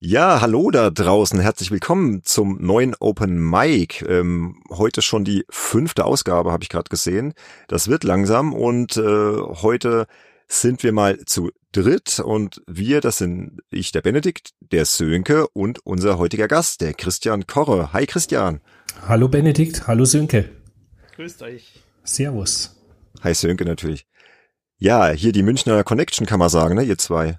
Ja, hallo da draußen, herzlich willkommen zum neuen Open Mic. Heute schon die 5. Ausgabe, habe ich gerade gesehen. Das wird langsam und heute sind wir mal zu dritt und wir, das sind ich, der Benedikt, der Sönke und unser heutiger Gast, der Christian Korre. Hi Christian. Hallo Benedikt, hallo Sönke. Grüßt euch. Servus. Hi Sönke natürlich. Ja, hier die Münchner Connection kann man sagen, ne, ihr zwei.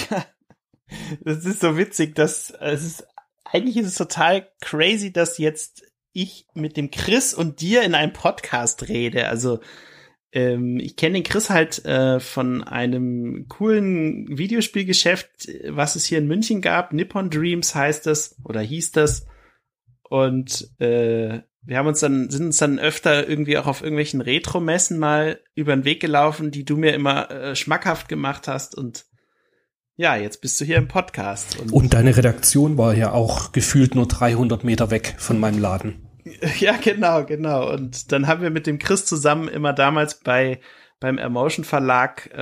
Das ist so witzig, eigentlich ist es total crazy, dass jetzt ich mit dem Chris und dir in einem Podcast rede. Also ich kenne den Chris halt von einem coolen Videospielgeschäft, was es hier in München gab. Nippon Dreams heißt das oder hieß das. Und wir sind uns dann öfter irgendwie auch auf irgendwelchen Retro-Messen mal über den Weg gelaufen, die du mir immer schmackhaft gemacht hast. Und ja, jetzt bist du hier im Podcast. Und deine Redaktion war ja auch gefühlt nur 300 Meter weg von meinem Laden. Ja, genau. Und dann haben wir mit dem Chris zusammen immer damals beim Emotion Verlag,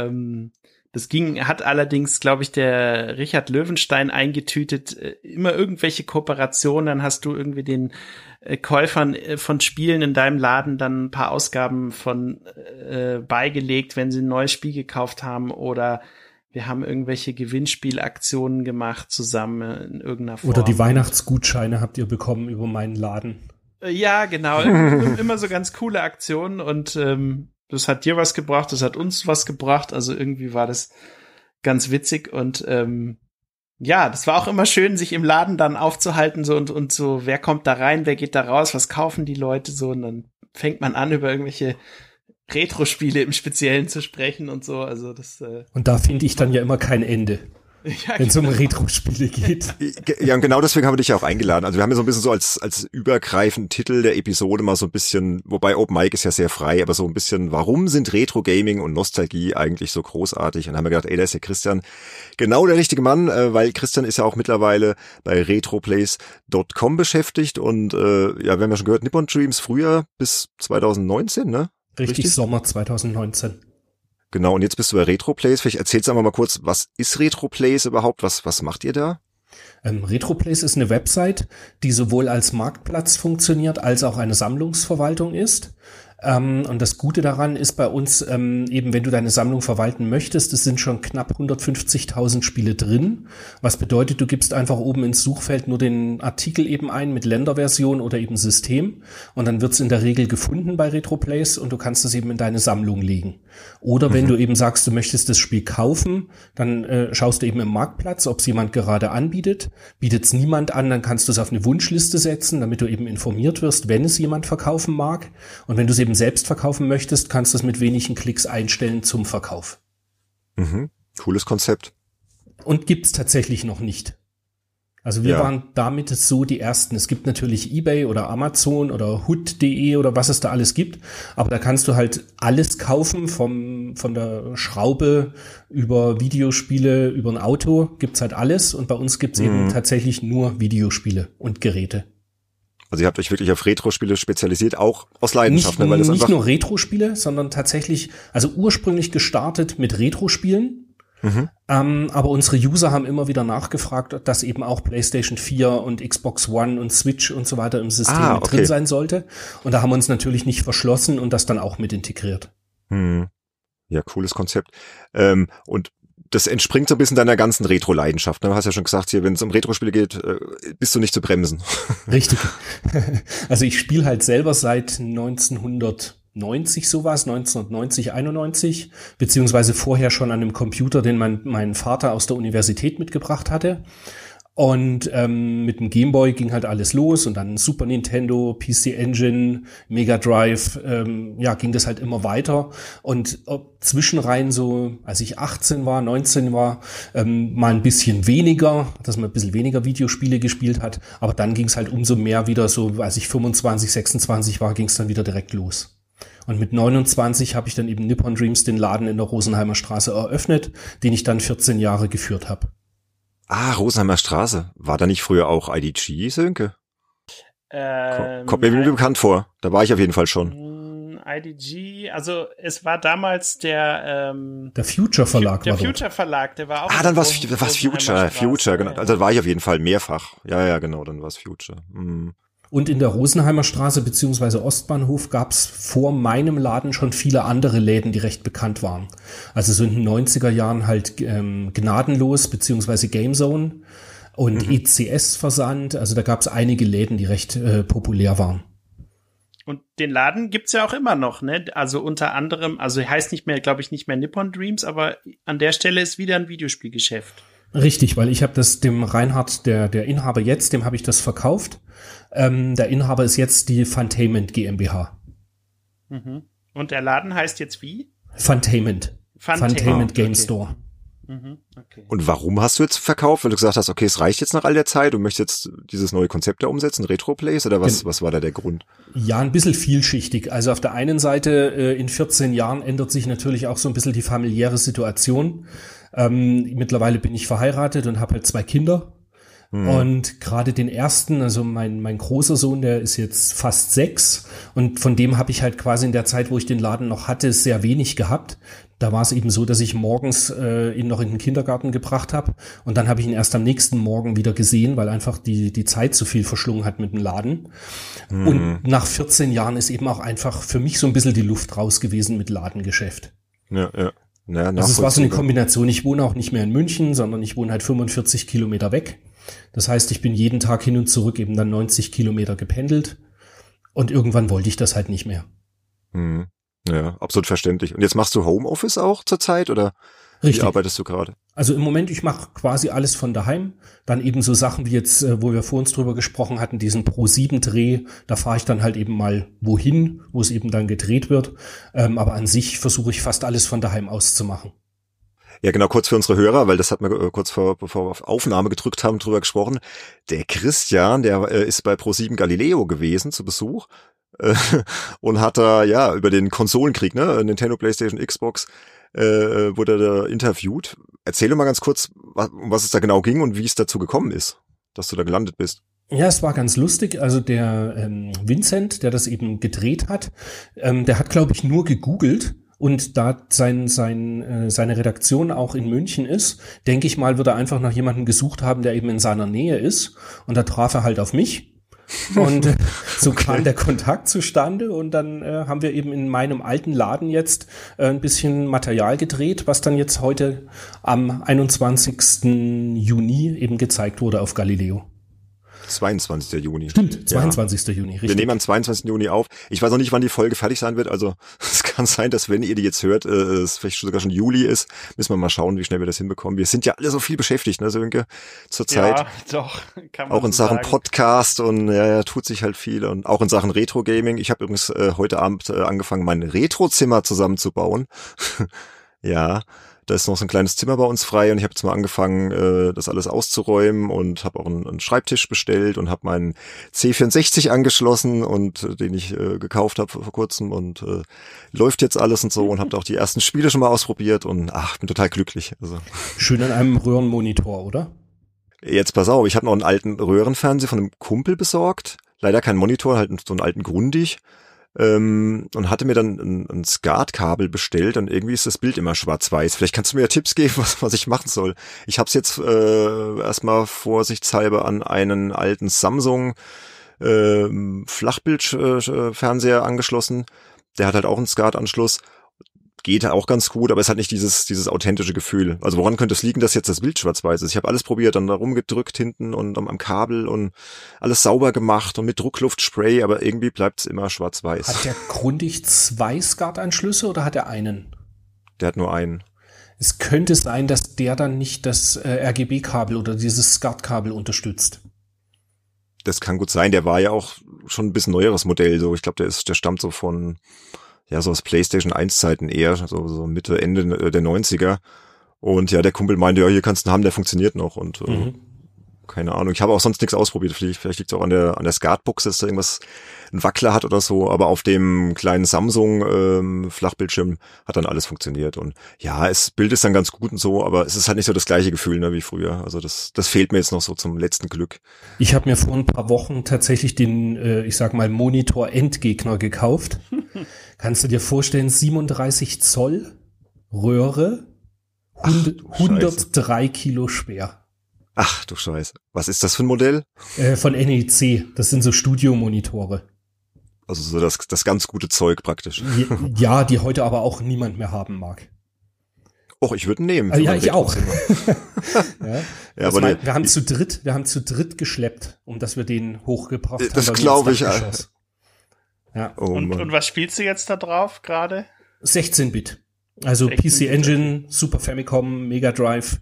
hat allerdings, glaube ich, der Richard Löwenstein eingetütet, immer irgendwelche Kooperationen. Dann hast du irgendwie den Käufern von Spielen in deinem Laden dann ein paar Ausgaben von beigelegt, wenn sie ein neues Spiel gekauft haben, oder wir haben irgendwelche Gewinnspielaktionen gemacht zusammen in irgendeiner Form. Oder die Weihnachtsgutscheine habt ihr bekommen über meinen Laden. Ja, genau. Immer so ganz coole Aktionen und das hat dir was gebracht, das hat uns was gebracht. Also irgendwie war das ganz witzig und ja, das war auch immer schön, sich im Laden dann aufzuhalten so und so, wer kommt da rein, wer geht da raus, was kaufen die Leute so, und dann fängt man an, über irgendwelche Retro-Spiele im Speziellen zu sprechen und so. Also das. Und da finde ich dann ja immer kein Ende. Ja, wenn es um Retro-Spiele geht. Ja, und genau deswegen haben wir dich ja auch eingeladen. Also wir haben ja so ein bisschen so als übergreifenden Titel der Episode mal so ein bisschen, wobei Open Mic ist ja sehr frei, aber so ein bisschen, warum sind Retro-Gaming und Nostalgie eigentlich so großartig? Und dann haben wir gedacht, ey, da ist der Christian genau der richtige Mann, weil Christian ist ja auch mittlerweile bei retroplays.com beschäftigt und ja, wir haben ja schon gehört, Nippon Dreams früher bis 2019, ne? Richtig, Sommer 2019. Genau, und jetzt bist du bei Retroplays. Vielleicht erzählst du mal kurz, was ist Retroplays überhaupt? Was macht ihr da? Retroplays ist eine Website, die sowohl als Marktplatz funktioniert, als auch eine Sammlungsverwaltung ist. Und das Gute daran ist bei uns eben, wenn du deine Sammlung verwalten möchtest, es sind schon knapp 150.000 Spiele drin. Was bedeutet, du gibst einfach oben ins Suchfeld nur den Artikel eben ein mit Länderversion oder eben System. Und dann wird es in der Regel gefunden bei Retroplays und du kannst es eben in deine Sammlung legen. Oder wenn du eben sagst, du möchtest das Spiel kaufen, dann schaust du eben im Marktplatz, ob es jemand gerade anbietet. Bietet es niemand an, dann kannst du es auf eine Wunschliste setzen, damit du eben informiert wirst, wenn es jemand verkaufen mag. Und wenn du es eben selbst verkaufen möchtest, kannst du es mit wenigen Klicks einstellen zum Verkauf. Mhm. Cooles Konzept. Und gibt's tatsächlich noch nicht. Also wir waren damit so die Ersten. Es gibt natürlich eBay oder Amazon oder hood.de oder was es da alles gibt. Aber da kannst du halt alles kaufen, von der Schraube über Videospiele, über ein Auto, gibt's halt alles. Und bei uns gibt's eben tatsächlich nur Videospiele und Geräte. Also ihr habt euch wirklich auf Retro-Spiele spezialisiert, auch aus Leidenschaft. Weil das nicht nur Retro-Spiele, sondern tatsächlich, also ursprünglich gestartet mit Retro-Spielen. Aber unsere User haben immer wieder nachgefragt, dass eben auch PlayStation 4 und Xbox One und Switch und so weiter im System mit drin sein sollte. Und da haben wir uns natürlich nicht verschlossen und das dann auch mit integriert. Ja, cooles Konzept. Und das entspringt so ein bisschen deiner ganzen Retro-Leidenschaft. Du hast ja schon gesagt, hier, wenn es um Retro-Spiele geht, bist du nicht zu bremsen. Richtig. Also ich spiele halt selber seit 1990 sowas, 1990, 91, beziehungsweise vorher schon an einem Computer, den mein Vater aus der Universität mitgebracht hatte. Und mit dem Gameboy ging halt alles los und dann Super Nintendo, PC Engine, Mega Drive, ging das halt immer weiter. Und zwischenrein so, als ich 18 war, 19 war, mal ein bisschen weniger, dass man ein bisschen weniger Videospiele gespielt hat. Aber dann ging es halt umso mehr wieder so, als ich 25, 26 war, ging es dann wieder direkt los. Und mit 29 habe ich dann eben Nippon Dreams, den Laden in der Rosenheimer Straße, eröffnet, den ich dann 14 Jahre geführt habe. Ah, Rosenheimer Straße. War da nicht früher auch IDG, Sönke? Kommt mir irgendwie bekannt vor. Da war ich auf jeden Fall schon. IDG, also es war damals der Future Verlag der Future Verlag, der war auch. Dann war es Future, genau. Also da war ich auf jeden Fall mehrfach. Ja, genau, dann war es Future. Mhm. Und in der Rosenheimer Straße beziehungsweise Ostbahnhof gab's vor meinem Laden schon viele andere Läden, die recht bekannt waren. Also so in den 90er Jahren halt Gnadenlos beziehungsweise Gamezone und ECS-Versand. Also da gab's einige Läden, die recht populär waren. Und den Laden gibt's ja auch immer noch, ne? Also unter anderem, also heißt nicht mehr, glaube ich, nicht mehr Nippon Dreams, aber an der Stelle ist wieder ein Videospielgeschäft. Richtig, weil ich habe das dem Reinhard, der Inhaber jetzt, dem habe ich das verkauft. Der Inhaber ist jetzt die Funtainment GmbH. Mhm. Und der Laden heißt jetzt wie? Funtainment Game Store. Okay. Und warum hast du jetzt verkauft? Weil du gesagt hast, okay, es reicht jetzt nach all der Zeit, du möchtest jetzt dieses neue Konzept da umsetzen, Retroplays, oder was war da der Grund? Ja, ein bisschen vielschichtig. Also auf der einen Seite, in 14 Jahren ändert sich natürlich auch so ein bisschen die familiäre Situation. Mittlerweile bin ich verheiratet und habe halt 2 Kinder. Und gerade den ersten, also mein großer Sohn, der ist jetzt fast 6 und von dem habe ich halt quasi in der Zeit, wo ich den Laden noch hatte, sehr wenig gehabt. Da war es eben so, dass ich morgens ihn noch in den Kindergarten gebracht habe und dann habe ich ihn erst am nächsten Morgen wieder gesehen, weil einfach die Zeit zu viel verschlungen hat mit dem Laden. Und nach 14 Jahren ist eben auch einfach für mich so ein bisschen die Luft raus gewesen mit Ladengeschäft. Ja. Also es war so eine Kombination. Ich wohne auch nicht mehr in München, sondern ich wohne halt 45 Kilometer weg. Das heißt, ich bin jeden Tag hin und zurück eben dann 90 Kilometer gependelt und irgendwann wollte ich das halt nicht mehr. Ja, absolut verständlich. Und jetzt machst du Homeoffice auch zurzeit oder Richtig. Wie arbeitest du gerade? Also im Moment, ich mache quasi alles von daheim. Dann eben so Sachen wie jetzt, wo wir vor uns drüber gesprochen hatten, diesen Pro7-Dreh, da fahre ich dann halt eben mal wohin, wo es eben dann gedreht wird. Aber an sich versuche ich fast alles von daheim aus zu machen. Ja, genau, kurz für unsere Hörer, weil das hat wir kurz bevor wir auf Aufnahme gedrückt haben, drüber gesprochen. Der Christian, der ist bei Pro7 Galileo gewesen zu Besuch und hat da, ja, über den Konsolenkrieg, ne, Nintendo, PlayStation, Xbox, wurde da interviewt. Erzähl doch mal ganz kurz, um was es da genau ging und wie es dazu gekommen ist, dass du da gelandet bist. Ja, es war ganz lustig. Also der Vincent, der das eben gedreht hat, der hat, glaube ich, nur gegoogelt. Und da seine Redaktion auch in München ist, denke ich mal, wird er einfach nach jemandem gesucht haben, der eben in seiner Nähe ist. Und da traf er halt auf mich. Und so kam der Kontakt zustande. Und dann haben wir eben in meinem alten Laden jetzt ein bisschen Material gedreht, was dann jetzt heute am 21. Juni eben gezeigt wurde auf Galileo. 22. Juni. Stimmt, 22. Ja. Juni, richtig. Wir nehmen am 22. Juni auf. Ich weiß noch nicht, wann die Folge fertig sein wird. Also es kann sein, dass wenn ihr die jetzt hört, es vielleicht sogar schon Juli ist. Müssen wir mal schauen, wie schnell wir das hinbekommen. Wir sind ja alle so viel beschäftigt, ne, Sönke, zurzeit. Ja, doch. Kann man auch in so Sachen sagen. Podcast und ja, tut sich halt viel. Und auch in Sachen Retro-Gaming. Ich habe übrigens heute Abend angefangen, mein Retro-Zimmer zusammenzubauen. Ja. Da ist noch so ein kleines Zimmer bei uns frei und ich habe jetzt mal angefangen, das alles auszuräumen und habe auch einen Schreibtisch bestellt und habe meinen C64 angeschlossen und den ich gekauft habe vor kurzem und läuft jetzt alles und so und habe auch die ersten Spiele schon mal ausprobiert und bin total glücklich. Also. Schön an einem Röhrenmonitor, oder? Jetzt pass auf, ich habe noch einen alten Röhrenfernseher von einem Kumpel besorgt, leider kein Monitor, halt so einen alten Grundig. Und hatte mir dann ein SCART-Kabel bestellt und irgendwie ist das Bild immer schwarz-weiß. Vielleicht kannst du mir ja Tipps geben, was ich machen soll. Ich habe es jetzt erstmal vorsichtshalber an einen alten Samsung Flachbildfernseher angeschlossen. Der hat halt auch einen SCART-Anschluss. Geht auch ganz gut, aber es hat nicht dieses authentische Gefühl. Also woran könnte es liegen, dass jetzt das Bild schwarz-weiß ist? Ich habe alles probiert, dann da rumgedrückt hinten und am Kabel und alles sauber gemacht und mit Druckluftspray, aber irgendwie bleibt es immer schwarz-weiß. Hat der Grundig 2 SCART-Anschlüsse oder hat er einen? Der hat nur einen. Es könnte sein, dass der dann nicht das RGB-Kabel oder dieses SCART-Kabel unterstützt. Das kann gut sein. Der war ja auch schon ein bisschen neueres Modell. So, ich glaube, der stammt so von so aus PlayStation 1 Zeiten eher, so Mitte, Ende der 90er. Und ja, der Kumpel meinte, ja, hier kannst du einen haben, der funktioniert noch. Und keine Ahnung. Ich habe auch sonst nichts ausprobiert. Vielleicht liegt es auch an der Skatbox, dass da irgendwas einen Wackler hat oder so. Aber auf dem kleinen Samsung Flachbildschirm hat dann alles funktioniert. Und ja, das Bild ist dann ganz gut und so, aber es ist halt nicht so das gleiche Gefühl, ne, wie früher. Also das fehlt mir jetzt noch so zum letzten Glück. Ich habe mir vor ein paar Wochen tatsächlich den, ich sag mal, Monitor-Endgegner gekauft. Kannst du dir vorstellen, 37 Zoll Röhre, 103 Kilo schwer. Ach du Scheiße. Was ist das für ein Modell? Von NEC. Das sind so Studiomonitore. Also so das ganz gute Zeug praktisch. Ja, die heute aber auch niemand mehr haben mag. Och, ich würde ihn nehmen. Ja, ich auch. Ja, aber wir haben zu dritt geschleppt, um dass wir den hochgebracht haben. Das glaube ich. Ja. Oh, und was spielst du jetzt da drauf gerade? 16-Bit. Also PC Engine, Super Famicom, Mega Drive.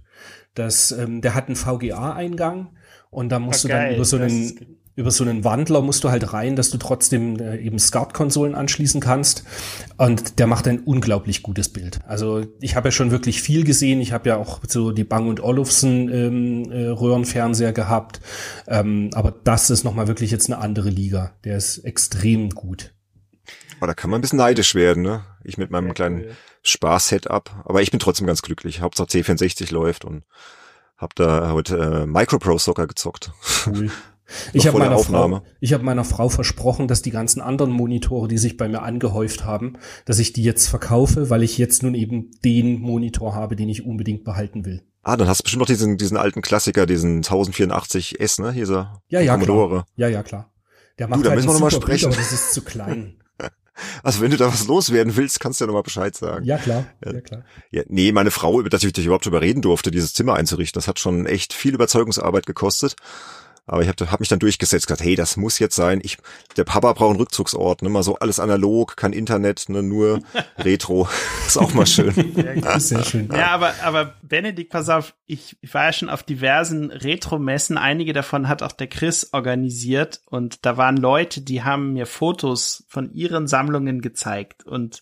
Der hat einen VGA-Eingang und da musst du dann über so einen Wandler musst du halt rein, dass du trotzdem eben SCART-Konsolen anschließen kannst. Und der macht ein unglaublich gutes Bild. Also ich habe ja schon wirklich viel gesehen. Ich habe ja auch so die Bang & Olufsen Röhrenfernseher gehabt. Aber das ist nochmal wirklich jetzt eine andere Liga. Der ist extrem gut. Aber da kann man ein bisschen neidisch werden, ne? Ich mit meinem kleinen Spaß-Setup. Aber ich bin trotzdem ganz glücklich. Hauptsache C64 läuft und hab da heute Micro Soccer gezockt. Cool. Ich habe meiner Frau versprochen, dass die ganzen anderen Monitore, die sich bei mir angehäuft haben, dass ich die jetzt verkaufe, weil ich jetzt nun eben den Monitor habe, den ich unbedingt behalten will. Dann hast du bestimmt noch diesen alten Klassiker, diesen 1084S, ne? Dieser Commodore. Klar. Ja, klar. Der macht da müssen wir noch mal super sprechen. Bild, aber das ist zu klein. Also wenn du da was loswerden willst, kannst du ja nochmal Bescheid sagen. Ja, klar. Ja, nee, meine Frau, dass ich überhaupt drüber reden durfte, dieses Zimmer einzurichten, das hat schon echt viel Überzeugungsarbeit gekostet. Aber ich hab mich dann durchgesetzt, gesagt, hey, das muss jetzt sein. Der Papa braucht einen Rückzugsort, ne, mal so alles analog, kein Internet, ne, nur Retro. Ist auch mal schön. Ja, sehr schön. Ja, aber Benedikt, pass auf, ich war ja schon auf diversen Retro-Messen. Einige davon hat auch der Chris organisiert und da waren Leute, die haben mir Fotos von ihren Sammlungen gezeigt und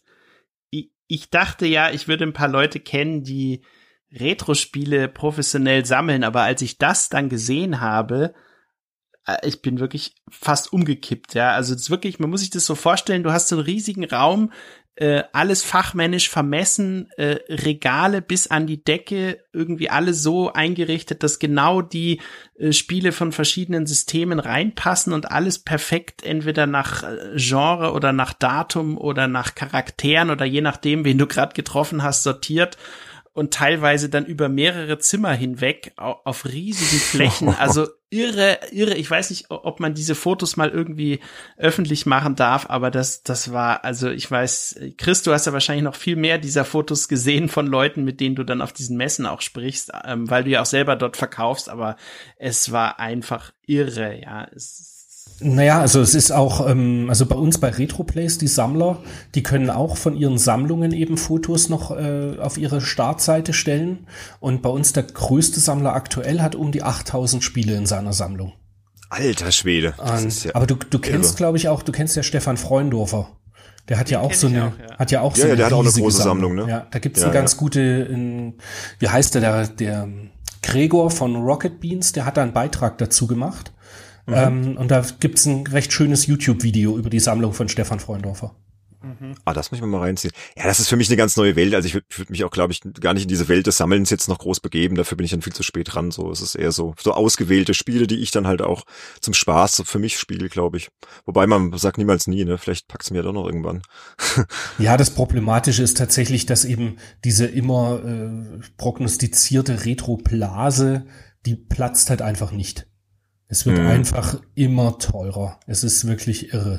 ich dachte ja, ich würde ein paar Leute kennen, die Retro-Spiele professionell sammeln, aber als ich das dann gesehen habe, ich bin wirklich fast umgekippt, ja. Also es ist wirklich, man muss sich das so vorstellen, du hast so einen riesigen Raum, alles fachmännisch vermessen, Regale bis an die Decke, irgendwie alles so eingerichtet, dass genau die Spiele von verschiedenen Systemen reinpassen und alles perfekt entweder nach Genre oder nach Datum oder nach Charakteren oder je nachdem, wen du gerade getroffen hast, sortiert. Und teilweise dann über mehrere Zimmer hinweg auf riesigen Flächen. Also irre. Ich weiß nicht, ob man diese Fotos mal irgendwie öffentlich machen darf, aber das war, also ich weiß, Chris, du hast ja wahrscheinlich noch viel mehr dieser Fotos gesehen von Leuten, mit denen du dann auf diesen Messen auch sprichst, weil du ja auch selber dort verkaufst, aber es war einfach irre, ja. Naja, also es ist auch, also bei uns bei Retroplays, die Sammler, die können auch von ihren Sammlungen eben Fotos noch auf ihre Startseite stellen. Und bei uns der größte Sammler aktuell hat um die 8000 Spiele in seiner Sammlung. Alter Schwede. Aber du kennst, glaube ich, auch, du kennst ja Stefan Freundorfer. Der hat ja auch so eine, hat ja auch so eine der hat auch eine große Sammlung, ne? Ja, da gibt's eine ganz gute, wie heißt der Gregor von Rocket Beans, der hat da einen Beitrag dazu gemacht. Und da gibt's ein recht schönes YouTube-Video über die Sammlung von Stefan Freundorfer. Das muss ich mir mal reinziehen. Ja, das ist für mich eine ganz neue Welt. Also ich würde mich auch, glaube ich, gar nicht in diese Welt des Sammelns jetzt noch groß begeben. Dafür bin ich dann viel zu spät dran. So, es ist eher so ausgewählte Spiele, die ich dann halt auch zum Spaß für mich spiele, glaube ich. Wobei man sagt niemals nie, ne? Vielleicht packt's mir ja doch noch irgendwann. Ja, das Problematische ist tatsächlich, dass eben diese immer prognostizierte Retroblase, die platzt halt einfach nicht. Es wird einfach immer teurer. Es ist wirklich irre.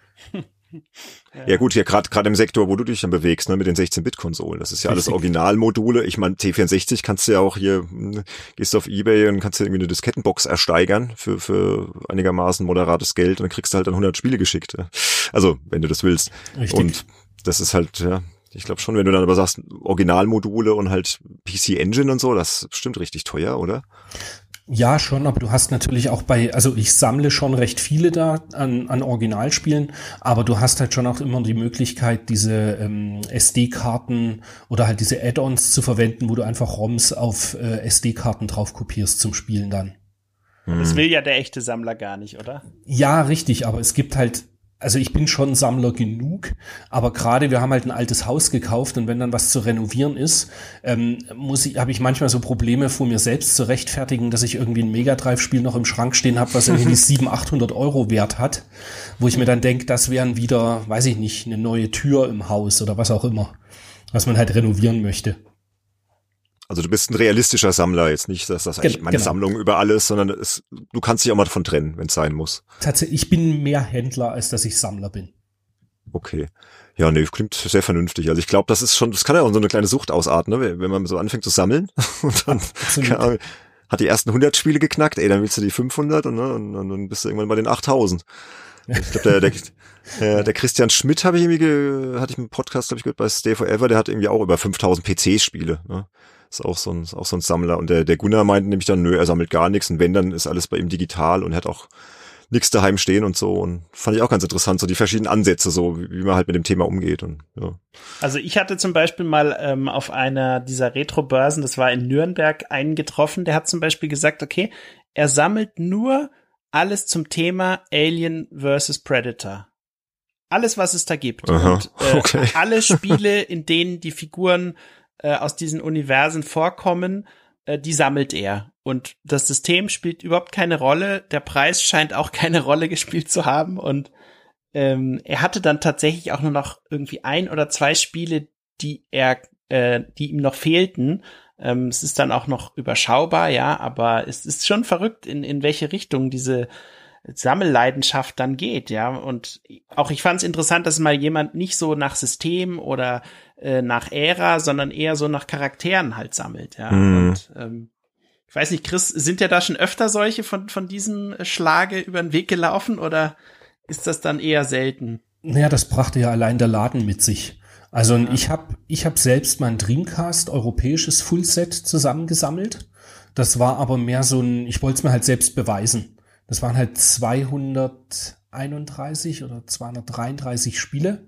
Ja gut, hier gerade im Sektor, wo du dich dann bewegst, ne, mit den 16-Bit-Konsolen. Das ist ja alles Originalmodule. Ich meine, T64 kannst du ja auch hier, gehst du auf eBay und kannst dir irgendwie eine Diskettenbox ersteigern für einigermaßen moderates Geld und dann kriegst du halt dann 100 Spiele geschickt. Also, wenn du das willst. Richtig. Und das ist halt, ja, ich glaube schon, wenn du dann aber sagst, Originalmodule und halt PC Engine und so, das ist bestimmt richtig teuer, oder? Ja, schon, aber du hast natürlich auch also ich sammle schon recht viele da an Originalspielen, aber du hast halt schon auch immer die Möglichkeit, diese SD-Karten oder halt diese Add-ons zu verwenden, wo du einfach ROMs auf SD-Karten drauf kopierst zum Spielen dann. Das will ja der echte Sammler gar nicht, oder? Ja, richtig, aber es gibt halt, also ich bin schon Sammler genug, aber gerade wir haben halt ein altes Haus gekauft und wenn dann was zu renovieren ist, habe ich manchmal so Probleme vor mir selbst zu rechtfertigen, dass ich irgendwie ein Mega Drive-Spiel noch im Schrank stehen habe, was irgendwie 700-800 Euro wert hat, wo ich mir dann denke, das wären wieder, weiß ich nicht, eine neue Tür im Haus oder was auch immer, was man halt renovieren möchte. Also du bist ein realistischer Sammler, jetzt nicht, dass das eigentlich meine Sammlung über alles, sondern du kannst dich auch mal davon trennen, wenn es sein muss. Tatsächlich, ich bin mehr Händler, als dass ich Sammler bin. Okay. Ja, nee, klingt sehr vernünftig. Also ich glaube, das kann ja auch so eine kleine Sucht ausarten, ne? Wenn man so anfängt zu sammeln und dann hat die ersten 100 Spiele geknackt, dann willst du die 500 und dann bist du irgendwann bei den 8000. Ich glaube, der Christian Schmidt hatte ich im Podcast, glaube ich, gehört bei Stay Forever, der hat irgendwie auch über 5000 PC-Spiele, ne? Ist auch so ein Sammler. Und der Gunnar meinte nämlich dann, er sammelt gar nichts. Und wenn, dann ist alles bei ihm digital und er hat auch nichts daheim stehen und so. Und fand ich auch ganz interessant, so die verschiedenen Ansätze, so wie man halt mit dem Thema umgeht. Und ja. Also ich hatte zum Beispiel mal auf einer dieser Retro-Börsen, das war in Nürnberg, einen getroffen, der hat zum Beispiel gesagt, okay, er sammelt nur alles zum Thema Alien vs. Predator. Alles, was es da gibt. Aha, und okay. alle Spiele, in denen die Figuren aus diesen Universen vorkommen, die sammelt er. Und das System spielt überhaupt keine Rolle. Der Preis scheint auch keine Rolle gespielt zu haben. Und er hatte dann tatsächlich auch nur noch irgendwie 1 oder 2 Spiele, die ihm noch fehlten. Es ist dann auch noch überschaubar, ja, aber es ist schon verrückt, in welche Richtung diese Sammelleidenschaft dann geht, ja. Und auch ich fand es interessant, dass mal jemand nicht so nach System oder nach Ära, sondern eher so nach Charakteren halt sammelt, ja. Und ich weiß nicht, Chris, sind ja da schon öfter solche von diesem Schlage über den Weg gelaufen oder ist das dann eher selten? Naja, das brachte ja allein der Laden mit sich. Also ja. Ich hab selbst mein Dreamcast europäisches Fullset zusammengesammelt. Das war aber mehr so ich wollte es mir halt selbst beweisen. Das waren halt 231 oder 233 Spiele.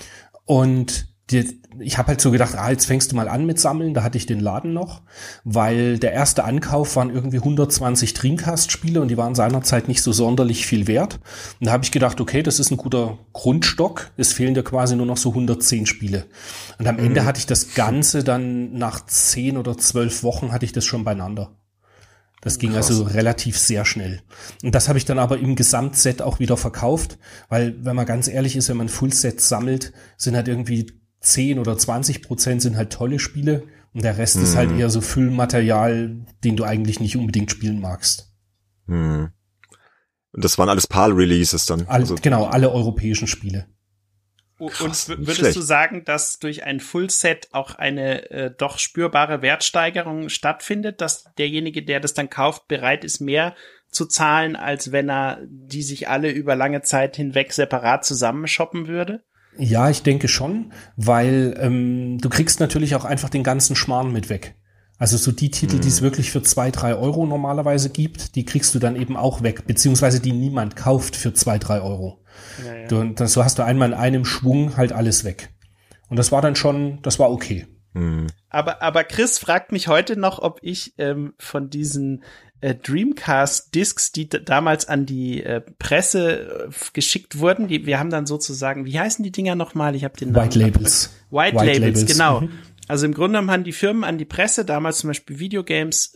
Und ich habe halt so gedacht, jetzt fängst du mal an mit Sammeln. Da hatte ich den Laden noch, weil der erste Ankauf waren irgendwie 120 Dreamcast-Spiele und die waren seinerzeit nicht so sonderlich viel wert. Und da habe ich gedacht, okay, das ist ein guter Grundstock. Es fehlen dir quasi nur noch so 110 Spiele. Und am Ende hatte ich das Ganze dann nach 10 oder 12 Wochen hatte ich das schon beieinander. Das ging also relativ sehr schnell. Und das habe ich dann aber im Gesamtset auch wieder verkauft, weil, wenn man ganz ehrlich ist, wenn man Fullset sammelt, sind halt irgendwie 10 oder 20% sind halt tolle Spiele und der Rest ist halt eher so Füllmaterial, den du eigentlich nicht unbedingt spielen magst. Und das waren alles PAL-Releases dann? Genau, alle europäischen Spiele. Krass, und würdest du sagen, dass durch ein Fullset auch eine doch spürbare Wertsteigerung stattfindet, dass derjenige, der das dann kauft, bereit ist, mehr zu zahlen, als wenn er die sich alle über lange Zeit hinweg separat zusammenshoppen würde? Ja, ich denke schon, weil du kriegst natürlich auch einfach den ganzen Schmarrn mit weg. Also so die Titel, die es wirklich für 2-3 Euro normalerweise gibt, die kriegst du dann eben auch weg, beziehungsweise die niemand kauft für 2-3 Euro. Ja. So hast du einmal in einem Schwung halt alles weg. Und das war dann schon, das war okay. Aber Chris fragt mich heute noch, ob ich von diesen Dreamcast-Discs, die damals an die Presse geschickt wurden, wir haben dann sozusagen, wie heißen die Dinger nochmal? Ich habe den Namen. White Labels. White Labels, genau. Also im Grunde genommen haben die Firmen an die Presse, damals zum Beispiel Videogames,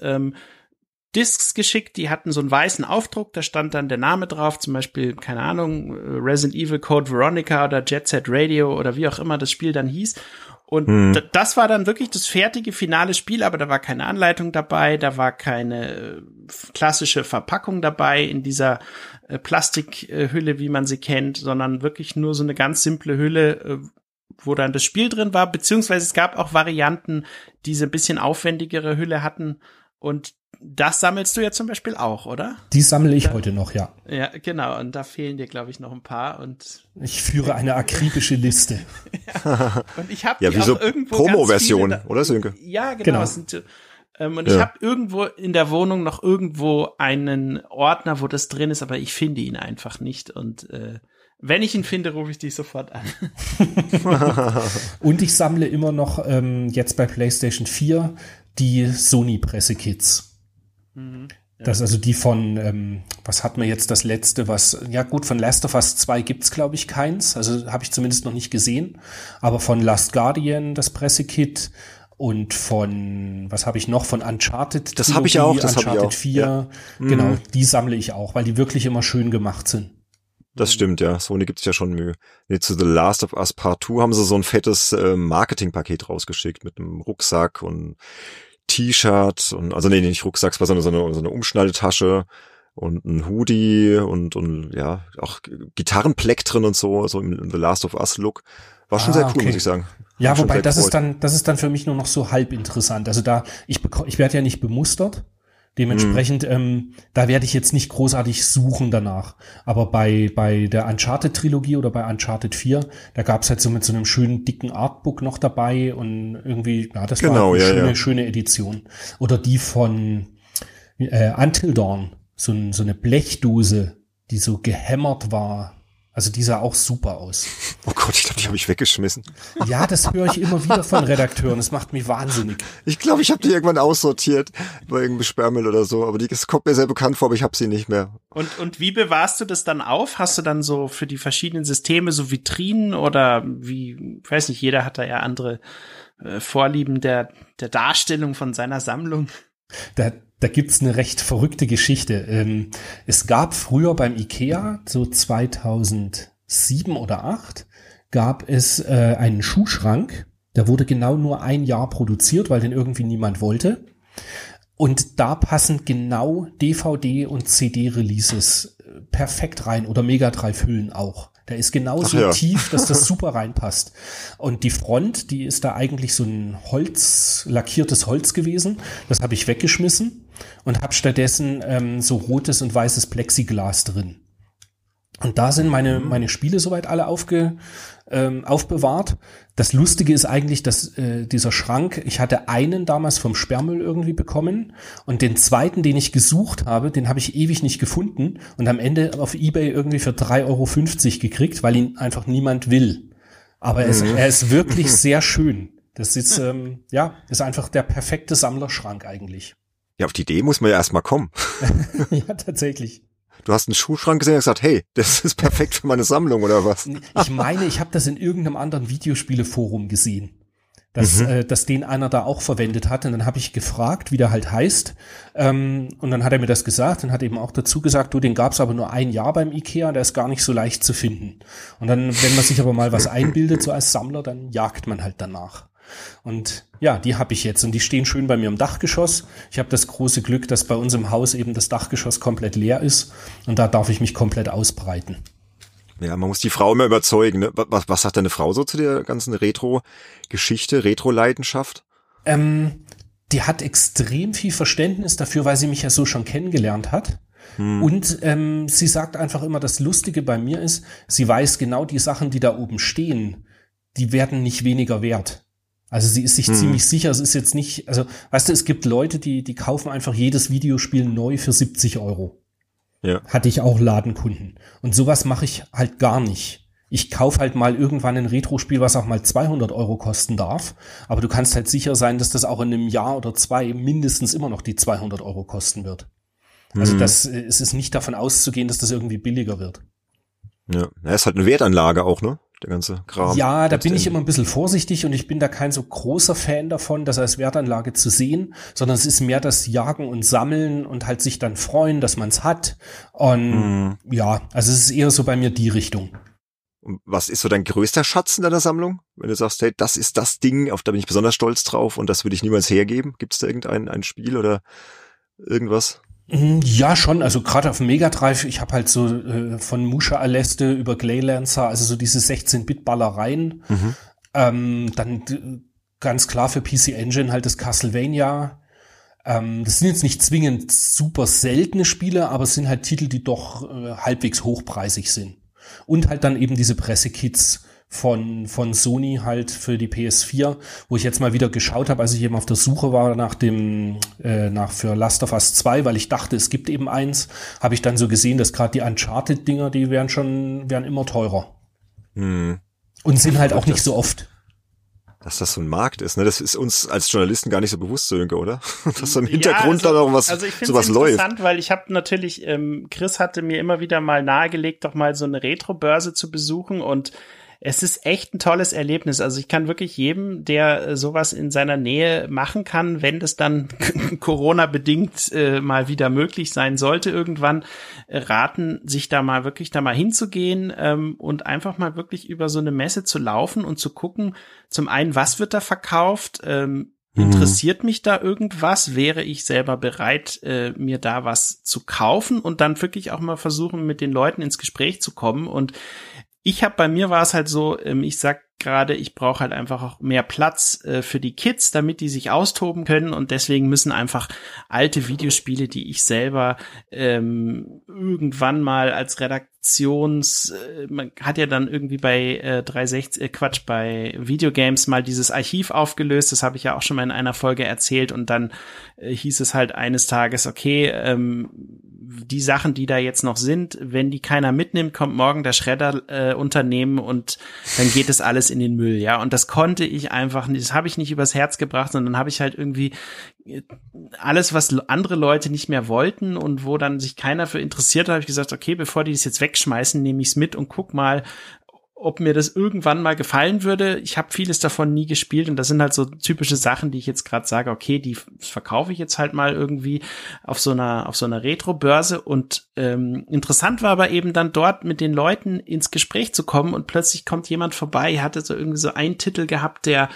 Discs geschickt, die hatten so einen weißen Aufdruck, da stand dann der Name drauf, zum Beispiel, keine Ahnung, Resident Evil Code Veronica oder Jet Set Radio oder wie auch immer das Spiel dann hieß. Und das war dann wirklich das fertige finale Spiel, aber da war keine Anleitung dabei, da war keine klassische Verpackung dabei in dieser Plastikhülle, wie man sie kennt, sondern wirklich nur so eine ganz simple Hülle, wo dann das Spiel drin war, beziehungsweise es gab auch Varianten, die diese ein bisschen aufwendigere Hülle hatten. Und das sammelst du ja zum Beispiel auch, oder? Die sammle ich heute noch, ja. Ja, genau. Und da fehlen dir, glaube ich, noch ein paar. Und ich führe eine akribische Liste. Ja. Und ich habe ja, die wie auch so irgendwo Promo-Version, oder Sönke? Ja, genau. Und ich habe irgendwo in der Wohnung noch irgendwo einen Ordner, wo das drin ist, aber ich finde ihn einfach nicht. Und wenn ich ihn finde, rufe ich dich sofort an. Und ich sammle immer noch jetzt bei PlayStation 4 die Sony-Pressekits. Das also die von, was hat man jetzt das letzte, ja gut, von Last of Us 2 gibt's glaube ich keins, also habe ich zumindest noch nicht gesehen, aber von Last Guardian das Pressekit und von, was habe ich noch, von Uncharted. Das habe ich auch, das habe ich auch. Uncharted 4, ja. Genau, die sammle ich auch, weil die wirklich immer schön gemacht sind. Das stimmt, ja. Sony gibt es ja schon Mühe. Zu The Last of Us Part 2 haben sie so ein fettes Marketingpaket rausgeschickt mit einem Rucksack und T-Shirt und, also nee, nicht Rucksack, es war so eine Umschnalletasche und ein Hoodie und ja, auch Gitarrenpleck drin und so im The Last of Us Look. War schon sehr cool, muss ich sagen. Ja, wobei das ist dann für mich nur noch so halb interessant. Also ich werde ja nicht bemustert. Dementsprechend, da werde ich jetzt nicht großartig suchen danach. Aber bei der Uncharted-Trilogie oder bei Uncharted 4, da gab's halt so mit so einem schönen dicken Artbook noch dabei und irgendwie, ja, das war eine schöne Edition. Oder die von Until Dawn, so eine Blechdose, die so gehämmert war. Also die sah auch super aus. Oh Gott, ich glaube, die habe ich weggeschmissen. Ja, das höre ich immer wieder von Redakteuren. Das macht mich wahnsinnig. Ich glaube, ich habe die irgendwann aussortiert bei irgendeinem Sperrmüll oder so. Aber das kommt mir sehr bekannt vor, aber ich habe sie nicht mehr. Und wie bewahrst du das dann auf? Hast du dann so für die verschiedenen Systeme so Vitrinen oder wie, ich weiß nicht, jeder hat da ja andere Vorlieben der Darstellung von seiner Sammlung. Da gibt's eine recht verrückte Geschichte. Es gab früher beim IKEA, so 2007 oder 2008, gab es einen Schuhschrank. Der wurde genau nur ein Jahr produziert, weil den irgendwie niemand wollte. Und da passen genau DVD- und CD-Releases perfekt rein oder Mega Drive Hüllen auch. Der ist genauso tief, dass das super reinpasst. Und die Front, die ist da eigentlich so ein lackiertes Holz gewesen. Das habe ich weggeschmissen und habe stattdessen so rotes und weißes Plexiglas drin. Und da sind meine Spiele soweit alle aufbewahrt. Das Lustige ist eigentlich, dass dieser Schrank, ich hatte einen damals vom Sperrmüll irgendwie bekommen und den zweiten, den ich gesucht habe, den habe ich ewig nicht gefunden und am Ende auf eBay irgendwie für 3,50 € gekriegt, weil ihn einfach niemand will. Aber er ist wirklich sehr schön. Das ist, ist einfach der perfekte Sammlerschrank eigentlich. Ja, auf die Idee muss man ja erstmal kommen. Ja, tatsächlich. Du hast einen Schuhschrank gesehen und gesagt, hey, das ist perfekt für meine Sammlung oder was? Ich meine, ich habe das in irgendeinem anderen Videospieleforum gesehen, dass den einer da auch verwendet hat. Und dann habe ich gefragt, wie der halt heißt. Und dann hat er mir das gesagt und hat eben auch dazu gesagt, den gab's aber nur ein Jahr beim IKEA, der ist gar nicht so leicht zu finden. Und dann, wenn man sich aber mal was einbildet, so als Sammler, dann jagt man halt danach. Und ja, die habe ich jetzt und die stehen schön bei mir im Dachgeschoss. Ich habe das große Glück, dass bei uns im Haus eben das Dachgeschoss komplett leer ist und da darf ich mich komplett ausbreiten. Ja, man muss die Frau immer überzeugen. Ne? Was sagt deine Frau so zu der ganzen Retro-Geschichte, Retro-Leidenschaft? Die hat extrem viel Verständnis dafür, weil sie mich ja so schon kennengelernt hat. Und sie sagt einfach immer, das Lustige bei mir ist, sie weiß genau, die Sachen, die da oben stehen, die werden nicht weniger wert. Also sie ist sich ziemlich sicher, es ist jetzt nicht, also weißt du, es gibt Leute, die kaufen einfach jedes Videospiel neu für 70 €. Ja. Hatte ich auch Ladenkunden. Und sowas mache ich halt gar nicht. Ich kaufe halt mal irgendwann ein Retro-Spiel, was auch mal 200 € kosten darf. Aber du kannst halt sicher sein, dass das auch in einem Jahr oder zwei mindestens immer noch die 200 € kosten wird. Also es ist nicht davon auszugehen, dass das irgendwie billiger wird. Ja, ist halt eine Wertanlage auch, ne? Der ganze Kram. Ja, da bin ich immer ein bisschen vorsichtig und ich bin da kein so großer Fan davon, das als Wertanlage zu sehen, sondern es ist mehr das Jagen und Sammeln und halt sich dann freuen, dass man es hat. Und ja, also es ist eher so bei mir die Richtung. Und was ist so dein größter Schatz in deiner Sammlung? Wenn du sagst, hey, das ist das Ding, auf da bin ich besonders stolz drauf und das würde ich niemals hergeben. Gibt es da ein Spiel oder irgendwas? Ja, schon. Also gerade auf dem Mega Drive, ich habe halt so von Musha Aleste über Glaylancer, also so diese 16-Bit-Ballereien. Dann ganz klar für PC Engine halt das Castlevania. Das sind jetzt nicht zwingend super seltene Spiele, aber es sind halt Titel, die doch halbwegs hochpreisig sind. Und halt dann eben diese Pressekits von Sony halt für die PS4, wo ich jetzt mal wieder geschaut habe, als ich eben auf der Suche war für Last of Us 2, weil ich dachte, es gibt eben eins, habe ich dann so gesehen, dass gerade die Uncharted-Dinger, die werden immer teurer. Und sind halt auch nicht so oft. Dass das so ein Markt ist, ne? Das ist uns als Journalisten gar nicht so bewusst, Sönke, oder? Dass so im Hintergrund dann auch sowas läuft. Also ich finde es interessant, weil ich habe natürlich, Chris hatte mir immer wieder mal nahegelegt, doch mal so eine Retro-Börse zu besuchen und es ist echt ein tolles Erlebnis. Also ich kann wirklich jedem, der sowas in seiner Nähe machen kann, wenn das dann Corona-bedingt mal wieder möglich sein sollte irgendwann, raten, sich da mal hinzugehen und einfach mal wirklich über so eine Messe zu laufen und zu gucken, zum einen, was wird da verkauft, interessiert mich da irgendwas? Wäre ich selber bereit, mir da was zu kaufen und dann wirklich auch mal versuchen, mit den Leuten ins Gespräch zu kommen. Und bei mir war es halt so, ich sag gerade, ich brauche halt einfach auch mehr Platz für die Kids, damit die sich austoben können und deswegen müssen einfach alte Videospiele, die ich selber irgendwann mal als man hat ja dann irgendwie bei bei Videogames mal dieses Archiv aufgelöst, das habe ich ja auch schon mal in einer Folge erzählt und dann hieß es halt eines Tages, okay, die Sachen, die da jetzt noch sind, wenn die keiner mitnimmt, kommt morgen der Schredder-Unternehmen und dann geht es alles in den Müll, ja. Und das konnte ich einfach nicht, das habe ich nicht übers Herz gebracht, sondern habe ich halt irgendwie alles, was andere Leute nicht mehr wollten und wo dann sich keiner für interessiert hat, habe ich gesagt, okay, bevor die das jetzt wegschmeißen, nehme ich es mit und guck mal, ob mir das irgendwann mal gefallen würde. Ich habe vieles davon nie gespielt und das sind halt so typische Sachen, die ich jetzt gerade sage, okay, die verkaufe ich jetzt halt mal irgendwie auf so einer Retro-Börse und interessant war aber eben dann dort mit den Leuten ins Gespräch zu kommen und plötzlich kommt jemand vorbei, hatte so irgendwie so einen Titel gehabt, der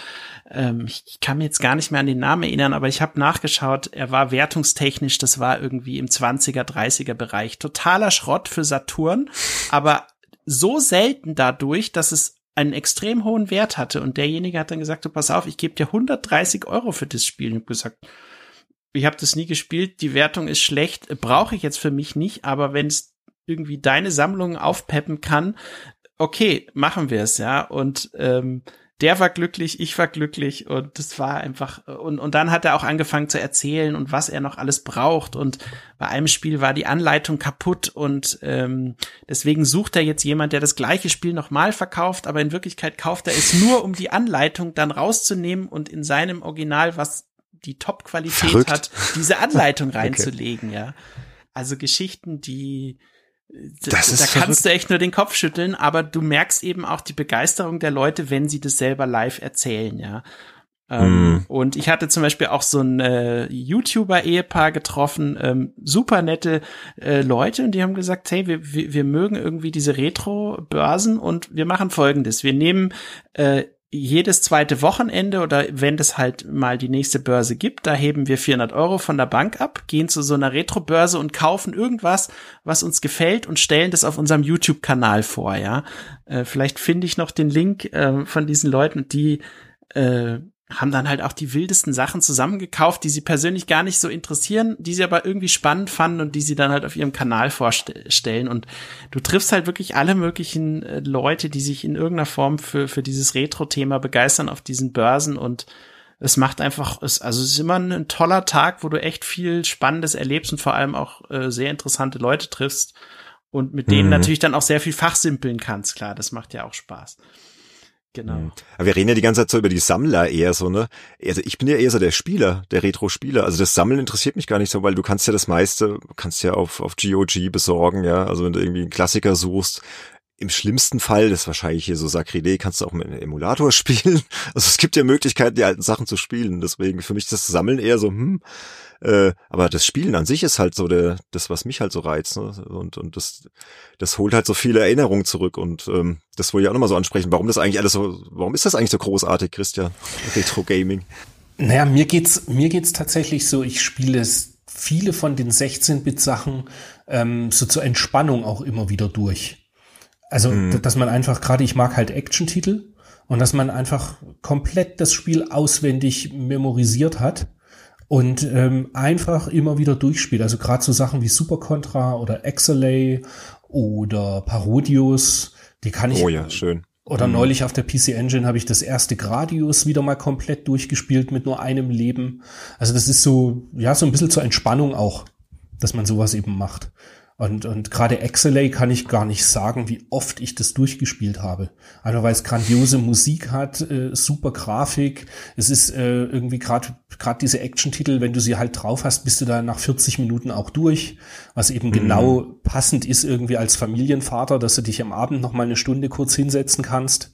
ich kann mir jetzt gar nicht mehr an den Namen erinnern, aber ich habe nachgeschaut, er war wertungstechnisch, das war irgendwie im 20er, 30er Bereich. Totaler Schrott für Saturn, aber so selten dadurch, dass es einen extrem hohen Wert hatte. Und derjenige hat dann gesagt, du pass auf, ich gebe dir 130 € für das Spiel. Ich habe gesagt, ich habe das nie gespielt, die Wertung ist schlecht, brauche ich jetzt für mich nicht, aber wenn es irgendwie deine Sammlung aufpeppen kann, okay, machen wir es, ja. Und der war glücklich, ich war glücklich und das war einfach, und dann hat er auch angefangen zu erzählen und was er noch alles braucht und bei einem Spiel war die Anleitung kaputt und deswegen sucht er jetzt jemand, der das gleiche Spiel nochmal verkauft, aber in Wirklichkeit kauft er es nur, um die Anleitung dann rauszunehmen und in seinem Original, was die Top-Qualität hat, diese Anleitung reinzulegen, okay. Ja. Also Geschichten, die da kannst du echt nur den Kopf schütteln, aber du merkst eben auch die Begeisterung der Leute, wenn sie das selber live erzählen, ja. Und ich hatte zum Beispiel auch so ein YouTuber-Ehepaar getroffen, super nette Leute und die haben gesagt, hey, wir mögen irgendwie diese Retro-Börsen und wir machen Folgendes. Wir nehmen jedes zweite Wochenende oder wenn das halt mal die nächste Börse gibt, da heben wir 400 € von der Bank ab, gehen zu so einer Retro-Börse und kaufen irgendwas, was uns gefällt und stellen das auf unserem YouTube-Kanal vor, ja. Vielleicht finde ich noch den Link von diesen Leuten, die haben dann halt auch die wildesten Sachen zusammengekauft, die sie persönlich gar nicht so interessieren, die sie aber irgendwie spannend fanden und die sie dann halt auf ihrem Kanal vorstellen. Und du triffst halt wirklich alle möglichen Leute, die sich in irgendeiner Form für dieses Retro-Thema begeistern auf diesen Börsen und es macht einfach, es ist immer ein toller Tag, wo du echt viel Spannendes erlebst und vor allem auch sehr interessante Leute triffst und mit denen natürlich dann auch sehr viel fachsimpeln kannst. Klar, das macht ja auch Spaß. Genau. Aber wir reden ja die ganze Zeit so über die Sammler eher so, ne? Also ich bin ja eher so der Spieler, der Retro-Spieler. Also das Sammeln interessiert mich gar nicht so, weil du kannst ja das meiste, kannst ja auf GOG besorgen, ja. Also wenn du irgendwie einen Klassiker suchst, im schlimmsten Fall, das ist wahrscheinlich hier so Sakrileg, kannst du auch mit einem Emulator spielen. Also es gibt ja Möglichkeiten, die alten Sachen zu spielen. Deswegen für mich ist das Sammeln eher so, aber das Spielen an sich ist halt so das, was mich halt so reizt, ne? Und das holt halt so viele Erinnerungen zurück und das wollte ich auch nochmal so ansprechen. Warum ist das eigentlich so großartig, Christian? Retro-Gaming. Naja, mir geht's tatsächlich so, ich spiele viele von den 16-Bit-Sachen so zur Entspannung auch immer wieder durch. Also, dass man einfach, gerade ich mag halt Action-Titel und dass man einfach komplett das Spiel auswendig memorisiert hat und einfach immer wieder durchspielt. Also gerade so Sachen wie Super Contra oder Exalay oder Parodius, die kann ich. Oh ja, schön. Oder neulich auf der PC Engine habe ich das erste Gradius wieder mal komplett durchgespielt mit nur einem Leben. Also das ist so, ja, so ein bisschen zur Entspannung auch, dass man sowas eben macht. Und gerade XLA kann ich gar nicht sagen, wie oft ich das durchgespielt habe. Einfach weil es grandiose Musik hat, super Grafik. Es ist irgendwie gerade diese Action-Titel, wenn du sie halt drauf hast, bist du da nach 40 Minuten auch durch. Was eben genau passend ist irgendwie als Familienvater, dass du dich am Abend noch mal eine Stunde kurz hinsetzen kannst.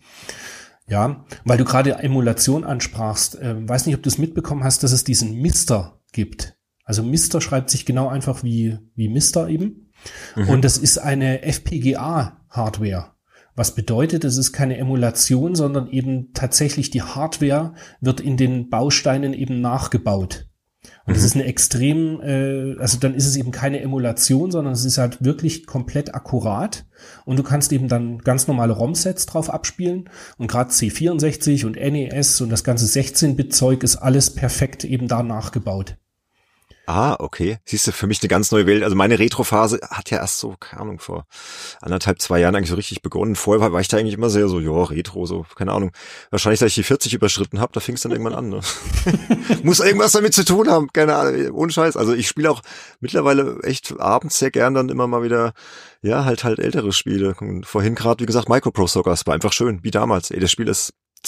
Ja, weil du gerade Emulation ansprachst. Weiß nicht, ob du es mitbekommen hast, dass es diesen Mister gibt. Also Mister schreibt sich genau einfach wie Mister eben. Und das ist eine FPGA-Hardware. Was bedeutet, es ist keine Emulation, sondern eben tatsächlich die Hardware wird in den Bausteinen eben nachgebaut. Und das ist eine extrem, also dann ist es eben keine Emulation, sondern es ist halt wirklich komplett akkurat. Und du kannst eben dann ganz normale ROM-Sets drauf abspielen. Und gerade C64 und NES und das ganze 16-Bit-Zeug ist alles perfekt eben da nachgebaut. Ah, okay. Siehst du, für mich eine ganz neue Welt. Also meine Retro-Phase hat ja erst so, keine Ahnung, vor 1,5, 2 Jahren eigentlich so richtig begonnen. Vorher war ich da eigentlich immer sehr so, ja, Retro, so, keine Ahnung. Wahrscheinlich, dass ich die 40 überschritten habe, da fing es dann irgendwann an. Ne? Muss irgendwas damit zu tun haben, keine Ahnung, ohne Scheiß. Also ich spiele auch mittlerweile echt abends sehr gern dann immer mal wieder, ja, halt ältere Spiele. Und vorhin gerade, wie gesagt, Microprose Soccer, es war einfach schön, wie damals. Ey, das Spiel ist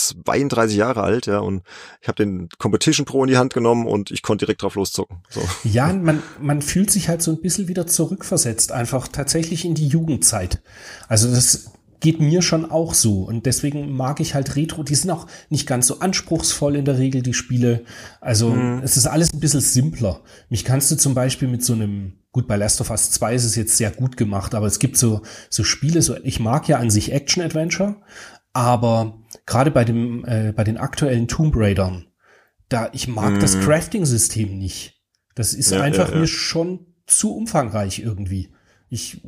32 Jahre alt, ja, und ich habe den Competition Pro in die Hand genommen und ich konnte direkt drauf loszocken. So. Ja, man fühlt sich halt so ein bisschen wieder zurückversetzt, einfach tatsächlich in die Jugendzeit. Also das geht mir schon auch so und deswegen mag ich halt Retro, die sind auch nicht ganz so anspruchsvoll in der Regel, die Spiele. Also es ist alles ein bisschen simpler. Mich kannst du zum Beispiel mit so einem, gut, bei Last of Us 2 ist es jetzt sehr gut gemacht, aber es gibt so Spiele, ich mag ja an sich Action-Adventure, aber gerade bei den aktuellen Tomb Raidern, ich mag das Crafting-System nicht. Das ist mir schon zu umfangreich irgendwie. Ich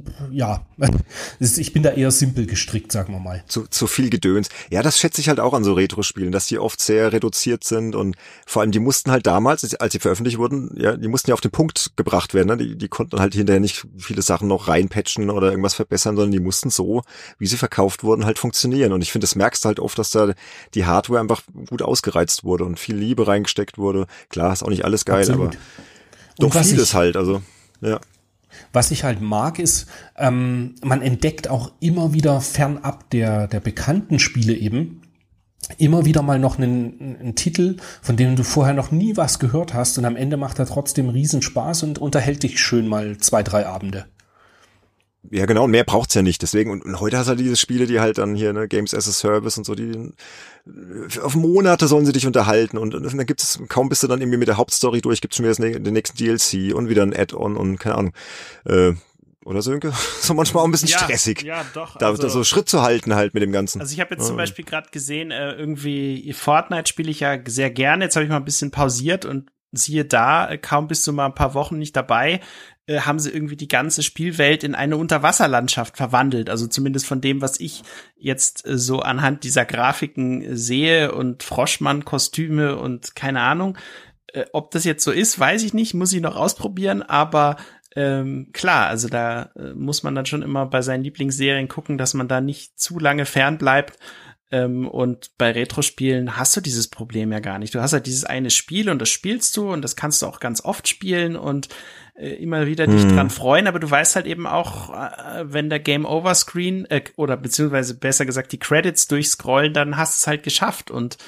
bin da eher simpel gestrickt, sagen wir mal. Zu viel Gedöns. Ja, das schätze ich halt auch an so Retro-Spielen, dass die oft sehr reduziert sind und vor allem die mussten halt damals, als sie veröffentlicht wurden, ja, die mussten ja auf den Punkt gebracht werden. Ne? Die konnten halt hinterher nicht viele Sachen noch reinpatchen oder irgendwas verbessern, sondern die mussten so, wie sie verkauft wurden, halt funktionieren. Und ich finde, das merkst du halt oft, dass da die Hardware einfach gut ausgereizt wurde und viel Liebe reingesteckt wurde. Klar, ist auch nicht alles geil, Absolut. aber doch vieles halt, also, ja. Was ich halt mag, ist, man entdeckt auch immer wieder fernab der bekannten Spiele eben, immer wieder mal noch einen Titel, von dem du vorher noch nie was gehört hast und am Ende macht er trotzdem Riesenspaß und unterhält dich schön mal 2, 3 Abende. Ja, genau, und mehr braucht's ja nicht. Deswegen, und heute hast du halt diese Spiele, die halt dann hier, ne, Games as a Service und so, die auf Monate sollen sie dich unterhalten und dann gibt es, kaum bist du dann irgendwie mit der Hauptstory durch, gibt's schon wieder den nächsten DLC und wieder ein Add-on und keine Ahnung, oder so, so manchmal auch ein bisschen stressig. Ja, doch. Da so Schritt zu halten halt mit dem Ganzen. Also ich habe jetzt zum Beispiel gerade gesehen, irgendwie Fortnite spiele ich ja sehr gerne. Jetzt habe ich mal ein bisschen pausiert und siehe da, kaum bist du mal ein paar Wochen nicht dabei, haben sie irgendwie die ganze Spielwelt in eine Unterwasserlandschaft verwandelt. Also zumindest von dem, was ich jetzt so anhand dieser Grafiken sehe und Froschmann-Kostüme und keine Ahnung. Ob das jetzt so ist, weiß ich nicht, muss ich noch ausprobieren, aber klar, also da muss man dann schon immer bei seinen Lieblingsserien gucken, dass man da nicht zu lange fern bleibt. Und bei Retro-Spielen hast du dieses Problem ja gar nicht. Du hast halt dieses eine Spiel und das spielst du und das kannst du auch ganz oft spielen und immer wieder dich dran freuen, aber du weißt halt eben auch, wenn der Game-Over-Screen oder beziehungsweise besser gesagt die Credits durchscrollen, dann hast du es halt geschafft und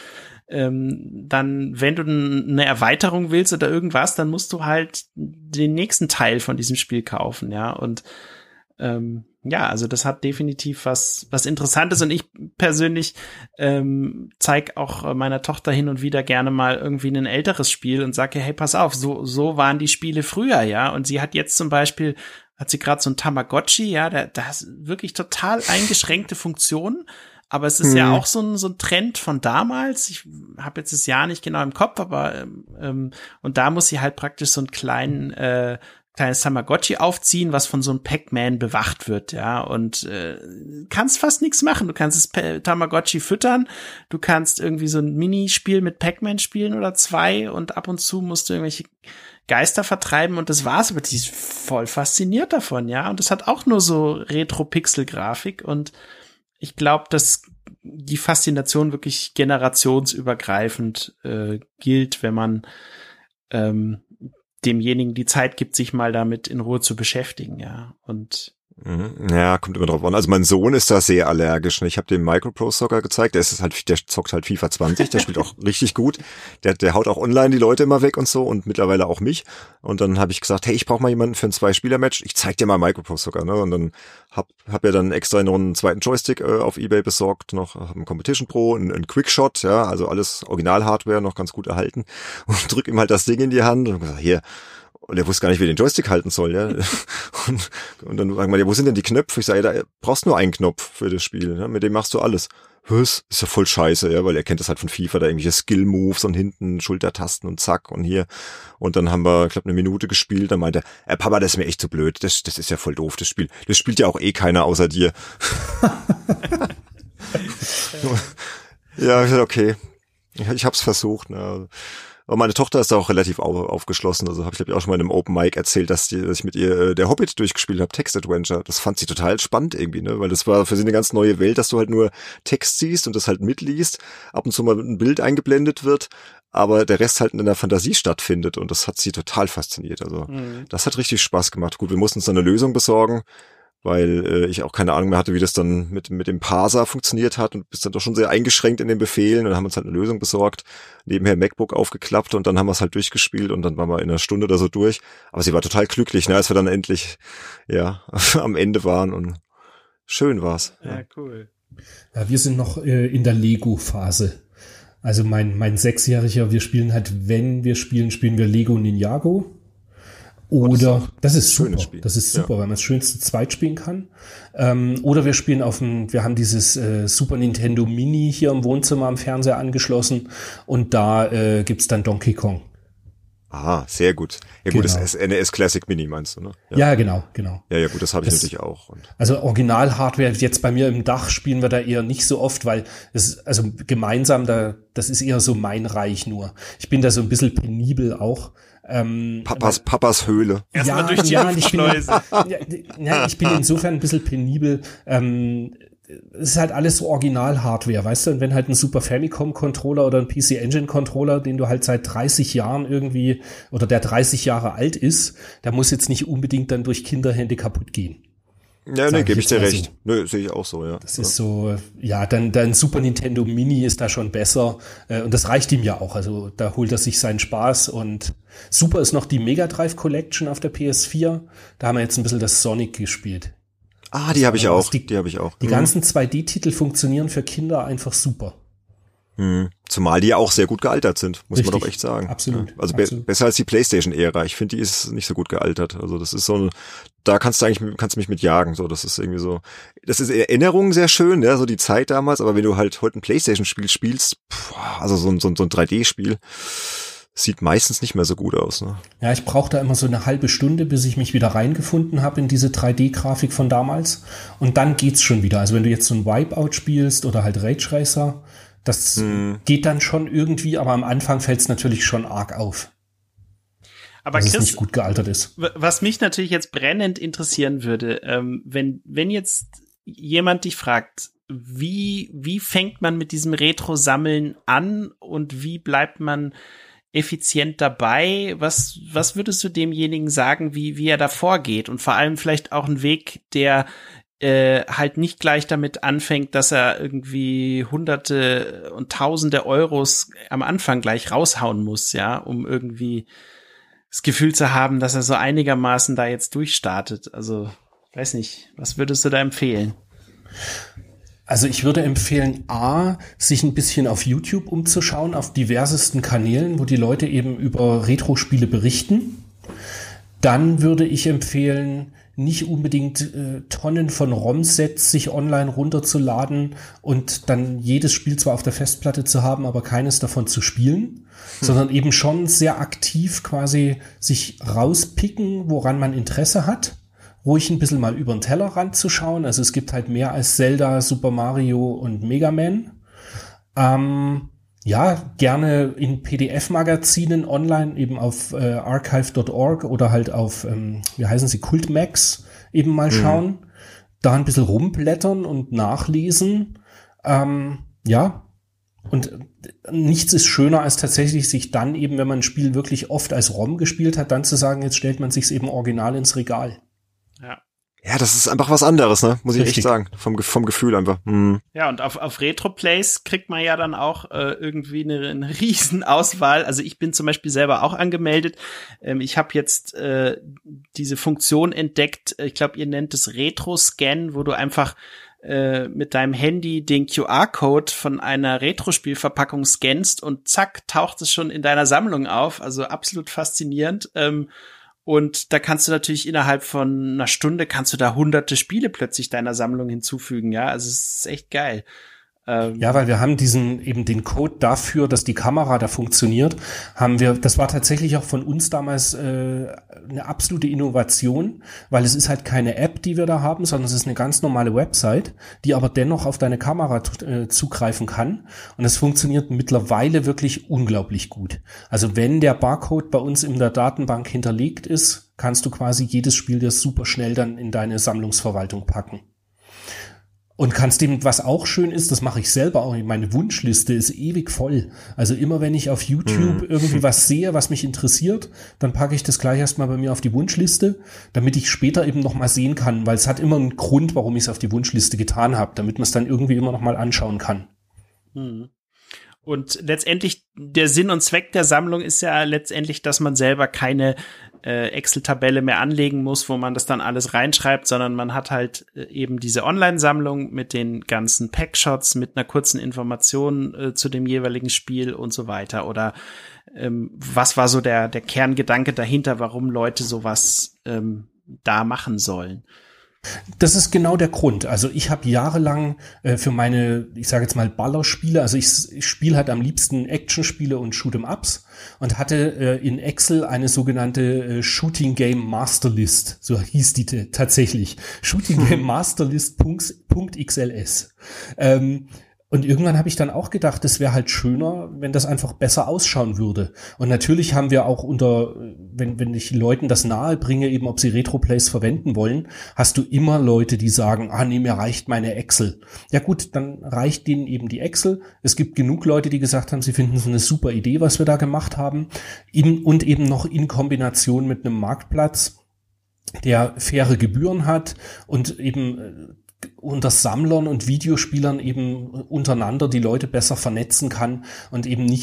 dann, wenn du eine Erweiterung willst oder irgendwas, dann musst du halt den nächsten Teil von diesem Spiel kaufen, ja, und ja, also das hat definitiv was Interessantes und ich persönlich zeig auch meiner Tochter hin und wieder gerne mal irgendwie ein älteres Spiel und sage, hey, pass auf, so waren die Spiele früher, ja, und sie hat jetzt zum Beispiel, hat sie gerade so ein Tamagotchi, ja, da hast wirklich total eingeschränkte Funktionen, aber es ist ja auch so ein Trend von damals, ich habe jetzt das Jahr nicht genau im Kopf, aber und da muss sie halt praktisch so einen kleines Tamagotchi aufziehen, was von so einem Pac-Man bewacht wird, ja, und kannst fast nichts machen. Du kannst das Tamagotchi füttern, du kannst irgendwie so ein Minispiel mit Pac-Man spielen oder 2 und ab und zu musst du irgendwelche Geister vertreiben und das war's, aber die ist voll fasziniert davon, ja, und das hat auch nur so Retro-Pixel-Grafik und ich glaube, dass die Faszination wirklich generationsübergreifend gilt, wenn man demjenigen die Zeit gibt, sich mal damit in Ruhe zu beschäftigen, ja. Und ja, kommt immer drauf an. Also mein Sohn ist da sehr allergisch. Ich habe dem Micropro Soccer gezeigt. Der zockt halt FIFA 20. Der spielt auch richtig gut. Der haut auch online die Leute immer weg und so und mittlerweile auch mich. Und dann habe ich gesagt, hey, ich brauche mal jemanden für ein 2-Spieler-Match. Ich zeig dir mal Micropro Soccer. Ne? Und dann hab ja dann extra noch einen zweiten Joystick auf eBay besorgt, noch einen Competition Pro, einen Quickshot, ja, also alles Original-Hardware noch ganz gut erhalten. Und drück ihm halt das Ding in die Hand und gesagt, hier. Und er wusste gar nicht, wie er den Joystick halten soll, ja. Und dann sagen wir, ja, wo sind denn die Knöpfe? Ich sage, ja, da brauchst nur einen Knopf für das Spiel, ja? Mit dem machst du alles. Was? Ist ja voll scheiße, ja, weil er kennt das halt von FIFA, da irgendwelche Skill-Moves und hinten Schultertasten und zack und hier. Und dann haben wir, ich glaube, 1 Minute gespielt, dann meinte er, Papa, das ist mir echt zu blöd, das ist ja voll doof, das Spiel. Das spielt ja auch eh keiner außer dir. Ja, ich dachte, okay. Ich hab's versucht, ne. Aber meine Tochter ist da auch relativ aufgeschlossen. Also habe ich glaube ich auch schon mal in einem Open Mic erzählt, dass ich mit ihr der Hobbit durchgespielt habe, Text Adventure. Das fand sie total spannend irgendwie, ne, weil das war für sie eine ganz neue Welt, dass du halt nur Text siehst und das halt mitliest, ab und zu mal ein Bild eingeblendet wird, aber der Rest halt in der Fantasie stattfindet und das hat sie total fasziniert. Also das hat richtig Spaß gemacht. Gut, wir mussten uns dann eine Lösung besorgen, weil ich auch keine Ahnung mehr hatte, wie das dann mit dem Parser funktioniert hat und bist dann doch schon sehr eingeschränkt in den Befehlen und haben uns halt eine Lösung besorgt, nebenher MacBook aufgeklappt und dann haben wir es halt durchgespielt und dann waren wir in einer Stunde oder so durch. Aber sie war total glücklich, ne, als wir dann endlich ja am Ende waren und schön war's. Ja, cool. Ja, wir sind noch in der Lego-Phase. Also mein 6-Jähriger, wir spielen halt, wenn wir spielen wir Lego Ninjago. Oder, das ist super, weil man es schön zu zweit spielen kann. Oder wir spielen wir haben dieses Super Nintendo Mini hier im Wohnzimmer am Fernseher angeschlossen und da gibt's dann Donkey Kong. Ah, sehr gut. Ja gut, das NES Classic Mini meinst du, ne? Ja, genau. Ja gut, das habe ich natürlich auch. Und also Original-Hardware, jetzt bei mir im Dach spielen wir da eher nicht so oft, weil also gemeinsam, das ist eher so mein Reich nur. Ich bin da so ein bisschen penibel auch. Papas Höhle. Erstmal durch die Abschleuse. Ich bin insofern ein bisschen penibel. Es ist halt alles so Original-Hardware, weißt du? Und wenn halt ein Super Famicom-Controller oder ein PC Engine-Controller, den du halt seit 30 Jahren irgendwie, oder der 30 Jahre alt ist, der muss jetzt nicht unbedingt dann durch Kinderhände kaputt gehen. Ja, ne, gebe ich dir recht. So. Ne, sehe ich auch so, ja. Das ist so, ja, dann Super Nintendo Mini ist da schon besser. Und das reicht ihm ja auch. Also da holt er sich seinen Spaß. Und super ist noch die Mega Drive Collection auf der PS4. Da haben wir jetzt ein bisschen das Sonic gespielt. Ah, die habe ich auch. Die ganzen 2D-Titel funktionieren für Kinder einfach super. Zumal die ja auch sehr gut gealtert sind, muss man doch echt sagen. Absolut. Also besser als die PlayStation-Ära. Ich finde, die ist nicht so gut gealtert. Also das ist so da kannst du mich mit jagen. So, das ist irgendwie so. Das ist Erinnerungen sehr schön, ja, so die Zeit damals. Aber wenn du halt heute ein PlayStation-Spiel spielst, also so ein 3D-Spiel, sieht meistens nicht mehr so gut aus, ne? Ja, ich brauche da immer so eine halbe Stunde, bis ich mich wieder reingefunden habe in diese 3D-Grafik von damals. Und dann geht's schon wieder. Also wenn du jetzt so ein Wipeout spielst oder halt Rage Racer, das geht dann schon irgendwie, aber am Anfang fällt es natürlich schon arg auf. Aber dass Chris, es nicht gut gealtert ist. Was mich natürlich jetzt brennend interessieren würde, wenn jetzt jemand dich fragt, wie fängt man mit diesem Retro-Sammeln an und wie bleibt man effizient dabei? Was würdest du demjenigen sagen, wie er da vorgeht? Und vor allem vielleicht auch ein Weg, der halt nicht gleich damit anfängt, dass er irgendwie Hunderte und Tausende Euros am Anfang gleich raushauen muss, ja, um irgendwie das Gefühl zu haben, dass er so einigermaßen da jetzt durchstartet. Also, weiß nicht, was würdest du da empfehlen? Also ich würde empfehlen, sich ein bisschen auf YouTube umzuschauen, auf diversesten Kanälen, wo die Leute eben über Retro-Spiele berichten. Dann würde ich empfehlen, nicht unbedingt Tonnen von ROM-Sets sich online runterzuladen und dann jedes Spiel zwar auf der Festplatte zu haben, aber keines davon zu spielen, sondern eben schon sehr aktiv quasi sich rauspicken, woran man Interesse hat. Ruhig ein bisschen mal über den Tellerrand zu schauen. Also es gibt halt mehr als Zelda, Super Mario und Mega Man. Ja, gerne in PDF-Magazinen online, eben auf archive.org oder halt auf, wie heißen sie, Cultmax eben mal schauen. Da ein bisschen rumblättern und nachlesen. Ja, Und nichts ist schöner, als tatsächlich sich dann eben, wenn man ein Spiel wirklich oft als ROM gespielt hat, dann zu sagen, jetzt stellt man sich's eben original ins Regal. Ja. Ja, das ist einfach was anderes, ne? Muss ich Richtig. echt sagen. Vom Gefühl einfach. Ja, und auf Retroplays kriegt man ja dann auch irgendwie eine riesen Auswahl. Also ich bin zum Beispiel selber auch angemeldet. Ich habe jetzt diese Funktion entdeckt. Ich glaube, ihr nennt es Retro-Scan, wo du einfach mit deinem Handy den QR-Code von einer Retro-Spielverpackung scannst und zack, taucht es schon in deiner Sammlung auf. Also absolut faszinierend. Und da kannst du natürlich innerhalb von einer Stunde kannst du da hunderte Spiele plötzlich deiner Sammlung hinzufügen. Ja, also es ist echt geil. Ja, weil wir haben den Code dafür, dass die Kamera da funktioniert, das war tatsächlich auch von uns damals eine absolute Innovation, weil es ist halt keine App, die wir da haben, sondern es ist eine ganz normale Website, die aber dennoch auf deine Kamera zugreifen kann. Und es funktioniert mittlerweile wirklich unglaublich gut. Also wenn der Barcode bei uns in der Datenbank hinterlegt ist, kannst du quasi jedes Spiel dir super schnell dann in deine Sammlungsverwaltung packen. Und kannst dem, was auch schön ist, das mache ich selber auch, meine Wunschliste ist ewig voll. Also immer wenn ich auf YouTube irgendwie was sehe, was mich interessiert, dann packe ich das gleich erstmal bei mir auf die Wunschliste, damit ich später eben noch mal sehen kann, weil es hat immer einen Grund, warum ich es auf die Wunschliste getan habe, damit man es dann irgendwie immer noch mal anschauen kann. Und letztendlich, der Sinn und Zweck der Sammlung ist ja letztendlich, dass man selber keine Excel-Tabelle mehr anlegen muss, wo man das dann alles reinschreibt, sondern man hat halt eben diese Online-Sammlung mit den ganzen Packshots, mit einer kurzen Information zu dem jeweiligen Spiel und so weiter. Oder was war so der Kerngedanke dahinter, warum Leute sowas da machen sollen? Das ist genau der Grund. Also ich habe jahrelang für meine, ich sage jetzt mal Ballerspiele, also ich spiele halt am liebsten Actionspiele und Shoot'em-Ups und hatte in Excel eine sogenannte Shooting Game Master List, so hieß die tatsächlich, Shooting Game Master List.xls. Und irgendwann habe ich dann auch gedacht, es wäre halt schöner, wenn das einfach besser ausschauen würde. Und natürlich haben wir auch wenn ich Leuten das nahe bringe, eben ob sie Retroplays verwenden wollen, hast du immer Leute, die sagen, nee, mir reicht meine Excel. Ja gut, dann reicht denen eben die Excel. Es gibt genug Leute, die gesagt haben, sie finden es eine super Idee, was wir da gemacht haben. Und eben noch in Kombination mit einem Marktplatz, der faire Gebühren hat und eben unter Sammlern und Videospielern eben untereinander die Leute besser vernetzen kann und eben nicht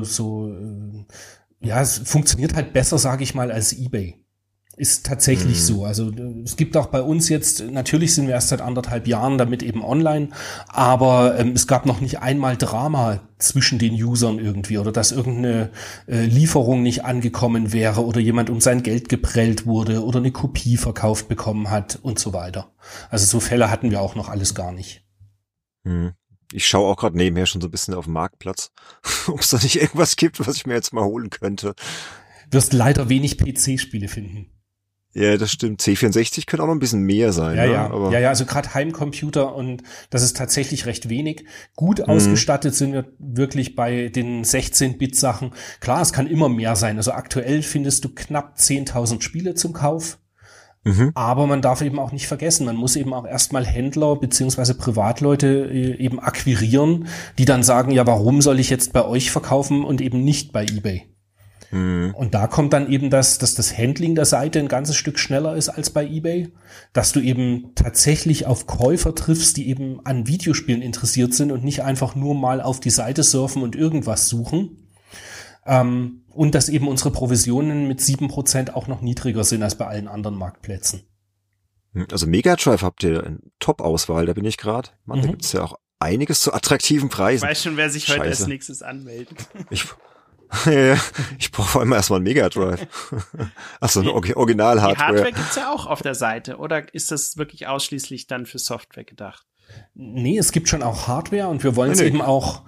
es funktioniert halt besser, sage ich mal, als eBay. Ist tatsächlich so. Also es gibt auch bei uns jetzt, natürlich sind wir erst seit 1,5 Jahren damit eben online, aber es gab noch nicht einmal Drama zwischen den Usern irgendwie oder dass irgendeine Lieferung nicht angekommen wäre oder jemand um sein Geld geprellt wurde oder eine Kopie verkauft bekommen hat und so weiter. Also so Fälle hatten wir auch noch alles gar nicht. Ich schaue auch gerade nebenher schon so ein bisschen auf den Marktplatz, ob es da nicht irgendwas gibt, was ich mir jetzt mal holen könnte. Wirst leider wenig PC-Spiele finden. Ja, das stimmt. C64 könnte auch noch ein bisschen mehr sein. Ja, Aber also gerade Heimcomputer und das ist tatsächlich recht wenig. Gut ausgestattet sind wir wirklich bei den 16-Bit-Sachen. Klar, es kann immer mehr sein. Also aktuell findest du knapp 10.000 Spiele zum Kauf. Aber man darf eben auch nicht vergessen, man muss eben auch erstmal Händler beziehungsweise Privatleute eben akquirieren, die dann sagen, ja, warum soll ich jetzt bei euch verkaufen und eben nicht bei eBay? Und da kommt dann eben dass das Handling der Seite ein ganzes Stück schneller ist als bei eBay, dass du eben tatsächlich auf Käufer triffst, die eben an Videospielen interessiert sind und nicht einfach nur mal auf die Seite surfen und irgendwas suchen. Und dass eben unsere Provisionen mit 7% auch noch niedriger sind als bei allen anderen Marktplätzen. Also Mega Drive habt ihr eine Top-Auswahl, da bin ich gerade. Da gibt's ja auch einiges zu attraktiven Preisen. Ich weiß schon, wer sich heute als nächstes anmeldet. Ich brauche vor allem erstmal einen Mega Drive. Achso, eine Original-Hardware. Die Hardware gibt's ja auch auf der Seite, oder ist das wirklich ausschließlich dann für Software gedacht? Nee, es gibt schon auch Hardware und wir wollen es eben auch,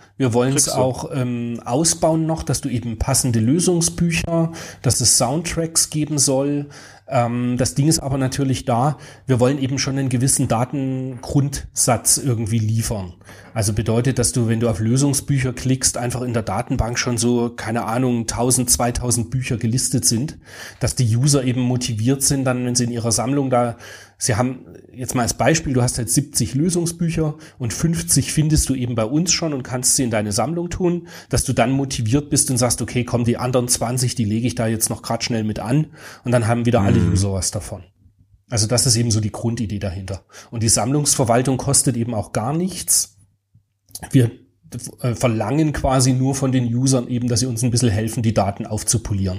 ausbauen noch, dass du eben passende Lösungsbücher, dass es Soundtracks geben soll, Das Ding ist aber natürlich da, wir wollen eben schon einen gewissen Datengrundsatz irgendwie liefern. Also bedeutet, dass du, wenn du auf Lösungsbücher klickst, einfach in der Datenbank schon so, keine Ahnung, 1000, 2000 Bücher gelistet sind, dass die User eben motiviert sind, dann, wenn sie in ihrer Sammlung da, sie haben, jetzt mal als Beispiel, du hast halt 70 Lösungsbücher und 50 findest du eben bei uns schon und kannst sie in deine Sammlung tun, dass du dann motiviert bist und sagst, okay, komm, die anderen 20, die lege ich da jetzt noch gerade schnell mit an und dann haben wieder alle User was davon. Also das ist eben so die Grundidee dahinter. Und die Sammlungsverwaltung kostet eben auch gar nichts. Wir verlangen quasi nur von den Usern eben, dass sie uns ein bisschen helfen, die Daten aufzupolieren.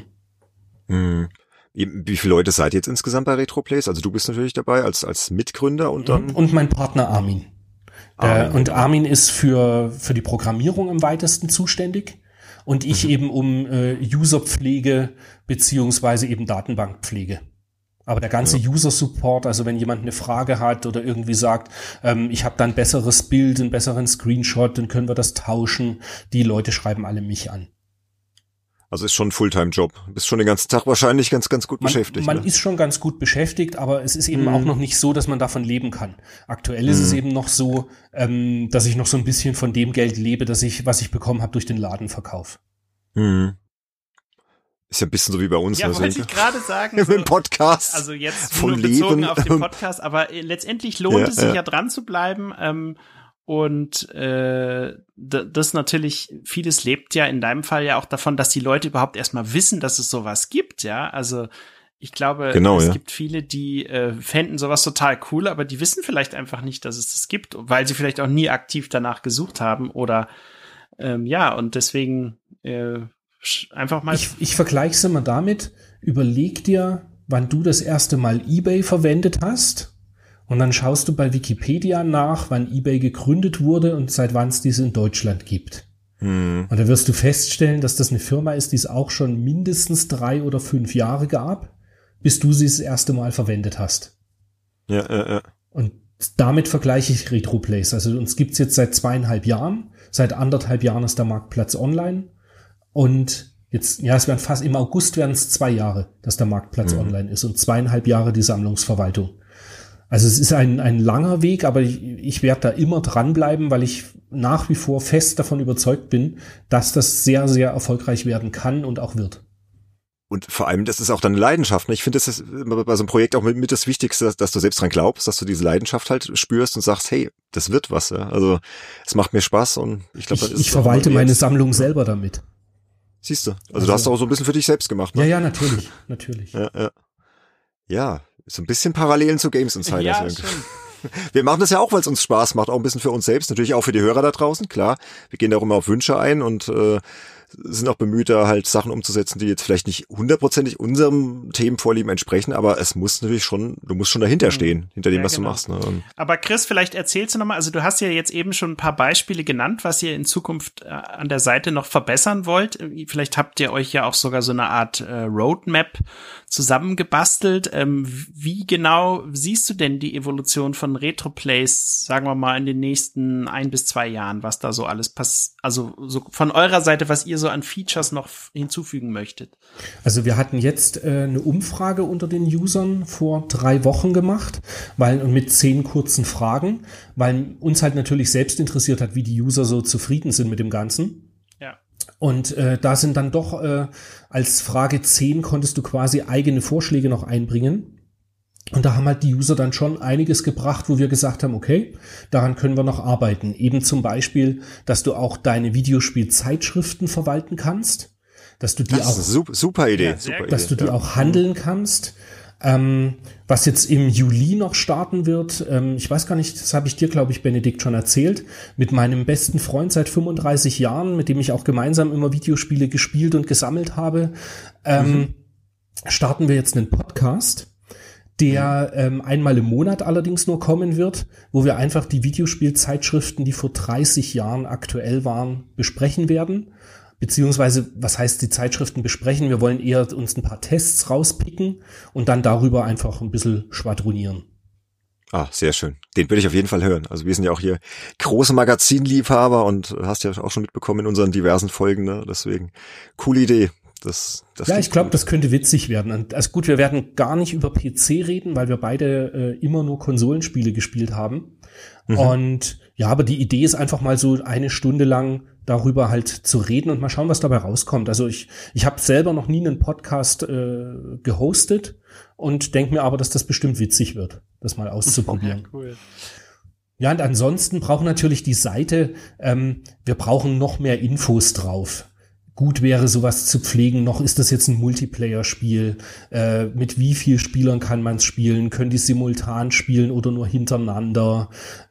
Wie viele Leute seid ihr jetzt insgesamt bei RetroPlays? Also du bist natürlich dabei als Mitgründer und dann... Und mein Partner Armin. Und Armin ist für die Programmierung am weitesten zuständig und ich eben um Userpflege beziehungsweise eben Datenbankpflege. Aber der ganze User-Support, also wenn jemand eine Frage hat oder irgendwie sagt, ich habe da ein besseres Bild, einen besseren Screenshot, dann können wir das tauschen. Die Leute schreiben alle mich an. Also ist schon ein Fulltime-Job. Bist schon den ganzen Tag wahrscheinlich ganz gut beschäftigt. Man ist schon ganz gut beschäftigt, aber es ist eben auch noch nicht so, dass man davon leben kann. Aktuell ist es eben noch so, dass ich noch so ein bisschen von dem Geld lebe, was ich bekommen habe durch den Ladenverkauf. Ist ja ein bisschen so wie bei uns. Ja, wollte ich gerade sagen. Im so, Podcast. Also jetzt von nur bezogen Leben. auf den Podcast, aber letztendlich lohnt es sich ja dran zu bleiben. Und das natürlich, vieles lebt ja in deinem Fall ja auch davon, dass die Leute überhaupt erstmal wissen, dass es sowas gibt, ja. Also ich glaube, es gibt viele, die fänden sowas total cool, aber die wissen vielleicht einfach nicht, dass es das gibt, weil sie vielleicht auch nie aktiv danach gesucht haben oder und deswegen einfach mal. Ich vergleiche es immer damit, überleg dir, wann du das erste Mal eBay verwendet hast. Und dann schaust du bei Wikipedia nach, wann eBay gegründet wurde und seit wann es diese in Deutschland gibt. Und da wirst du feststellen, dass das eine Firma ist, die es auch schon mindestens 3 oder 5 Jahre gab, bis du sie das erste Mal verwendet hast. Ja. Und damit vergleiche ich RetroPlays. Also uns gibt's jetzt seit 2,5 Jahren. Seit 1,5 Jahren ist der Marktplatz online. Und jetzt, es werden fast im August werden es 2 Jahre, dass der Marktplatz online ist und 2,5 Jahre die Sammlungsverwaltung. Also es ist ein langer Weg, aber ich werde da immer dranbleiben, weil ich nach wie vor fest davon überzeugt bin, dass das sehr, sehr erfolgreich werden kann und auch wird. Und vor allem, das ist auch deine Leidenschaft. Ne? Ich finde, das ist bei so einem Projekt auch mit das Wichtigste, dass du selbst dran glaubst, dass du diese Leidenschaft halt spürst und sagst, hey, das wird was. Ja? Also es macht mir Spaß und ich glaube, ich verwalte meine Sammlung selber damit. Siehst du, also du hast auch so ein bisschen für dich selbst gemacht. Ne? Ja, natürlich. Ja. So ein bisschen Parallelen zu Games Insiders. Ja, schön. Wir machen das ja auch, weil es uns Spaß macht, auch ein bisschen für uns selbst, natürlich auch für die Hörer da draußen, klar. Wir gehen da auch immer auf Wünsche ein und sind auch bemüht, da halt Sachen umzusetzen, die jetzt vielleicht nicht 100%ig unserem Themenvorlieben entsprechen, aber es muss natürlich schon, du musst schon dahinter stehen, hinter dem, was du machst. Ne? Aber Chris, vielleicht erzählst du nochmal, also du hast ja jetzt eben schon ein paar Beispiele genannt, was ihr in Zukunft an der Seite noch verbessern wollt. Vielleicht habt ihr euch ja auch sogar so eine Art Roadmap zusammengebastelt. Wie genau siehst du denn die Evolution von RetroPlays, sagen wir mal, in den nächsten 1 bis 2 Jahren, was da so alles passiert, also so von eurer Seite, was ihr so an Features noch hinzufügen möchtet? Also wir hatten jetzt eine Umfrage unter den Usern vor 3 Wochen gemacht, mit 10 kurzen Fragen, weil uns halt natürlich selbst interessiert hat, wie die User so zufrieden sind mit dem Ganzen. Ja. Und da sind dann doch als Frage 10 konntest du quasi eigene Vorschläge noch einbringen. Und da haben halt die User dann schon einiges gebracht, wo wir gesagt haben, okay, daran können wir noch arbeiten. Eben zum Beispiel, dass du auch deine Videospielzeitschriften verwalten kannst, dass du die das ist eine super Idee. Dass du die auch handeln kannst. Was jetzt im Juli noch starten wird, ich weiß gar nicht, das habe ich dir, glaube ich, Benedikt, schon erzählt, mit meinem besten Freund seit 35 Jahren, mit dem ich auch gemeinsam immer Videospiele gespielt und gesammelt habe, starten wir jetzt einen Podcast, der einmal im Monat allerdings nur kommen wird, wo wir einfach die Videospielzeitschriften, die vor 30 Jahren aktuell waren, besprechen werden. Beziehungsweise, was heißt die Zeitschriften besprechen? Wir wollen eher uns ein paar Tests rauspicken und dann darüber einfach ein bisschen schwadronieren. Ah, sehr schön. Den will ich auf jeden Fall hören. Also wir sind ja auch hier große Magazinliebhaber und hast ja auch schon mitbekommen in unseren diversen Folgen, ne? Deswegen, coole Idee. Ja, ich glaube, das könnte witzig werden. Und, also gut, wir werden gar nicht über PC reden, weil wir beide immer nur Konsolenspiele gespielt haben. Und ja, aber die Idee ist einfach mal so eine Stunde lang darüber halt zu reden und mal schauen, was dabei rauskommt. Also ich habe selber noch nie einen Podcast gehostet und denke mir aber, dass das bestimmt witzig wird, das mal auszuprobieren. Ja, cool. Ja, und ansonsten brauchen natürlich die Seite, wir brauchen noch mehr Infos drauf. Gut wäre, sowas zu pflegen. Noch ist das jetzt ein Multiplayer-Spiel. Mit wie vielen Spielern kann man es spielen? Können die simultan spielen oder nur hintereinander?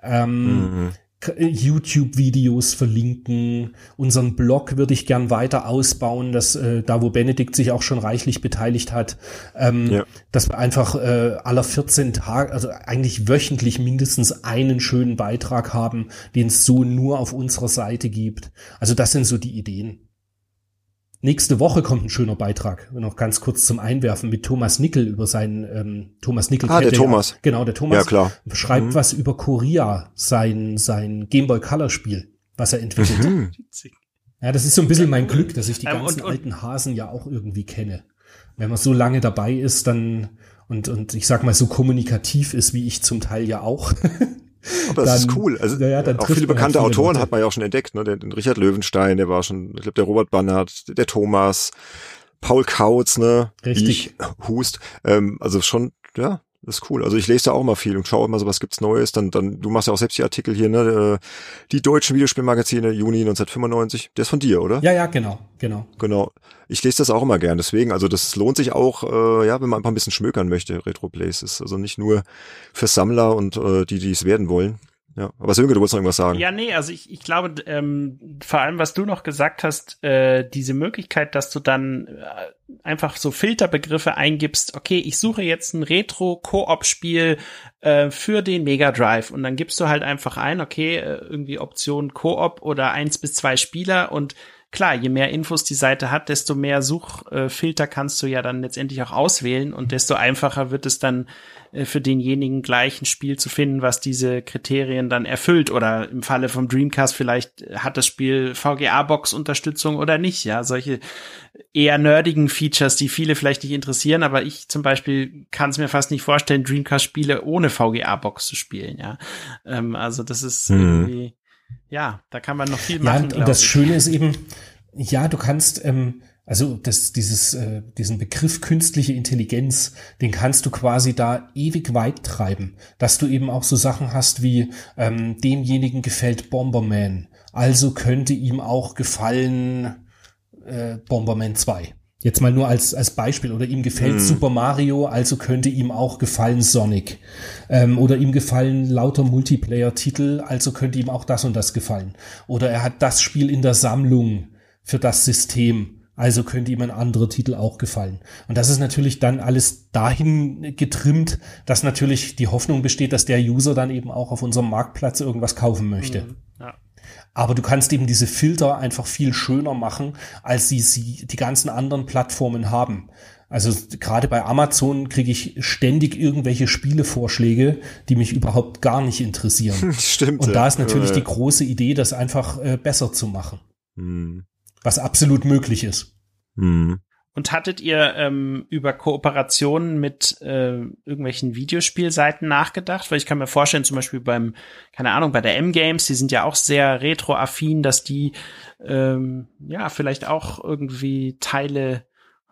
YouTube-Videos verlinken. Unseren Blog würde ich gern weiter ausbauen, dass da, wo Benedikt sich auch schon reichlich beteiligt hat, dass wir einfach aller 14 Tage, also eigentlich wöchentlich mindestens einen schönen Beitrag haben, den es so nur auf unserer Seite gibt. Also das sind so die Ideen. Nächste Woche kommt ein schöner Beitrag, noch ganz kurz zum Einwerfen, mit Thomas Nickel über seinen, Thomas Nickel. Der Thomas. Ja, genau, der Thomas. Ja, klar. Schreibt was über Korea, sein Game Boy Color Spiel, was er entwickelt hat. Ja, das ist so ein bisschen mein Glück, dass ich die ganzen alten Hasen ja auch irgendwie kenne. Wenn man so lange dabei ist, dann, und ich sag mal so kommunikativ ist, wie ich zum Teil ja auch. Aber das ist cool. Also dann auch viele bekannte halt Autoren hat man ja auch schon entdeckt, ne? Den Richard Löwenstein, der war schon, ich glaube, der Robert Bannert, der Thomas, Paul Kautz, ne? Richtig. Hust. Also schon, ja, das ist cool. Also ich lese da auch mal viel und schaue immer so, was gibt's Neues. Dann, du machst ja auch selbst die Artikel hier, ne? Die deutschen Videospielmagazine, Juni 1995. Der ist von dir, oder? Ja, genau. Ich lese das auch immer gern. Deswegen, also das lohnt sich auch, wenn man einfach ein bisschen schmökern möchte. Retroplays ist also nicht nur für Sammler und die es werden wollen. Ja, aber Sönke, du wolltest noch irgendwas sagen. Ja, nee, also ich glaube, vor allem, was du noch gesagt hast, diese Möglichkeit, dass du dann einfach so Filterbegriffe eingibst, okay, ich suche jetzt ein Retro-Koop-Spiel für den Mega Drive und dann gibst du halt einfach ein, okay, irgendwie Option Koop oder 1 bis 2 Spieler und klar, je mehr Infos die Seite hat, desto mehr Suchfilter kannst du ja dann letztendlich auch auswählen und desto einfacher wird es dann für denjenigen gleich ein Spiel zu finden, was diese Kriterien dann erfüllt oder im Falle vom Dreamcast vielleicht hat das Spiel VGA-Box-Unterstützung oder nicht, ja, solche eher nerdigen Features, die viele vielleicht nicht interessieren, aber ich zum Beispiel kann es mir fast nicht vorstellen, Dreamcast-Spiele ohne VGA-Box zu spielen, ja, also das ist irgendwie, ja, da kann man noch viel machen. Ja, und das Schöne ist eben, ja, du kannst, also diesen Begriff künstliche Intelligenz, den kannst du quasi da ewig weit treiben, dass du eben auch so Sachen hast wie demjenigen gefällt Bomberman, also könnte ihm auch gefallen Bomberman 2. Jetzt mal nur als Beispiel. Oder ihm gefällt Super Mario, also könnte ihm auch gefallen Sonic. Oder ihm gefallen lauter Multiplayer-Titel, also könnte ihm auch das und das gefallen. Oder er hat das Spiel in der Sammlung für das System, also könnte ihm ein anderer Titel auch gefallen. Und das ist natürlich dann alles dahin getrimmt, dass natürlich die Hoffnung besteht, dass der User dann eben auch auf unserem Marktplatz irgendwas kaufen möchte. Ja. Aber du kannst eben diese Filter einfach viel schöner machen, als sie die ganzen anderen Plattformen haben. Also gerade bei Amazon kriege ich ständig irgendwelche Spielevorschläge, die mich überhaupt gar nicht interessieren. Stimmt. Und da ist natürlich die große Idee, das einfach besser zu machen. Was absolut möglich ist. Und hattet ihr über Kooperationen mit irgendwelchen Videospielseiten nachgedacht? Weil ich kann mir vorstellen, zum Beispiel bei der M-Games, die sind ja auch sehr retro-affin, dass die vielleicht auch irgendwie Teile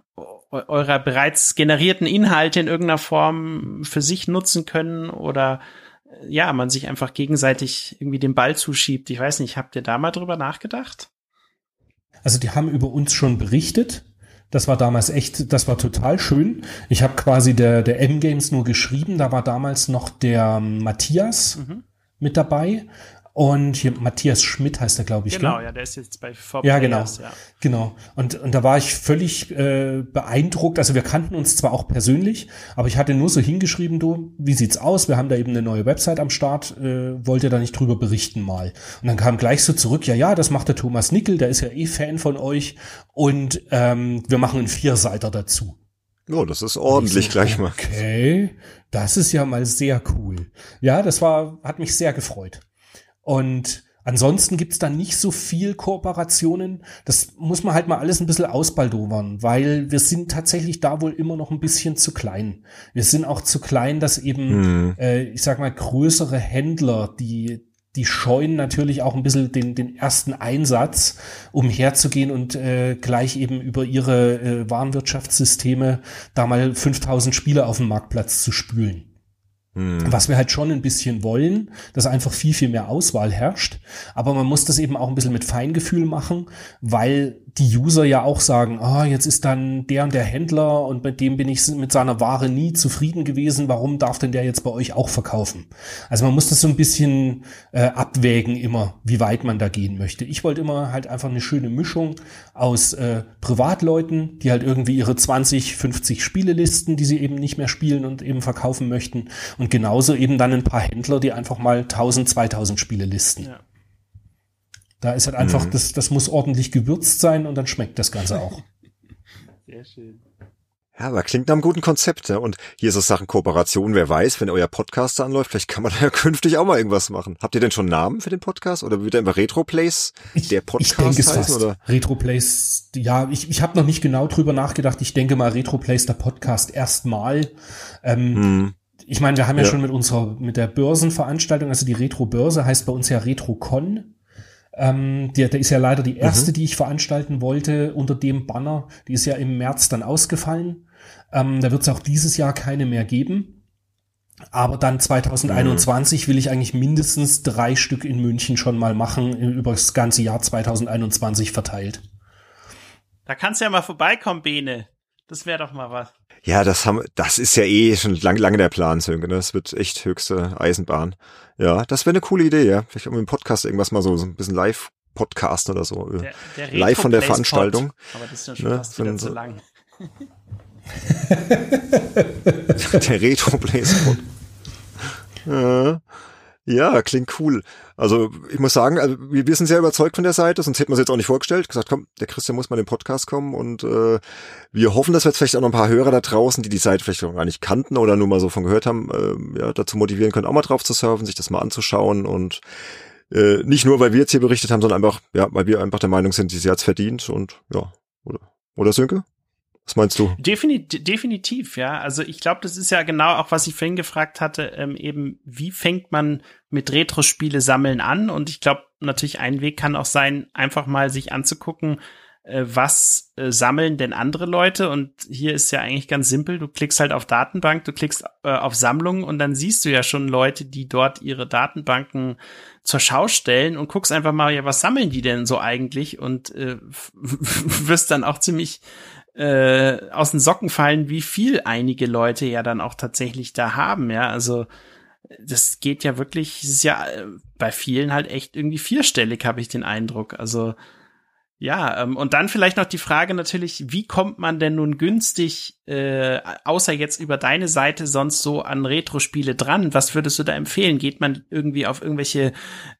eurer bereits generierten Inhalte in irgendeiner Form für sich nutzen können oder ja, man sich einfach gegenseitig irgendwie den Ball zuschiebt. Ich weiß nicht, habt ihr da mal drüber nachgedacht? Also die haben über uns schon berichtet. Das war damals das war total schön. Ich habe quasi der M-Games nur geschrieben. Da war damals noch der Matthias mit dabei. Und hier Matthias Schmidt heißt er, glaube ich. Genau, gell? Ja, der ist jetzt bei 4Players. Ja, genau. Und da war ich völlig beeindruckt. Also wir kannten uns zwar auch persönlich, aber ich hatte nur so hingeschrieben, du, wie sieht's aus? Wir haben da eben eine neue Website am Start. Wollt ihr da nicht drüber berichten mal? Und dann kam gleich so zurück, ja, das macht der Thomas Nickel, der ist ja Fan von euch. Und wir machen einen 4-Seiter dazu. Oh, das ist ordentlich so, gleich mal. Okay, das ist ja mal sehr cool. Ja, hat mich sehr gefreut. Und Ansonsten gibt's da nicht so viel Kooperationen. Das muss man halt mal alles ein bisschen ausbaldowern, weil wir sind tatsächlich da wohl immer noch ein bisschen zu klein. Wir sind auch zu klein, dass eben, ich sag mal, größere Händler, die scheuen natürlich auch ein bisschen den ersten Einsatz, um herzugehen und gleich eben über ihre Warenwirtschaftssysteme da mal 5000 Spiele auf den Marktplatz zu spülen. Was wir halt schon ein bisschen wollen, dass einfach viel, viel mehr Auswahl herrscht. Aber man muss das eben auch ein bisschen mit Feingefühl machen, weil die User ja auch sagen, jetzt ist dann der und der Händler und mit dem bin ich mit seiner Ware nie zufrieden gewesen. Warum darf denn der jetzt bei euch auch verkaufen? Also man muss das so ein bisschen abwägen immer, wie weit man da gehen möchte. Ich wollte immer halt einfach eine schöne Mischung aus Privatleuten, die halt irgendwie ihre 20, 50 Spielelisten, die sie eben nicht mehr spielen und eben verkaufen möchten. Und genauso eben dann ein paar Händler, die einfach mal 1000, 2000 Spiele listen. Ja. Da ist halt einfach, das muss ordentlich gewürzt sein und dann schmeckt das Ganze auch. Sehr schön. Ja, aber klingt nach einem guten Konzept. Ja? Und hier so Sachen Kooperation, wer weiß, wenn euer Podcast da anläuft, vielleicht kann man da ja künftig auch mal irgendwas machen. Habt ihr denn schon einen Namen für den Podcast? Oder wird er einfach Retroplays der Podcast ich denke heißen? Oder? Retroplays, ja, ich habe noch nicht genau drüber nachgedacht. Ich denke mal Retroplays der Podcast erstmal. Ich meine, wir haben ja schon mit der Börsenveranstaltung, also die Retro-Börse heißt bei uns ja RetroCon. Der ist ja leider die erste, die ich veranstalten wollte unter dem Banner. Die ist ja im März dann ausgefallen. Da wird es auch dieses Jahr keine mehr geben. Aber dann 2021 will ich eigentlich mindestens 3 Stück in München schon mal machen, über das ganze Jahr 2021 verteilt. Da kannst du ja mal vorbeikommen, Bene. Das wäre doch mal was. Ja, das ist ja schon lange der Plan, Sönke, ne? Das wird echt höchste Eisenbahn. Ja, das wäre eine coole Idee, ja. Vielleicht auch mit dem Podcast irgendwas mal so ein bisschen Live-Podcast oder so. Der live von der Veranstaltung. Aber das ist ja schon fast wieder zu lang. Der Retro-Plays-Pod. Ja, klingt cool. Also ich muss sagen, also wir sind sehr überzeugt von der Seite, sonst hätten wir es jetzt auch nicht vorgestellt. Gesagt, komm, der Christian muss mal in den Podcast kommen und wir hoffen, dass wir jetzt vielleicht auch noch ein paar Hörer da draußen, die Seite vielleicht noch gar nicht kannten oder nur mal so von gehört haben, dazu motivieren können, auch mal drauf zu surfen, sich das mal anzuschauen und nicht nur, weil wir jetzt hier berichtet haben, sondern einfach, weil wir einfach der Meinung sind, sie hat's verdient und ja, oder Sönke? Was meinst du? Definitiv, ja. Also ich glaube, das ist ja genau auch, was ich vorhin gefragt hatte, eben, wie fängt man mit Retro-Spiele sammeln an? Und ich glaube, natürlich ein Weg kann auch sein, einfach mal sich anzugucken, was sammeln denn andere Leute? Und hier ist ja eigentlich ganz simpel. Du klickst halt auf Datenbank, du klickst auf Sammlungen und dann siehst du ja schon Leute, die dort ihre Datenbanken zur Schau stellen und guckst einfach mal, ja, was sammeln die denn so eigentlich? Und wirst dann auch ziemlich aus den Socken fallen, wie viel einige Leute ja dann auch tatsächlich da haben, ja, also das geht ja wirklich, es ist ja bei vielen halt echt irgendwie vierstellig, habe ich den Eindruck, also ja, und dann vielleicht noch die Frage natürlich, wie kommt man denn nun günstig, außer jetzt über deine Seite, sonst so an Retro-Spiele dran? Was würdest du da empfehlen? Geht man irgendwie auf irgendwelche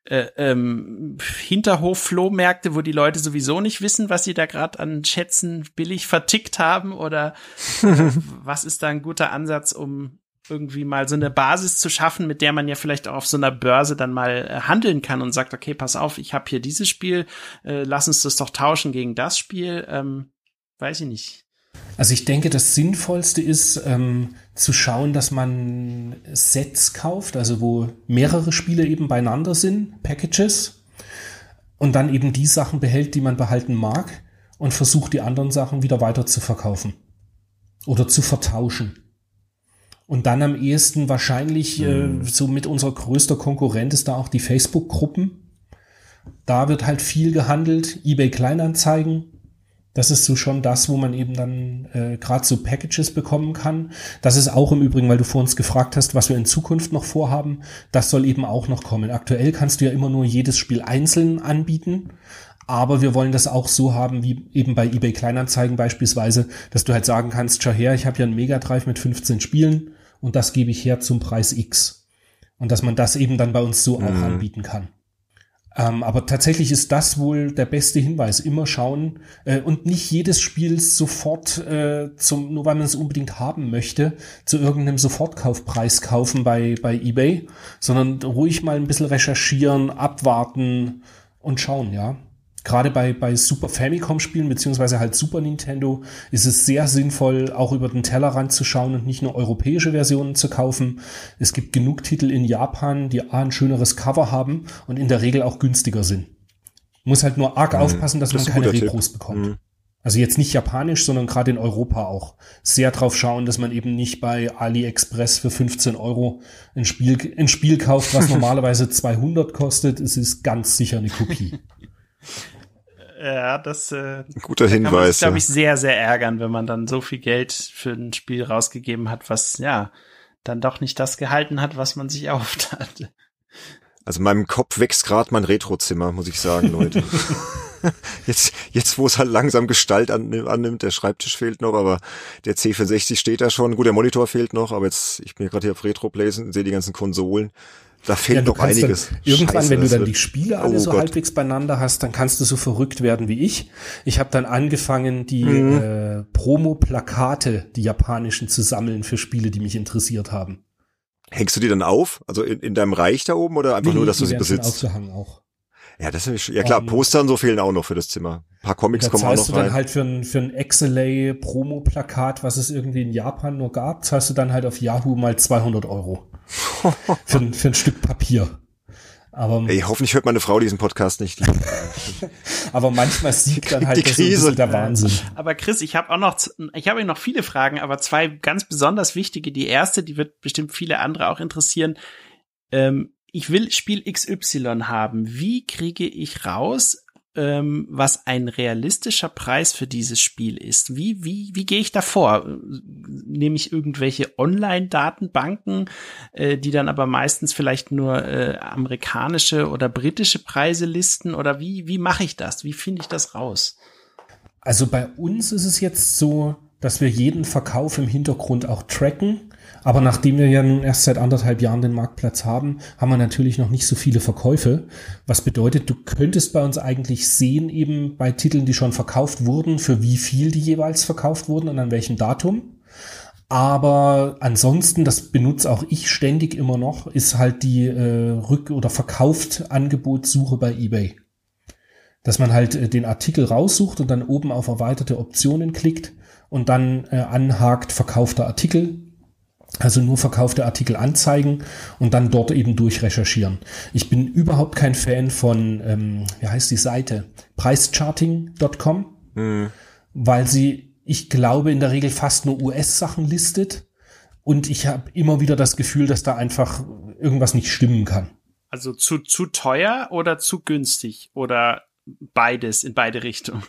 Hinterhof-Flohmärkte, wo die Leute sowieso nicht wissen, was sie da gerade an Schätzen billig vertickt haben? Oder was ist da ein guter Ansatz, um irgendwie mal so eine Basis zu schaffen, mit der man ja vielleicht auch auf so einer Börse dann mal handeln kann und sagt, okay, pass auf, ich habe hier dieses Spiel, lass uns das doch tauschen gegen das Spiel, weiß ich nicht. Also ich denke, das Sinnvollste ist, zu schauen, dass man Sets kauft, also wo mehrere Spiele eben beieinander sind, Packages, und dann eben die Sachen behält, die man behalten mag und versucht, die anderen Sachen wieder weiter zu verkaufen oder zu vertauschen. Und dann am ehesten wahrscheinlich so mit unserer größter Konkurrent ist da auch die Facebook-Gruppen. Da wird halt viel gehandelt, eBay Kleinanzeigen. Das ist so schon das, wo man eben dann gerade so Packages bekommen kann. Das ist auch im Übrigen, weil du vor uns gefragt hast, was wir in Zukunft noch vorhaben. Das soll eben auch noch kommen. Aktuell kannst du ja immer nur jedes Spiel einzeln anbieten. Aber wir wollen das auch so haben, wie eben bei eBay Kleinanzeigen beispielsweise, dass du halt sagen kannst, schau her, ich habe ja einen Mega Drive mit 15 Spielen. Und das gebe ich her zum Preis X. Und dass man das eben dann bei uns so auch anbieten kann. Aber tatsächlich ist das wohl der beste Hinweis. Immer schauen und nicht jedes Spiel sofort nur weil man es unbedingt haben möchte, zu irgendeinem Sofortkaufpreis kaufen bei eBay, sondern ruhig mal ein bisschen recherchieren, abwarten und schauen, ja. Gerade bei Super Famicom-Spielen beziehungsweise halt Super Nintendo ist es sehr sinnvoll, auch über den Tellerrand zu schauen und nicht nur europäische Versionen zu kaufen. Es gibt genug Titel in Japan, die ein schöneres Cover haben und in der Regel auch günstiger sind. Muss halt nur arg aufpassen, dass man keine Retros bekommt. Also jetzt nicht japanisch, sondern gerade in Europa auch. Sehr drauf schauen, dass man eben nicht bei AliExpress für 15 € ein Spiel kauft, was normalerweise 200 kostet. Es ist ganz sicher eine Kopie. Ja, das guter Hinweis. Kann man sich, glaube ich, sehr, sehr ärgern, wenn man dann so viel Geld für ein Spiel rausgegeben hat, was ja dann doch nicht das gehalten hat, was man sich erhofft hat. Also in meinem Kopf wächst gerade mein Retrozimmer, muss ich sagen, Leute. Jetzt wo es halt langsam Gestalt annimmt, der Schreibtisch fehlt noch, aber der C64 steht da schon. Gut, der Monitor fehlt noch, aber jetzt, ich bin gerade hier auf Retroplays und sehe die ganzen Konsolen. Da fehlt noch einiges. Irgendwann, Scheiße, wenn du dann die Spiele alle so halbwegs beieinander hast, dann kannst du so verrückt werden wie ich. Ich habe dann angefangen, die Promo-Plakate, die japanischen, zu sammeln für Spiele, die mich interessiert haben. Hängst du die dann auf? Also in deinem Reich da oben oder einfach nur, dass du sie besitzt? Aufgehangen auch. Ja, das ist ja klar. Poster und so fehlen auch noch für das Zimmer. Ein paar Comics kommen auch noch rein. Da zahlst du dann halt für ein Exelay Promo-Plakat, was es irgendwie in Japan nur gab, zahlst du dann halt auf Yahoo mal 200 € für ein Stück Papier. Aber ey, hoffentlich hört meine Frau diesen Podcast nicht. Aber manchmal siegt dann halt so ein bisschen der Wahnsinn. Aber Chris, ich habe noch viele Fragen, aber zwei ganz besonders wichtige. Die erste, die wird bestimmt viele andere auch interessieren. Ich will Spiel XY haben. Wie kriege ich raus, was ein realistischer Preis für dieses Spiel ist? Wie gehe ich da vor? Nehme ich irgendwelche Online-Datenbanken, die dann aber meistens vielleicht nur amerikanische oder britische Preise listen? Oder wie mache ich das? Wie finde ich das raus? Also bei uns ist es jetzt so, dass wir jeden Verkauf im Hintergrund auch tracken. Aber nachdem wir ja nun erst seit 1,5 Jahren den Marktplatz haben, haben wir natürlich noch nicht so viele Verkäufe. Was bedeutet, du könntest bei uns eigentlich sehen, eben bei Titeln, die schon verkauft wurden, für wie viel die jeweils verkauft wurden und an welchem Datum. Aber ansonsten, das benutze auch ich ständig immer noch, ist halt die oder Verkauft-Angebotssuche bei eBay. Dass man halt den Artikel raussucht und dann oben auf erweiterte Optionen klickt und dann anhakt verkaufter Artikel. Also nur verkaufte Artikel anzeigen und dann dort eben durchrecherchieren. Ich bin überhaupt kein Fan von, wie heißt die Seite? Preischarting.com, weil sie, ich glaube, in der Regel fast nur US-Sachen listet und ich habe immer wieder das Gefühl, dass da einfach irgendwas nicht stimmen kann. Also zu teuer oder zu günstig oder beides in beide Richtungen?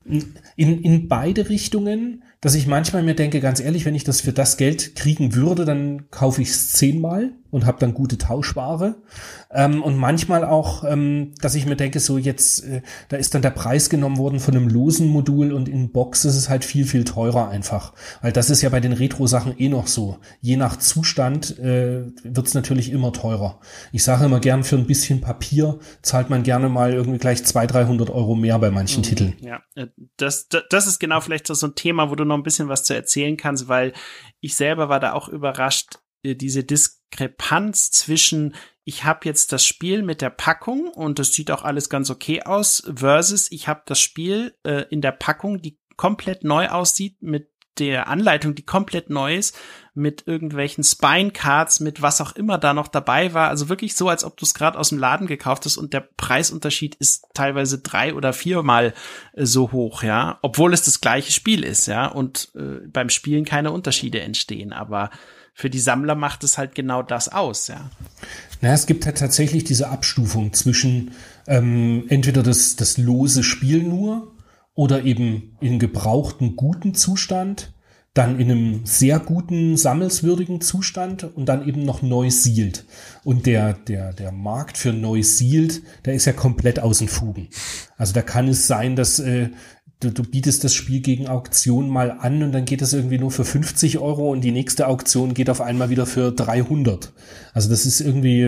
In beide Richtungen, dass ich manchmal mir denke, ganz ehrlich, wenn ich das für das Geld kriegen würde, dann kaufe ich es 10-mal und habe dann gute Tauschware. Und manchmal auch, dass ich mir denke, so jetzt, da ist dann der Preis genommen worden von einem losen Modul und in Box ist es halt viel, viel teurer einfach. Weil das ist ja bei den Retro-Sachen eh noch so. Je nach Zustand wird es natürlich immer teurer. Ich sage immer gern, für ein bisschen Papier zahlt man gerne mal irgendwie gleich 200-300 € mehr bei manchen Titeln. Ja, das ist genau vielleicht so ein Thema, wo du noch ein bisschen was zu erzählen kannst, weil ich selber war da auch überrascht, diese Diskrepanz zwischen ich habe jetzt das Spiel mit der Packung und das sieht auch alles ganz okay aus versus ich habe das Spiel in der Packung, die komplett neu aussieht, mit der Anleitung, die komplett neu ist, mit irgendwelchen Spine-Cards, mit was auch immer da noch dabei war. Also wirklich so, als ob du es gerade aus dem Laden gekauft hast und der Preisunterschied ist teilweise 3- oder 4-mal so hoch, ja, obwohl es das gleiche Spiel ist, ja, und beim Spielen keine Unterschiede entstehen. Aber für die Sammler macht es halt genau das aus, ja. Na, es gibt halt tatsächlich diese Abstufung zwischen entweder das lose Spiel nur oder eben in gebrauchten guten Zustand, dann in einem sehr guten, sammelswürdigen Zustand und dann eben noch neu sealed. Und der Markt für neu sealed, der ist ja komplett aus den Fugen. Also da kann es sein, dass du bietest das Spiel gegen Auktion mal an und dann geht es irgendwie nur für 50 € und die nächste Auktion geht auf einmal wieder für 300. Also das ist irgendwie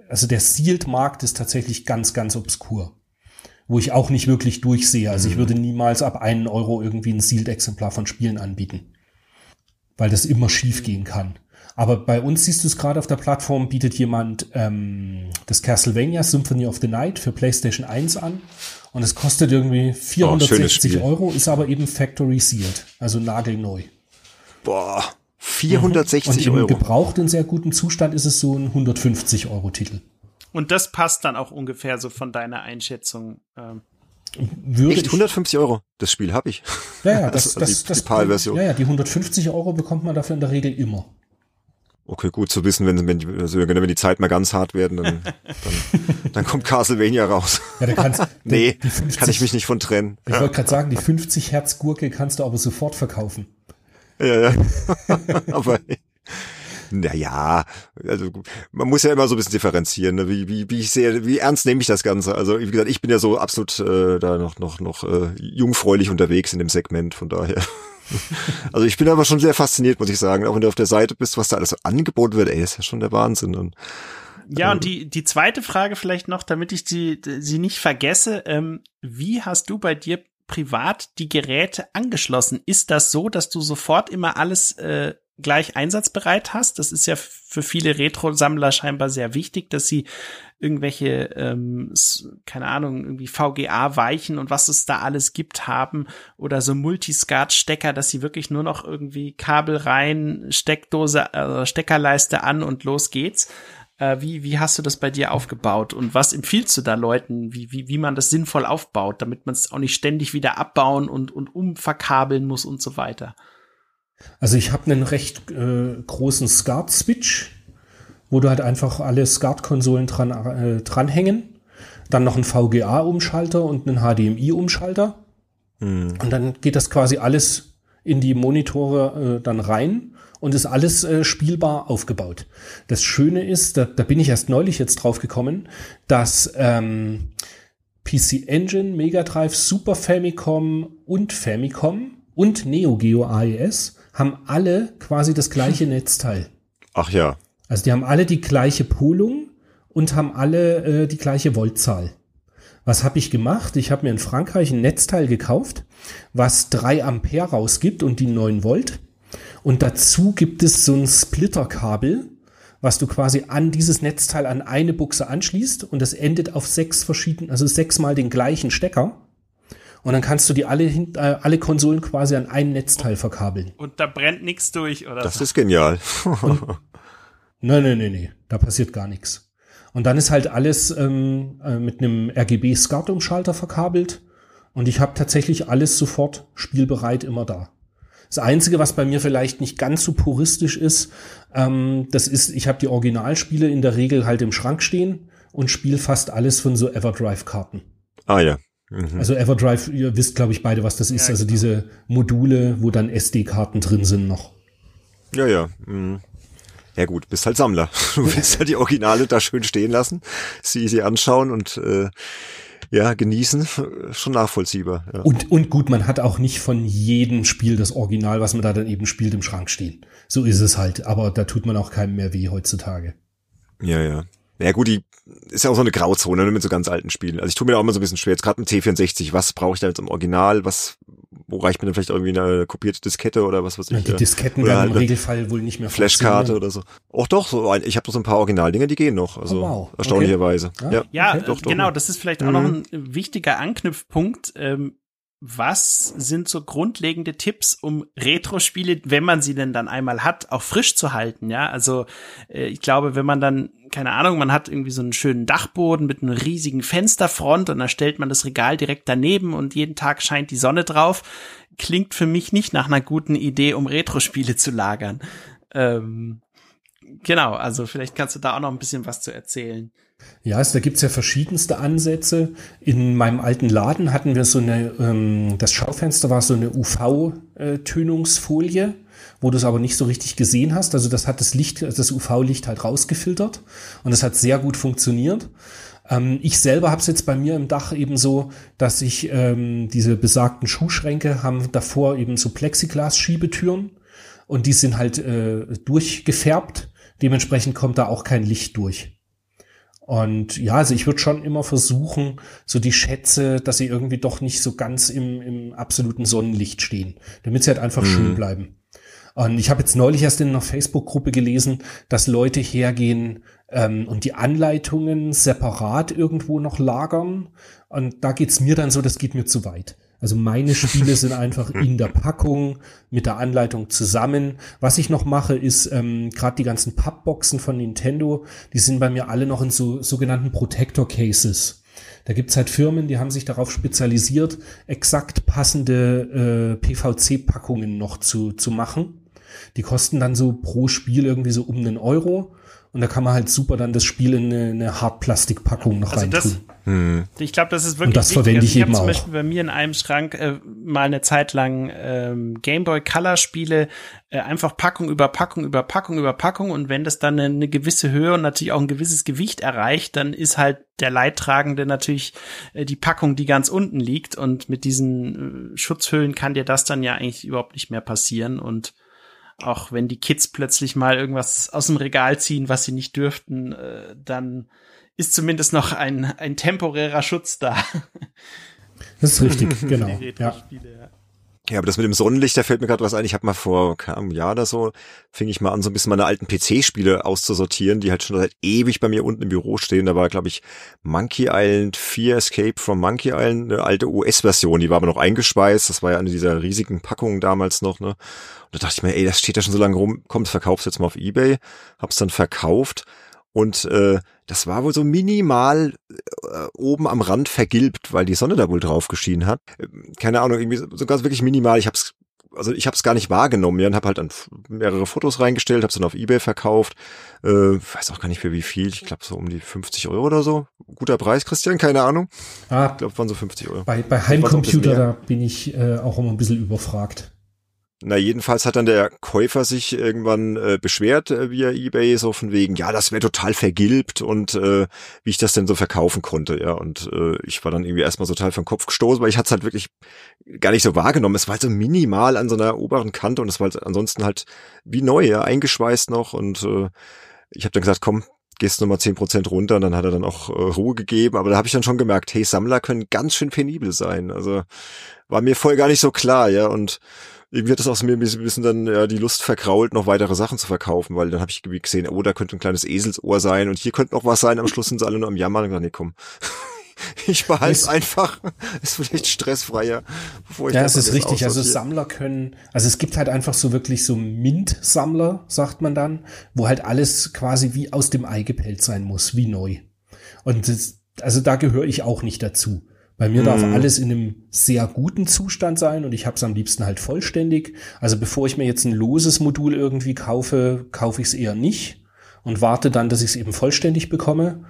also der Sealed-Markt ist tatsächlich ganz, ganz obskur, wo ich auch nicht wirklich durchsehe. Also ich würde niemals ab 1 Euro irgendwie ein Sealed-Exemplar von Spielen anbieten, weil das immer schief gehen kann. Aber bei uns siehst du es gerade auf der Plattform, bietet jemand das Castlevania Symphony of the Night für PlayStation 1 an und es kostet irgendwie 460 Euro, ist aber eben Factory Sealed, also nagelneu. Boah, 460 und Euro. Gebraucht in sehr gutem Zustand ist es so ein 150 Euro Titel. Und das passt dann auch ungefähr so von deiner Einschätzung. Echt 150 Euro? Das Spiel habe ich. Ja, das die PAL-Version. Ja, die 150 Euro bekommt man dafür in der Regel immer. Okay, gut zu wissen, wenn die Zeit mal ganz hart werden, dann kommt Castlevania raus. Ja, da kannst, nee, 50, kann ich mich nicht von trennen. Ich wollte gerade sagen, die 50 Hertz Gurke kannst du aber sofort verkaufen. Ja. Aber naja, also man muss ja immer so ein bisschen differenzieren, ne? Wie ernst nehme ich das Ganze? Also wie gesagt, ich bin ja so absolut da noch jungfräulich unterwegs in dem Segment, von daher. Also ich bin aber schon sehr fasziniert, muss ich sagen, auch wenn du auf der Seite bist, was da alles so angeboten wird, ey, das ist ja schon der Wahnsinn. Und die zweite Frage vielleicht noch, damit ich sie nicht vergesse, wie hast du bei dir privat die Geräte angeschlossen? Ist das so, dass du sofort immer alles gleich einsatzbereit hast? Das ist ja für viele Retro-Sammler scheinbar sehr wichtig, dass sie irgendwelche, keine Ahnung, irgendwie VGA-Weichen und was es da alles gibt haben oder so Multiscart-Stecker, dass sie wirklich nur noch irgendwie Kabel rein, Steckdose, Steckerleiste an und los geht's. Wie hast du das bei dir aufgebaut und was empfiehlst du da Leuten, wie man das sinnvoll aufbaut, damit man es auch nicht ständig wieder abbauen und umverkabeln muss und so weiter? Also ich habe einen recht großen SCART-Switch, wo du halt einfach alle SCART-Konsolen dranhängen, dann noch einen VGA-Umschalter und einen HDMI-Umschalter und dann geht das quasi alles in die Monitore dann rein und ist alles spielbar aufgebaut. Das Schöne ist, da bin ich erst neulich jetzt drauf gekommen, dass PC Engine, Mega Drive, Super Famicom und Neo Geo AES haben alle quasi das gleiche Netzteil. Ach ja. Also die haben alle die gleiche Polung und haben alle die gleiche Voltzahl. Was habe ich gemacht? Ich habe mir in Frankreich ein Netzteil gekauft, was 3 Ampere rausgibt und die 9 Volt. Und dazu gibt es so ein Splitterkabel, was du quasi an dieses Netzteil an eine Buchse anschließt und das endet auf 6 mal den gleichen Stecker. Und dann kannst du die alle Konsolen quasi an ein Netzteil verkabeln. Und da brennt nichts durch, oder? Das ist genial. Nee, da passiert gar nichts. Und dann ist halt alles mit einem RGB-SCART-Umschalter verkabelt und ich habe tatsächlich alles sofort spielbereit immer da. Das Einzige, was bei mir vielleicht nicht ganz so puristisch ist, ich habe die Originalspiele in der Regel halt im Schrank stehen und spiele fast alles von so Everdrive-Karten. Ah ja. Also Everdrive, ihr wisst, glaube ich, beide, was das ist. Ja, also diese Module, wo dann SD-Karten drin sind noch. Ja. Ja gut, bist halt Sammler. Du willst halt die Originale da schön stehen lassen, sie anschauen und genießen. Schon nachvollziehbar. Ja. Und gut, man hat auch nicht von jedem Spiel das Original, was man da dann eben spielt, im Schrank stehen. So ist es halt. Aber da tut man auch keinem mehr weh heutzutage. Ja. Ja gut, die ist ja auch so eine Grauzone mit so ganz alten Spielen. Also ich tue mir da auch immer so ein bisschen schwer. Jetzt gerade mit T64, was brauche ich da jetzt im Original? Wo reicht mir dann vielleicht irgendwie eine kopierte Diskette oder was weiß ich? Die Disketten werden im Regelfall wohl nicht mehr Flashkarte oder so. Auch doch, ich habe doch so ein paar Originaldinger, die gehen noch. Also erstaunlicherweise. Okay. Ja, doch, genau, das ist vielleicht auch noch ein wichtiger Anknüpfpunkt. Was sind so grundlegende Tipps, um Retro-Spiele, wenn man sie denn dann einmal hat, auch frisch zu halten? Ja, also ich glaube, wenn man dann, keine Ahnung, man hat irgendwie so einen schönen Dachboden mit einer riesigen Fensterfront und dann stellt man das Regal direkt daneben und jeden Tag scheint die Sonne drauf, klingt für mich nicht nach einer guten Idee, um Retro-Spiele zu lagern. Genau, also vielleicht kannst du da auch noch ein bisschen was zu erzählen. Ja, also da gibt's ja verschiedenste Ansätze. In meinem alten Laden hatten wir so das Schaufenster war so eine UV-Tönungsfolie, wo du es aber nicht so richtig gesehen hast. Also das hat das UV-Licht halt rausgefiltert und das hat sehr gut funktioniert. Ich selber habe es jetzt bei mir im Dach eben so, dass ich diese besagten Schuhschränke haben davor eben so Plexiglas-Schiebetüren und die sind halt durchgefärbt. Dementsprechend kommt da auch kein Licht durch. Und ja, also ich würde schon immer versuchen, so die Schätze, dass sie irgendwie doch nicht so ganz im absoluten Sonnenlicht stehen, damit sie halt einfach schön bleiben. Und ich habe jetzt neulich erst in einer Facebook-Gruppe gelesen, dass Leute hergehen und die Anleitungen separat irgendwo noch lagern. Und da geht's mir dann so, das geht mir zu weit. Also meine Spiele sind einfach in der Packung mit der Anleitung zusammen. Was ich noch mache, ist gerade die ganzen Pappboxen von Nintendo, die sind bei mir alle noch in so sogenannten Protector Cases. Da gibt's halt Firmen, die haben sich darauf spezialisiert, exakt passende PVC-Packungen noch zu machen. Die kosten dann so pro Spiel irgendwie so um €1. Und da kann man halt super dann das Spiel in eine Hartplastikpackung noch reintun. Ich glaube, das ist wirklich und das verwende ich eben habe zum auch. Beispiel bei mir in einem Schrank mal eine Zeit lang Game Boy Color Spiele einfach Packung über Packung über Packung über Packung, und wenn das dann eine gewisse Höhe und natürlich auch ein gewisses Gewicht erreicht, dann ist halt der Leidtragende natürlich die Packung, die ganz unten liegt, und mit diesen Schutzhüllen kann dir das dann ja eigentlich überhaupt nicht mehr passieren. Und auch wenn die Kids plötzlich mal irgendwas aus dem Regal ziehen, was sie nicht dürften, dann ist zumindest noch ein temporärer Schutz da. Das ist richtig, genau. Ja. Ja, aber das mit dem Sonnenlicht, da fällt mir gerade was ein. Ich habe mal vor einem Jahr oder so, fing ich mal an, so ein bisschen meine alten PC-Spiele auszusortieren, die halt schon seit ewig bei mir unten im Büro stehen. Da war, glaube ich, Monkey Island 4 Escape from Monkey Island, eine alte US-Version, die war aber noch eingeschweißt. Das war ja eine dieser riesigen Packungen damals noch, ne? Und da dachte ich mir, ey, das steht ja schon so lange rum, komm, das verkaufst du jetzt mal auf eBay. Hab's dann verkauft. Und das war wohl so minimal oben am Rand vergilbt, weil die Sonne da wohl drauf geschienen hat. Keine Ahnung, irgendwie sogar wirklich minimal. Ich hab's gar nicht wahrgenommen, ja, und habe halt dann mehrere Fotos reingestellt, hab's dann auf eBay verkauft. Weiß auch gar nicht für wie viel. Ich glaube so um die 50 € oder so. Guter Preis, Christian, keine Ahnung. Ich glaube, waren so 50 €. Bei Heimcomputer, da bin ich auch immer ein bisschen überfragt. Na, jedenfalls hat dann der Käufer sich irgendwann beschwert via eBay, so von wegen, ja, das wäre total vergilbt, und wie ich das denn so verkaufen konnte, ja, und ich war dann irgendwie erstmal total vom Kopf gestoßen, weil ich hatte es halt wirklich gar nicht so wahrgenommen. Es war halt so minimal an so einer oberen Kante, und es war halt ansonsten halt wie neu, ja, eingeschweißt noch, und ich habe dann gesagt, komm, gehst nochmal 10% runter, und dann hat er dann auch Ruhe gegeben, aber da habe ich dann schon gemerkt, hey, Sammler können ganz schön penibel sein, also war mir voll gar nicht so klar, ja, und irgendwie hat das auch mir ein bisschen dann ja die Lust verkrault, noch weitere Sachen zu verkaufen, weil dann habe ich gesehen, oh, da könnte ein kleines Eselsohr sein und hier könnte noch was sein. Am Schluss sind sie alle nur am Jammern und gesagt, nee, komm, ich behalte es einfach. Ist vielleicht stressfreier. Bevor ich ja, es ist richtig. Also Sammler können, also es gibt halt einfach so wirklich so Mint-Sammler, sagt man dann, wo halt alles quasi wie aus dem Ei gepellt sein muss, wie neu. Und also da gehöre ich auch nicht dazu. Bei mir darf alles in einem sehr guten Zustand sein, und ich habe es am liebsten halt vollständig. Also bevor ich mir jetzt ein loses Modul irgendwie kaufe, kaufe ich es eher nicht und warte dann, dass ich es eben vollständig bekomme.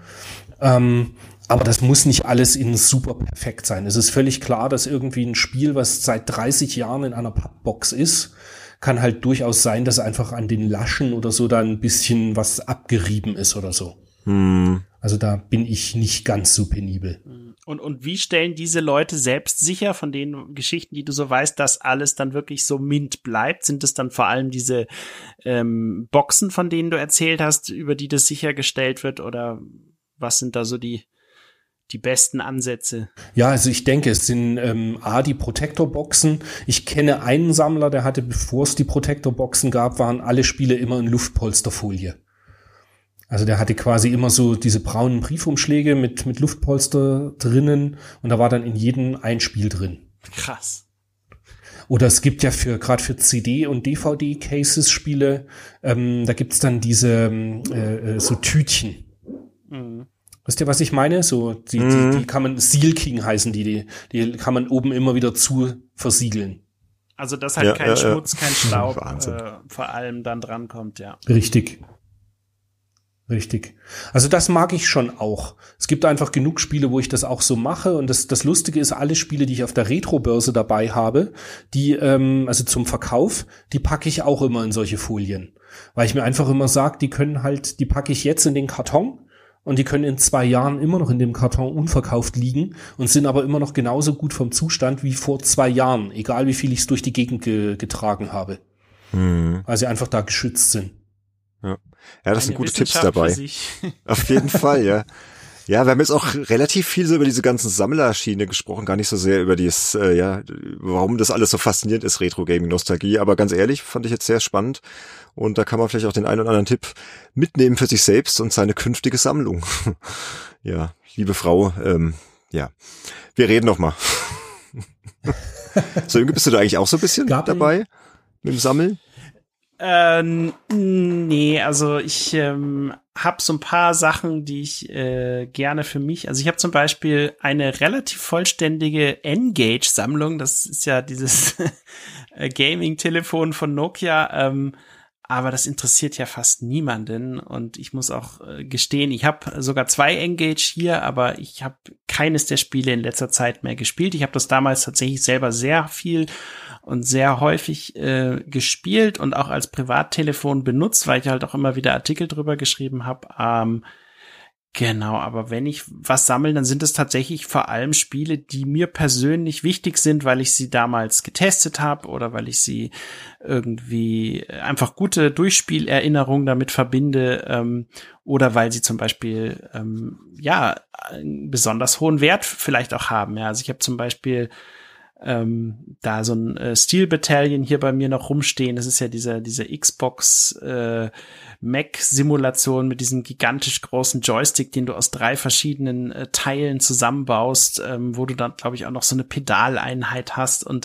Aber das muss nicht alles in super perfekt sein. Es ist völlig klar, dass irgendwie ein Spiel, was seit 30 Jahren in einer Pappbox ist, kann halt durchaus sein, dass einfach an den Laschen oder so da ein bisschen was abgerieben ist oder so. Also da bin ich nicht ganz so penibel. Und wie stellen diese Leute selbst sicher, von den Geschichten, die du so weißt, dass alles dann wirklich so mint bleibt? Sind es dann vor allem diese Boxen, von denen du erzählt hast, über die das sichergestellt wird? Oder was sind da so die besten Ansätze? Ja, also ich denke, es sind die Protector-Boxen. Ich kenne einen Sammler, der hatte, bevor es die Protector-Boxen gab, waren alle Spiele immer in Luftpolsterfolie. Also der hatte quasi immer so diese braunen Briefumschläge mit Luftpolster drinnen, und da war dann in jedem ein Spiel drin. Krass. Oder es gibt ja gerade für CD- und DVD-Cases Spiele, da gibt's dann diese so Tütchen. Wisst ihr, was ich meine? So die kann man, Seal King heißen die kann man oben immer wieder zu versiegeln. Also dass halt kein Schmutz, kein Staub vor allem dann drankommt, ja. Richtig. Also das mag ich schon auch. Es gibt einfach genug Spiele, wo ich das auch so mache, und das Lustige ist, alle Spiele, die ich auf der Retro-Börse dabei habe, die also zum Verkauf, die packe ich auch immer in solche Folien. Weil ich mir einfach immer sage, die packe ich jetzt in den Karton, und die können in 2 Jahren immer noch in dem Karton unverkauft liegen und sind aber immer noch genauso gut vom Zustand wie vor 2 Jahren, egal wie viel ich es durch die Gegend getragen habe. Weil sie einfach da geschützt sind. Ja, das sind gute Tipps dabei. Auf jeden Fall, ja. Ja, wir haben jetzt auch relativ viel so über diese ganzen Sammlerschiene gesprochen, gar nicht so sehr über dieses, warum das alles so faszinierend ist, Retro-Gaming-Nostalgie. Aber ganz ehrlich, fand ich jetzt sehr spannend. Und da kann man vielleicht auch den einen oder anderen Tipp mitnehmen für sich selbst und seine künftige Sammlung. Ja, liebe Frau, wir reden noch mal. Sönke, bist du da eigentlich auch so ein bisschen dabei mit dem Sammeln? Nee, also ich habe so ein paar Sachen, die ich gerne für mich, also ich habe zum Beispiel eine relativ vollständige N-Gage-Sammlung, das ist ja dieses Gaming-Telefon von Nokia, aber das interessiert ja fast niemanden und ich muss auch gestehen, ich habe sogar 2 N-Gage hier, aber ich habe keines der Spiele in letzter Zeit mehr gespielt. Ich habe das damals tatsächlich selber sehr viel und sehr häufig gespielt und auch als Privattelefon benutzt, weil ich halt auch immer wieder Artikel drüber geschrieben habe. Genau, aber wenn ich was sammle, dann sind es tatsächlich vor allem Spiele, die mir persönlich wichtig sind, weil ich sie damals getestet habe oder weil ich sie irgendwie einfach gute Durchspielerinnerungen damit verbinde oder weil sie zum Beispiel einen besonders hohen Wert vielleicht auch haben. Ja, also ich habe zum Beispiel da so ein Steel Battalion hier bei mir noch rumstehen. Das ist ja diese Xbox Mac-Simulation mit diesem gigantisch großen Joystick, den du aus 3 verschiedenen Teilen zusammenbaust, wo du dann, glaube ich, auch noch so eine Pedaleinheit hast. Und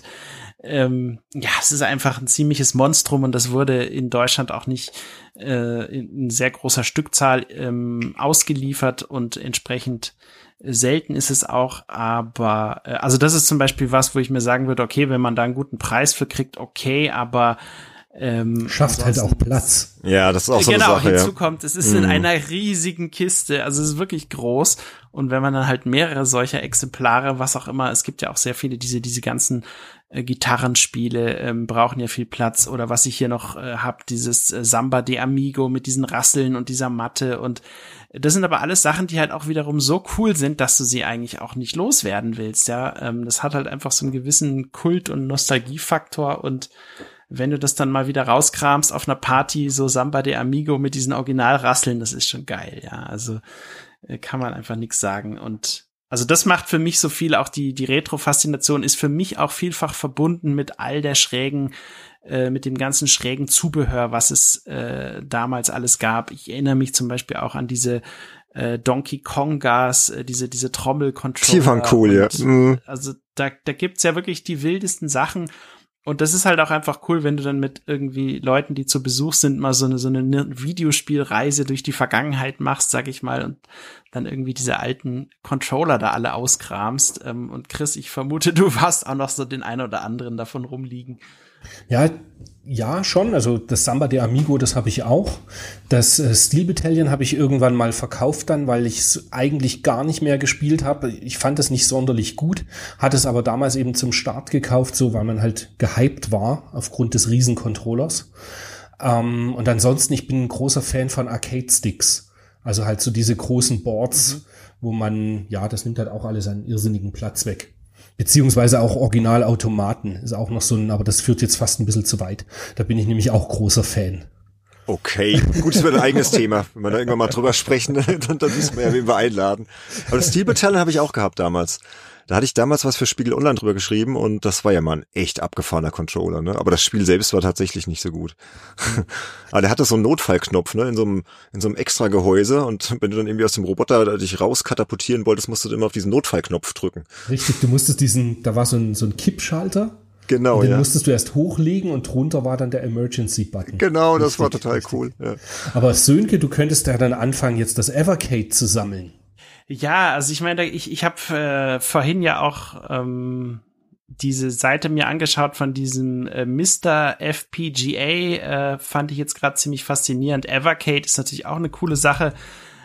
es ist einfach ein ziemliches Monstrum und das wurde in Deutschland auch nicht in sehr großer Stückzahl ausgeliefert und entsprechend selten ist es auch, aber also das ist zum Beispiel was, wo ich mir sagen würde, okay, wenn man da einen guten Preis für kriegt, okay, aber schafft halt auch Platz. Ja, das ist auch so eine Sache. Genau, hinzu kommt, es ist in einer riesigen Kiste, also es ist wirklich groß und wenn man dann halt mehrere solcher Exemplare, was auch immer, es gibt ja auch sehr viele, diese ganzen Gitarrenspiele brauchen ja viel Platz oder was ich hier noch habe, dieses Samba de Amigo mit diesen Rasseln und dieser Matte und das sind aber alles Sachen, die halt auch wiederum so cool sind, dass du sie eigentlich auch nicht loswerden willst, ja. Das hat halt einfach so einen gewissen Kult- und Nostalgiefaktor und wenn du das dann mal wieder rauskramst auf einer Party, so Samba de Amigo mit diesen Originalrasseln, das ist schon geil, ja. Also kann man einfach nichts sagen und also das macht für mich so viel, auch die Retro-Faszination ist für mich auch vielfach verbunden mit all der mit dem ganzen schrägen Zubehör, was es damals alles gab. Ich erinnere mich zum Beispiel auch an diese Donkey Kongas, diese Trommel-Controller. Die waren cool, ja. Mhm. Also da gibt's ja wirklich die wildesten Sachen. Und das ist halt auch einfach cool, wenn du dann mit irgendwie Leuten, die zu Besuch sind, mal so eine Videospielreise durch die Vergangenheit machst, sag ich mal, und dann irgendwie diese alten Controller da alle auskramst. Und Chris, ich vermute, du hast auch noch so den einen oder anderen davon rumliegen. Ja, schon. Also das Samba de Amigo, das habe ich auch. Das Steel Battalion habe ich irgendwann mal verkauft dann, weil ich es eigentlich gar nicht mehr gespielt habe. Ich fand es nicht sonderlich gut, hatte es aber damals eben zum Start gekauft, so weil man halt gehypt war aufgrund des Riesen-Controllers. Und ansonsten, ich bin ein großer Fan von Arcade-Sticks. Also halt so diese großen Boards, wo man, das nimmt halt auch alles einen irrsinnigen Platz weg. Beziehungsweise auch Originalautomaten ist auch noch so aber das führt jetzt fast ein bisschen zu weit. Da bin ich nämlich auch großer Fan. Okay, gut, das wird ein eigenes Thema. Wenn wir da irgendwann mal drüber sprechen, dann müssen wir ja wen wir einladen. Aber das Steel Battalion habe ich auch gehabt damals. Da hatte ich damals was für Spiegel Online drüber geschrieben und das war ja mal ein echt abgefahrener Controller, ne? Aber das Spiel selbst war tatsächlich nicht so gut. Aber der hatte so einen Notfallknopf, ne? In so einem extra Gehäuse und wenn du dann irgendwie aus dem Roboter dich rauskatapultieren wolltest, musst du immer auf diesen Notfallknopf drücken. Richtig, du musstest da war so ein Kippschalter. Genau, den musstest du erst hochlegen und drunter war dann der Emergency-Button. Genau, das war total cool. Ja. Aber Sönke, du könntest ja dann anfangen, jetzt das Evercade zu sammeln. Ja, also ich meine, ich habe vorhin ja auch diese Seite mir angeschaut von diesem Mr. FPGA, fand ich jetzt gerade ziemlich faszinierend. Evercade ist natürlich auch eine coole Sache.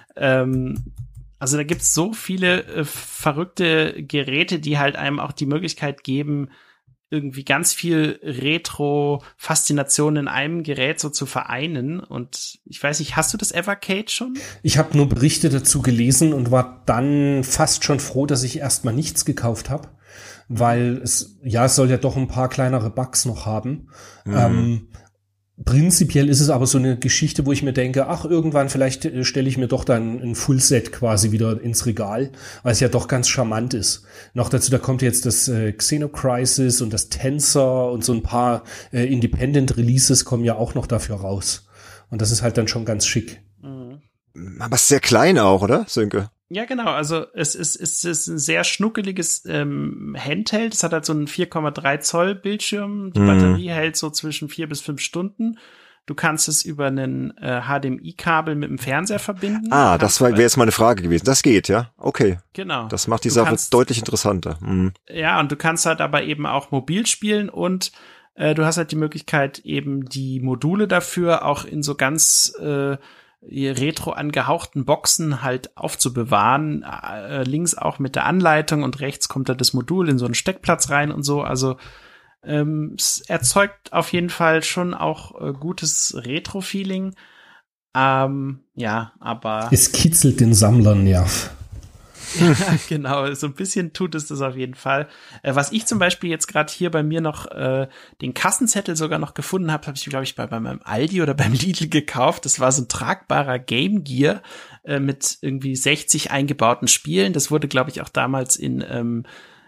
Also da gibt's so viele verrückte Geräte, die halt einem auch die Möglichkeit geben, irgendwie ganz viel Retro-Faszination in einem Gerät so zu vereinen. Und ich weiß nicht, hast du das Evercade schon? Ich habe nur Berichte dazu gelesen und war dann fast schon froh, dass ich erstmal nichts gekauft habe, weil es soll ja doch ein paar kleinere Bugs noch haben. Prinzipiell ist es aber so eine Geschichte, wo ich mir denke, ach, irgendwann vielleicht stelle ich mir doch dann ein Fullset quasi wieder ins Regal, weil es ja doch ganz charmant ist. Noch dazu, da kommt jetzt das Xenocrisis und das Tensor und so ein paar Independent Releases kommen ja auch noch dafür raus. Und das ist halt dann schon ganz schick. Aber es ist sehr klein auch, oder, Sönke? Ja, genau. Also es ist ein sehr schnuckeliges Handheld. Es hat halt so einen 4,3 Zoll Bildschirm. Die Batterie hält so zwischen 4 bis 5 Stunden. Du kannst es über einen HDMI-Kabel mit dem Fernseher verbinden. Das wäre jetzt meine Frage gewesen. Das geht, ja? Okay. Genau. Das macht die Sache deutlich interessanter. Ja, und du kannst halt aber eben auch mobil spielen und du hast halt die Möglichkeit, eben die Module dafür auch in so ganz retro angehauchten Boxen halt aufzubewahren, links auch mit der Anleitung und rechts kommt da das Modul in so einen Steckplatz rein und so, also es erzeugt auf jeden Fall schon auch gutes Retro-Feeling, ja, aber es kitzelt den Sammlernerv. Ja, genau, so ein bisschen tut es das auf jeden Fall. Was ich zum Beispiel jetzt gerade hier bei mir noch den Kassenzettel sogar noch gefunden habe ich, glaube ich, bei meinem Aldi oder beim Lidl gekauft. Das war so ein tragbarer Game Gear mit irgendwie 60 eingebauten Spielen. Das wurde, glaube ich, auch damals in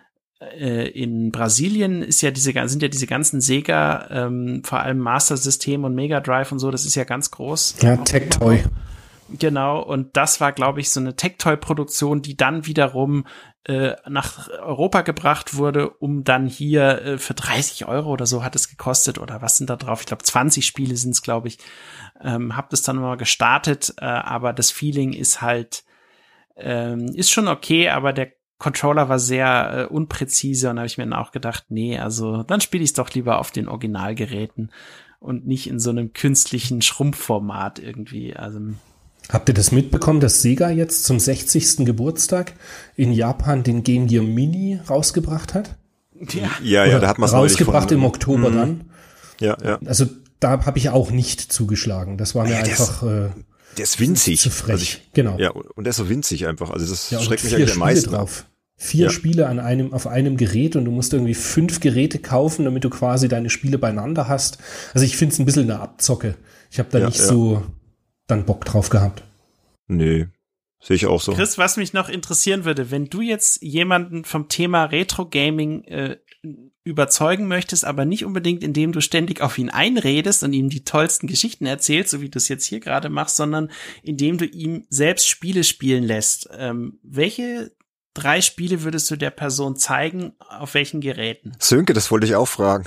Brasilien sind ja diese ganzen Sega, vor allem Master System und Mega Drive und so, das ist ja ganz groß. Ja, Tectoy. Genau, und das war, glaube ich, so eine Tectoy-Produktion, die dann wiederum nach Europa gebracht wurde, um dann hier für 30 € oder so hat es gekostet, oder was sind da drauf? Ich glaube, 20 Spiele sind es, glaube ich. Hab das dann mal gestartet, aber das Feeling ist halt, ist schon okay, aber der Controller war sehr unpräzise und da habe ich mir dann auch gedacht, nee, also dann spiele ich es doch lieber auf den Originalgeräten und nicht in so einem künstlichen Schrumpfformat irgendwie, also Habt ihr das mitbekommen, dass Sega jetzt zum 60. Geburtstag in Japan den Game Gear Mini rausgebracht hat? Ja, da hat man es rausgebracht im Oktober dann. Ja. Also da habe ich auch nicht zugeschlagen. Das war mir einfach der ist winzig. Zu frech. Genau. Ja, und der ist so winzig einfach. Also das schreckt mich eigentlich am meisten drauf. 4 Spiele auf einem Gerät und du musst irgendwie 5 Geräte kaufen, damit du quasi deine Spiele beieinander hast. Also ich finde es ein bisschen eine Abzocke. Ich habe da nicht so dann Bock drauf gehabt. Nee, sehe ich auch so. Chris, was mich noch interessieren würde, wenn du jetzt jemanden vom Thema Retro-Gaming überzeugen möchtest, aber nicht unbedingt, indem du ständig auf ihn einredest und ihm die tollsten Geschichten erzählst, so wie du es jetzt hier gerade machst, sondern indem du ihm selbst Spiele spielen lässt. Welche 3 Spiele würdest du der Person zeigen, auf welchen Geräten? Sönke, das wollte ich auch fragen.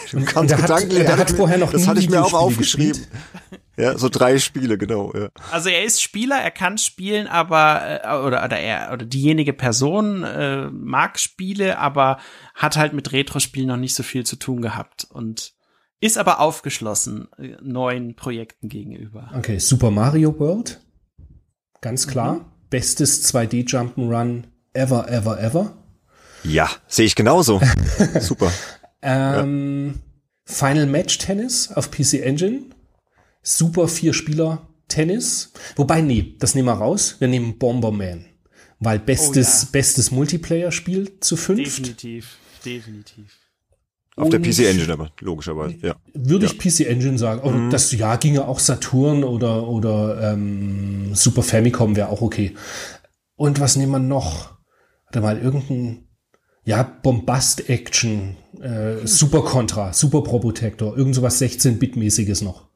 Der hat vorher noch das hatte ich mir auch aufgeschrieben. Gespielt. Ja, so 3 Spiele, genau. Ja. Also er ist Spieler, er kann spielen, aber oder diejenige Person mag Spiele, aber hat halt mit Retro-Spielen noch nicht so viel zu tun gehabt und ist aber aufgeschlossen neuen Projekten gegenüber. Okay, Super Mario World, ganz klar, bestes 2D Jump'n'Run ever. Ja, sehe ich genauso. Super. Final Match Tennis auf PC Engine. Super 4-Spieler-Tennis. Wobei, nee, das nehmen wir raus. Wir nehmen Bomberman. Weil bestes Multiplayer-Spiel zu 5. Definitiv. Auf der PC Engine aber, logischerweise, ja. Würde ich PC Engine sagen. Und das ginge auch Saturn oder Super Famicom wäre auch okay. Und was nehmen wir noch? Warte mal, irgendein Bombast-Action, Super Contra, Super Probotector, irgend sowas 16-Bit-mäßiges noch.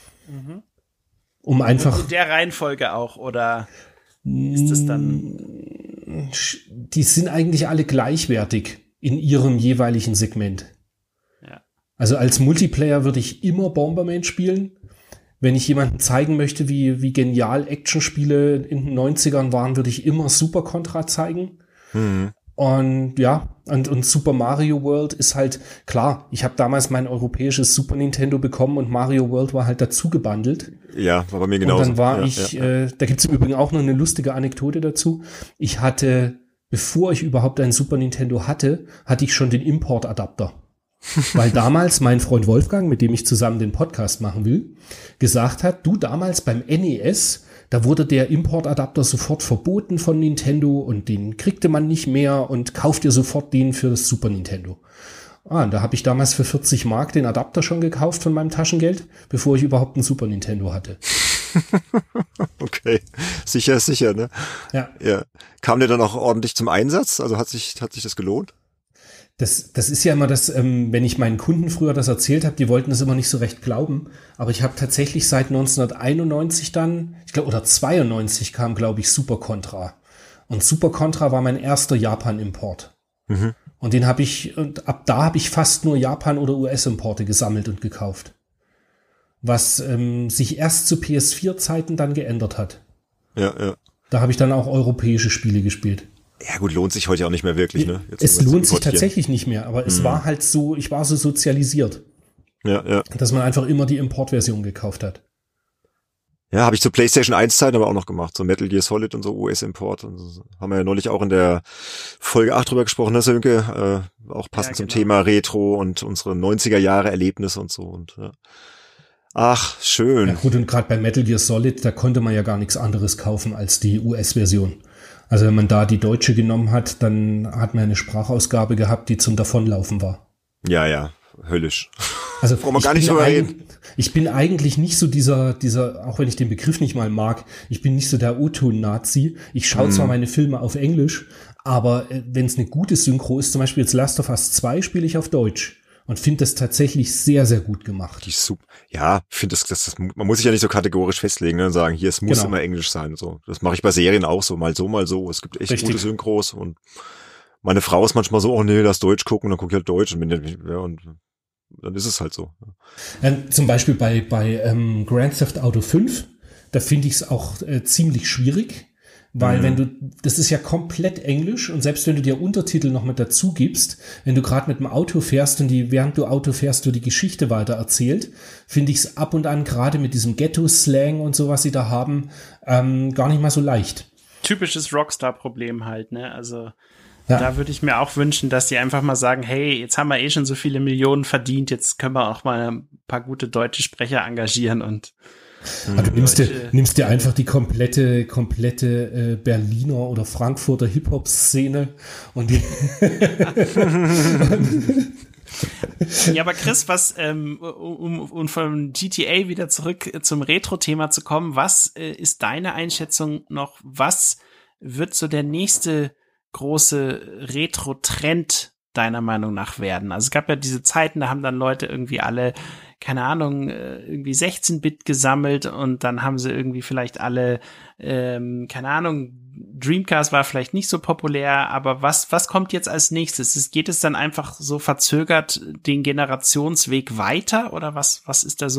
Um einfach. In der Reihenfolge auch, oder ist das dann? Die sind eigentlich alle gleichwertig in ihrem jeweiligen Segment. Ja. Also als Multiplayer würde ich immer Bomberman spielen. Wenn ich jemandem zeigen möchte, wie genial Actionspiele in den 90ern waren, würde ich immer Super Contra zeigen. Und und Super Mario World ist halt, klar, ich habe damals mein europäisches Super Nintendo bekommen und Mario World war halt dazu gebundelt. Ja, war bei mir genauso. Und dann war da gibt's im Übrigen auch noch eine lustige Anekdote dazu. Ich hatte, bevor ich überhaupt ein Super Nintendo hatte ich schon den Importadapter. Weil damals mein Freund Wolfgang, mit dem ich zusammen den Podcast machen will, gesagt hat, du damals beim NES, da wurde der Importadapter sofort verboten von Nintendo und den kriegte man nicht mehr und kauft dir sofort den für das Super Nintendo. Und da habe ich damals für 40 Mark den Adapter schon gekauft von meinem Taschengeld, bevor ich überhaupt einen Super Nintendo hatte. Okay, sicher, ne? Ja. Kam der dann auch ordentlich zum Einsatz? Also hat sich das gelohnt? Das ist ja immer das, wenn ich meinen Kunden früher das erzählt habe, die wollten das immer nicht so recht glauben. Aber ich habe tatsächlich seit 1991 dann, ich glaube, oder 92 kam, glaube ich, Super Contra. Und Super Contra war mein erster Japan-Import. Mhm. Und und ab da habe ich fast nur Japan- oder US-Importe gesammelt und gekauft. Was sich erst zu PS4-Zeiten dann geändert hat. Ja. Da habe ich dann auch europäische Spiele gespielt. Ja gut, lohnt sich heute auch nicht mehr wirklich, ne? Jetzt Es lohnt sich tatsächlich nicht mehr, aber es war halt so, ich war so sozialisiert. Ja. Dass man einfach immer die Importversion gekauft hat. Ja, habe ich zur PlayStation 1-Zeit aber auch noch gemacht, so Metal Gear Solid und so US-Import. Und so. Haben wir ja neulich auch in der Folge 8 drüber gesprochen, ne, Sönke? Auch passend zum Thema Retro und unsere 90er-Jahre-Erlebnisse und so. Und ja. Ach, schön. Ja gut, und gerade bei Metal Gear Solid, da konnte man ja gar nichts anderes kaufen als die US-Version. Also wenn man da die deutsche genommen hat, dann hat man eine Sprachausgabe gehabt, die zum Davonlaufen war. Ja, höllisch. Also brauchen wir gar nicht drüber reden. Ich bin eigentlich nicht so dieser, auch wenn ich den Begriff nicht mal mag, ich bin nicht so der O-Ton-Nazi. Ich schaue zwar meine Filme auf Englisch, aber wenn es eine gute Synchro ist, zum Beispiel jetzt Last of Us 2 spiele ich auf Deutsch. Und finde das tatsächlich sehr, sehr gut gemacht. Die super. Ja, finde das, man muss sich ja nicht so kategorisch festlegen, ne, und sagen, hier, es muss immer Englisch sein, so. Das mache ich bei Serien auch so, mal so, mal so. Es gibt echt gute Synchros und meine Frau ist manchmal so, oh nee, lass Deutsch gucken, und dann gucke ich halt Deutsch und dann ist es halt so. Zum Beispiel bei Grand Theft Auto 5, da finde ich es auch ziemlich schwierig. Weil das ist ja komplett Englisch und selbst wenn du dir Untertitel noch mit dazu gibst, wenn du gerade mit dem Auto fährst und während du Auto fährst, du die Geschichte weiter erzählt, finde ich es ab und an gerade mit diesem Ghetto-Slang und so, was sie da haben, gar nicht mal so leicht. Typisches Rockstar-Problem halt, ne? Also da würde ich mir auch wünschen, dass die einfach mal sagen, hey, jetzt haben wir schon so viele Millionen verdient, jetzt können wir auch mal ein paar gute deutsche Sprecher engagieren und Du nimmst dir einfach die komplette Berliner oder Frankfurter Hip-Hop-Szene und die Ja, aber Chris, was um von GTA wieder zurück zum Retro-Thema zu kommen, was ist deine Einschätzung noch? Was wird so der nächste große Retro-Trend deiner Meinung nach werden? Also es gab ja diese Zeiten, da haben dann Leute irgendwie alle, keine Ahnung, irgendwie 16-Bit gesammelt und dann haben sie irgendwie vielleicht alle, keine Ahnung, Dreamcast war vielleicht nicht so populär, aber was kommt jetzt als nächstes? Geht es dann einfach so verzögert den Generationsweg weiter oder was ist da so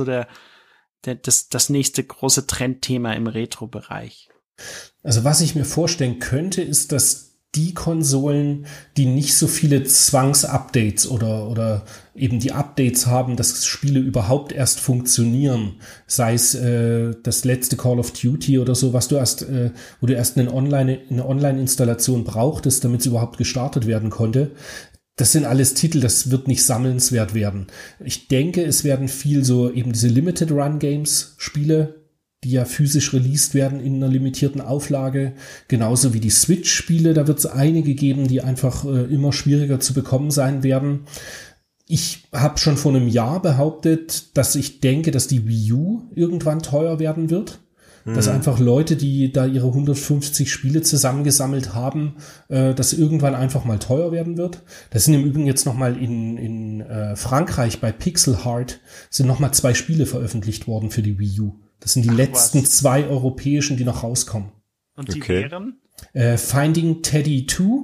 das nächste große Trendthema im Retro-Bereich? Also was ich mir vorstellen könnte, ist, dass die Konsolen, die nicht so viele Zwangsupdates oder eben die Updates haben, dass Spiele überhaupt erst funktionieren, sei es das letzte Call of Duty oder so, was du wo du erst eine Online-Installation brauchtest, damit es überhaupt gestartet werden konnte. Das sind alles Titel, das wird nicht sammelnswert werden. Ich denke, es werden viel so eben diese Limited Run Games Spiele, die ja physisch released werden in einer limitierten Auflage, genauso wie die Switch-Spiele, da wird es einige geben, die einfach immer schwieriger zu bekommen sein werden. Ich habe schon vor einem Jahr behauptet, dass ich denke, dass die Wii U irgendwann teuer werden wird. Dass einfach Leute, die da ihre 150 Spiele zusammengesammelt haben, dass irgendwann einfach mal teuer werden wird. Das sind im Übrigen jetzt nochmal in Frankreich bei Pixel Heart sind nochmal 2 Spiele veröffentlicht worden für die Wii U. Das sind die letzten 2 europäischen, die noch rauskommen. Und die wären? Finding Teddy 2.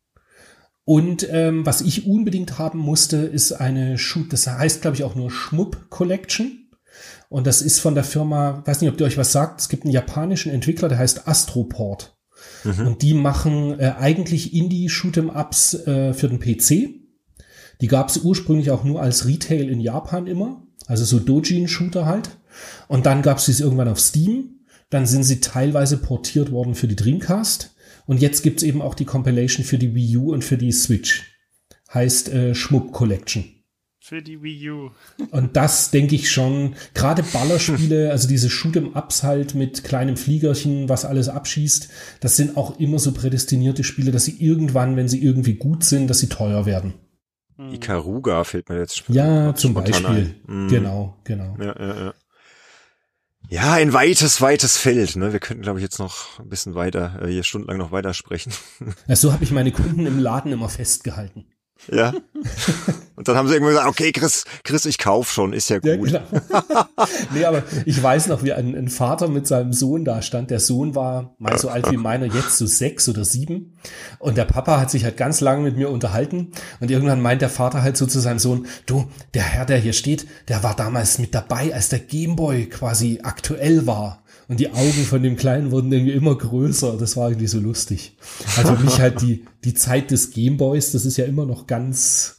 Und was ich unbedingt haben musste, ist das heißt, glaube ich, auch nur Schmupp Collection. Und das ist von der Firma, weiß nicht, ob ihr euch was sagt, es gibt einen japanischen Entwickler, der heißt Astroport. Und die machen eigentlich Indie-Shoot'em-Ups für den PC. Die gab es ursprünglich auch nur als Retail in Japan immer. Also so Dojin-Shooter halt. Und dann gab es sie irgendwann auf Steam. Dann sind sie teilweise portiert worden für die Dreamcast. Und jetzt gibt's eben auch die Compilation für die Wii U und für die Switch. Heißt Schmupp Collection. Für die Wii U. Und das denke ich schon, gerade Ballerspiele, also diese Shoot'em-Ups halt mit kleinem Fliegerchen, was alles abschießt, das sind auch immer so prädestinierte Spiele, dass sie irgendwann, wenn sie irgendwie gut sind, dass sie teuer werden. Ikaruga fällt mir jetzt Ja, zum spontan Beispiel. ein. Genau. Ja. Ja, ein weites Feld, ne? Wir könnten, glaube ich, jetzt noch ein bisschen weiter, hier stundenlang noch weitersprechen. So habe ich meine Kunden im Laden immer festgehalten. Ja. Und dann haben sie irgendwann gesagt, okay, Chris, ich kauf schon, ist ja gut. Ja, genau. Nee, aber ich weiß noch, wie ein Vater mit seinem Sohn da stand. Der Sohn war mal so alt wie meiner, jetzt so 6 oder 7. Und der Papa hat sich halt ganz lange mit mir unterhalten. Und irgendwann meint der Vater halt so zu seinem Sohn, du, der Herr, der hier steht, der war damals mit dabei, als der Gameboy quasi aktuell war. Und die Augen von dem Kleinen wurden irgendwie immer größer. Das war irgendwie so lustig. Also für mich halt die Zeit des Gameboys, das ist ja immer noch ganz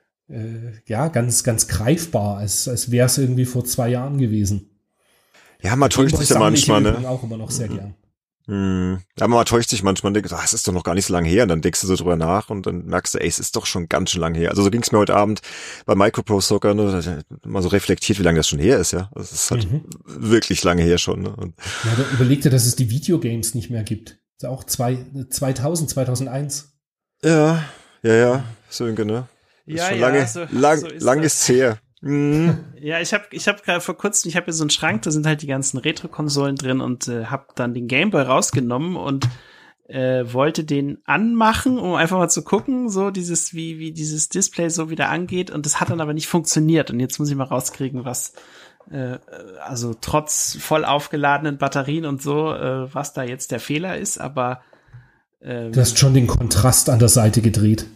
greifbar, als wäre es irgendwie vor 2 Jahren gewesen. Ja, man täuscht sich ja manchmal, ne? Auch immer noch sehr gern. Ja, man täuscht sich manchmal und denkt, es ist doch noch gar nicht so lange her. Und dann denkst du so drüber nach und dann merkst du, es ist doch schon ganz schön lange her. Also so ging es mir heute Abend bei Micropro Soccer, ne, mal so reflektiert, wie lange das schon her ist, ja. Das ist halt wirklich lange her schon. Ne? Und ja, da überleg dir, dass es die Videogames nicht mehr gibt. Das ist auch 2001. Ja, Sönke, ne? Ist Ja, schon ja, lang ist her. Ja, ich hab gerade vor kurzem, ich habe hier so einen Schrank, da sind halt die ganzen Retro-Konsolen drin und habe dann den Gameboy rausgenommen und wollte den anmachen, um einfach mal zu gucken, so wie dieses Display so wieder angeht, und das hat dann aber nicht funktioniert und jetzt muss ich mal rauskriegen, was also trotz voll aufgeladenen Batterien und so, was da jetzt der Fehler ist, aber du hast schon den Kontrast an der Seite gedreht.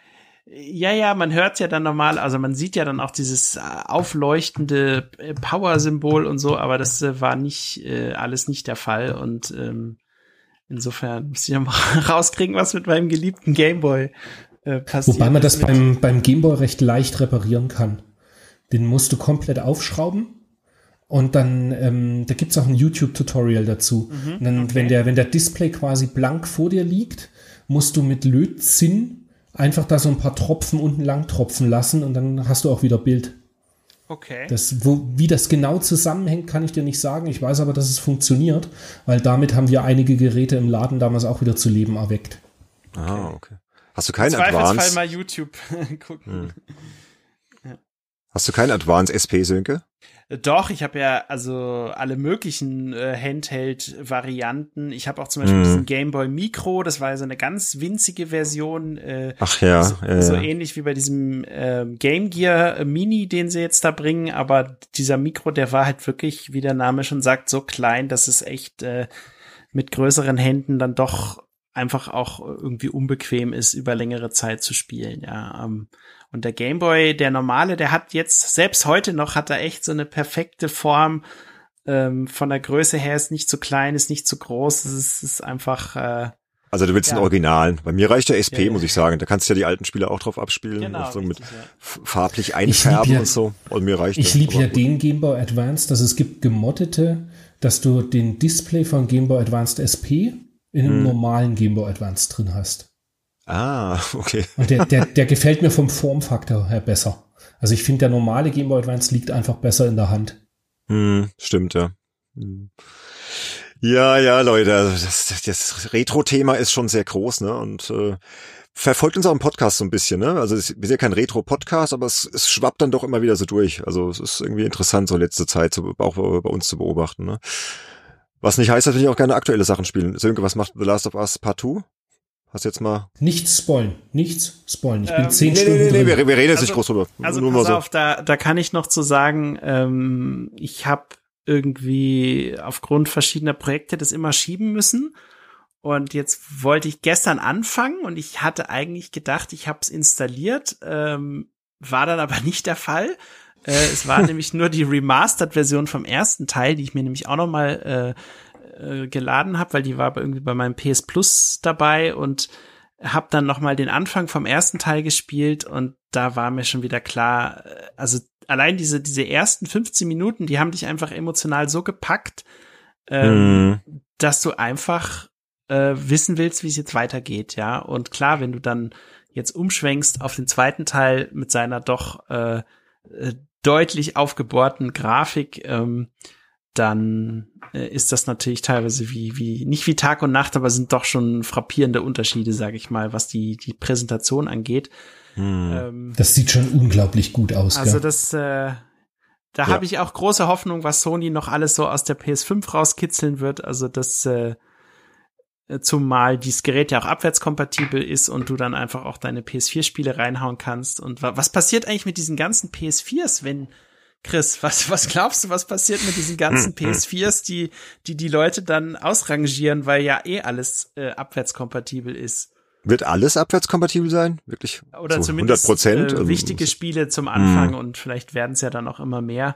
Ja, man hört ja dann normal, also man sieht ja dann auch dieses aufleuchtende Power-Symbol und so, aber das war nicht alles nicht der Fall und insofern muss ich ja mal rauskriegen, was mit meinem geliebten Gameboy passiert. Wobei man das beim Gameboy recht leicht reparieren kann. Den musst du komplett aufschrauben und dann, da gibt's auch ein YouTube-Tutorial dazu. Und dann, okay. wenn der Display quasi blank vor dir liegt, musst du mit Lötzinn einfach da so ein paar Tropfen unten lang tropfen lassen und dann hast du auch wieder Bild. Okay. Wie das genau zusammenhängt, kann ich dir nicht sagen. Ich weiß aber, dass es funktioniert, weil damit haben wir einige Geräte im Laden damals auch wieder zu Leben erweckt. Ah, okay. Hast du keinen Advance? Advance? Mal YouTube gucken. Ja. Hast du keinen Advance SP, Sönke? Doch, ich habe ja also alle möglichen Handheld-Varianten. Ich habe auch zum Beispiel diesen Game Boy Micro, das war ja so eine ganz winzige Version. Ach ja. So ähnlich wie bei diesem Game Gear Mini, den sie jetzt da bringen. Aber dieser Micro, der war halt wirklich, wie der Name schon sagt, so klein, dass es echt mit größeren Händen dann doch einfach auch irgendwie unbequem ist, über längere Zeit zu spielen, ja. Und der Gameboy, der normale, der hat jetzt, selbst heute noch, hat er echt so eine perfekte Form. Von der Größe her ist nicht zu klein, ist nicht zu groß. Es ist einfach. Also du willst einen Originalen. Bei mir reicht der SP, Ja. muss ich sagen. Da kannst du ja die alten Spiele auch drauf abspielen. Genau, so mit richtig, farblich einfärben und so. Und mir reicht Ich liebe ja den Game Boy Advance, dass es gibt gemoddete, dass du den Display von Game Boy Advanced SP in einem normalen Game Boy Advance drin hast. Ah, okay. Und der gefällt mir vom Formfaktor her besser. Also ich finde, der normale Game Boy Advance liegt einfach besser in der Hand. Stimmt, ja. Ja, Leute, also das Retro-Thema ist schon sehr groß, ne? Und verfolgt uns auch im Podcast so ein bisschen, ne? Also wir sind ja kein Retro-Podcast, aber es schwappt dann doch immer wieder so durch. Also es ist irgendwie interessant, so letzte Zeit auch bei uns zu beobachten, ne? Was nicht heißt, dass wir auch gerne aktuelle Sachen spielen. Sönke, was macht The Last of Us Part 2? Hast du jetzt mal... Nichts spoilen. Ich bin 10 Stunden drin. Wir reden jetzt also, nicht groß drüber. Also nur pass mal auf, da kann ich noch zu sagen, ich habe irgendwie aufgrund verschiedener Projekte das immer schieben müssen. Und jetzt wollte ich gestern anfangen und ich hatte eigentlich gedacht, ich habe es installiert, war dann aber nicht der Fall. Es war nämlich nur die Remastered-Version vom ersten Teil, die ich mir nämlich auch noch mal geladen habe, weil die war irgendwie bei meinem PS Plus dabei und habe dann noch mal den Anfang vom ersten Teil gespielt und da war mir schon wieder klar, also allein diese ersten 15 Minuten, die haben dich einfach emotional so gepackt, dass du einfach wissen willst, wie es jetzt weitergeht, ja. Und klar, wenn du dann jetzt umschwenkst auf den zweiten Teil mit seiner doch deutlich aufgebohrten Grafik, dann ist das natürlich teilweise nicht wie Tag und Nacht, aber sind doch schon frappierende Unterschiede, sage ich mal, was die Präsentation angeht. Das sieht schon unglaublich gut aus. Also da habe ich auch große Hoffnung, was Sony noch alles so aus der PS5 rauskitzeln wird. Also das zumal dieses Gerät ja auch abwärtskompatibel ist und du dann einfach auch deine PS4-Spiele reinhauen kannst. Und was passiert eigentlich mit diesen ganzen PS4s, wenn Chris, was glaubst du, was passiert mit diesen ganzen PS4s, die Leute dann ausrangieren, weil ja alles abwärtskompatibel ist? Wird alles abwärtskompatibel sein? Wirklich? Oder so zumindest 100%? Wichtige Spiele zum Anfang und vielleicht werden es ja dann auch immer mehr.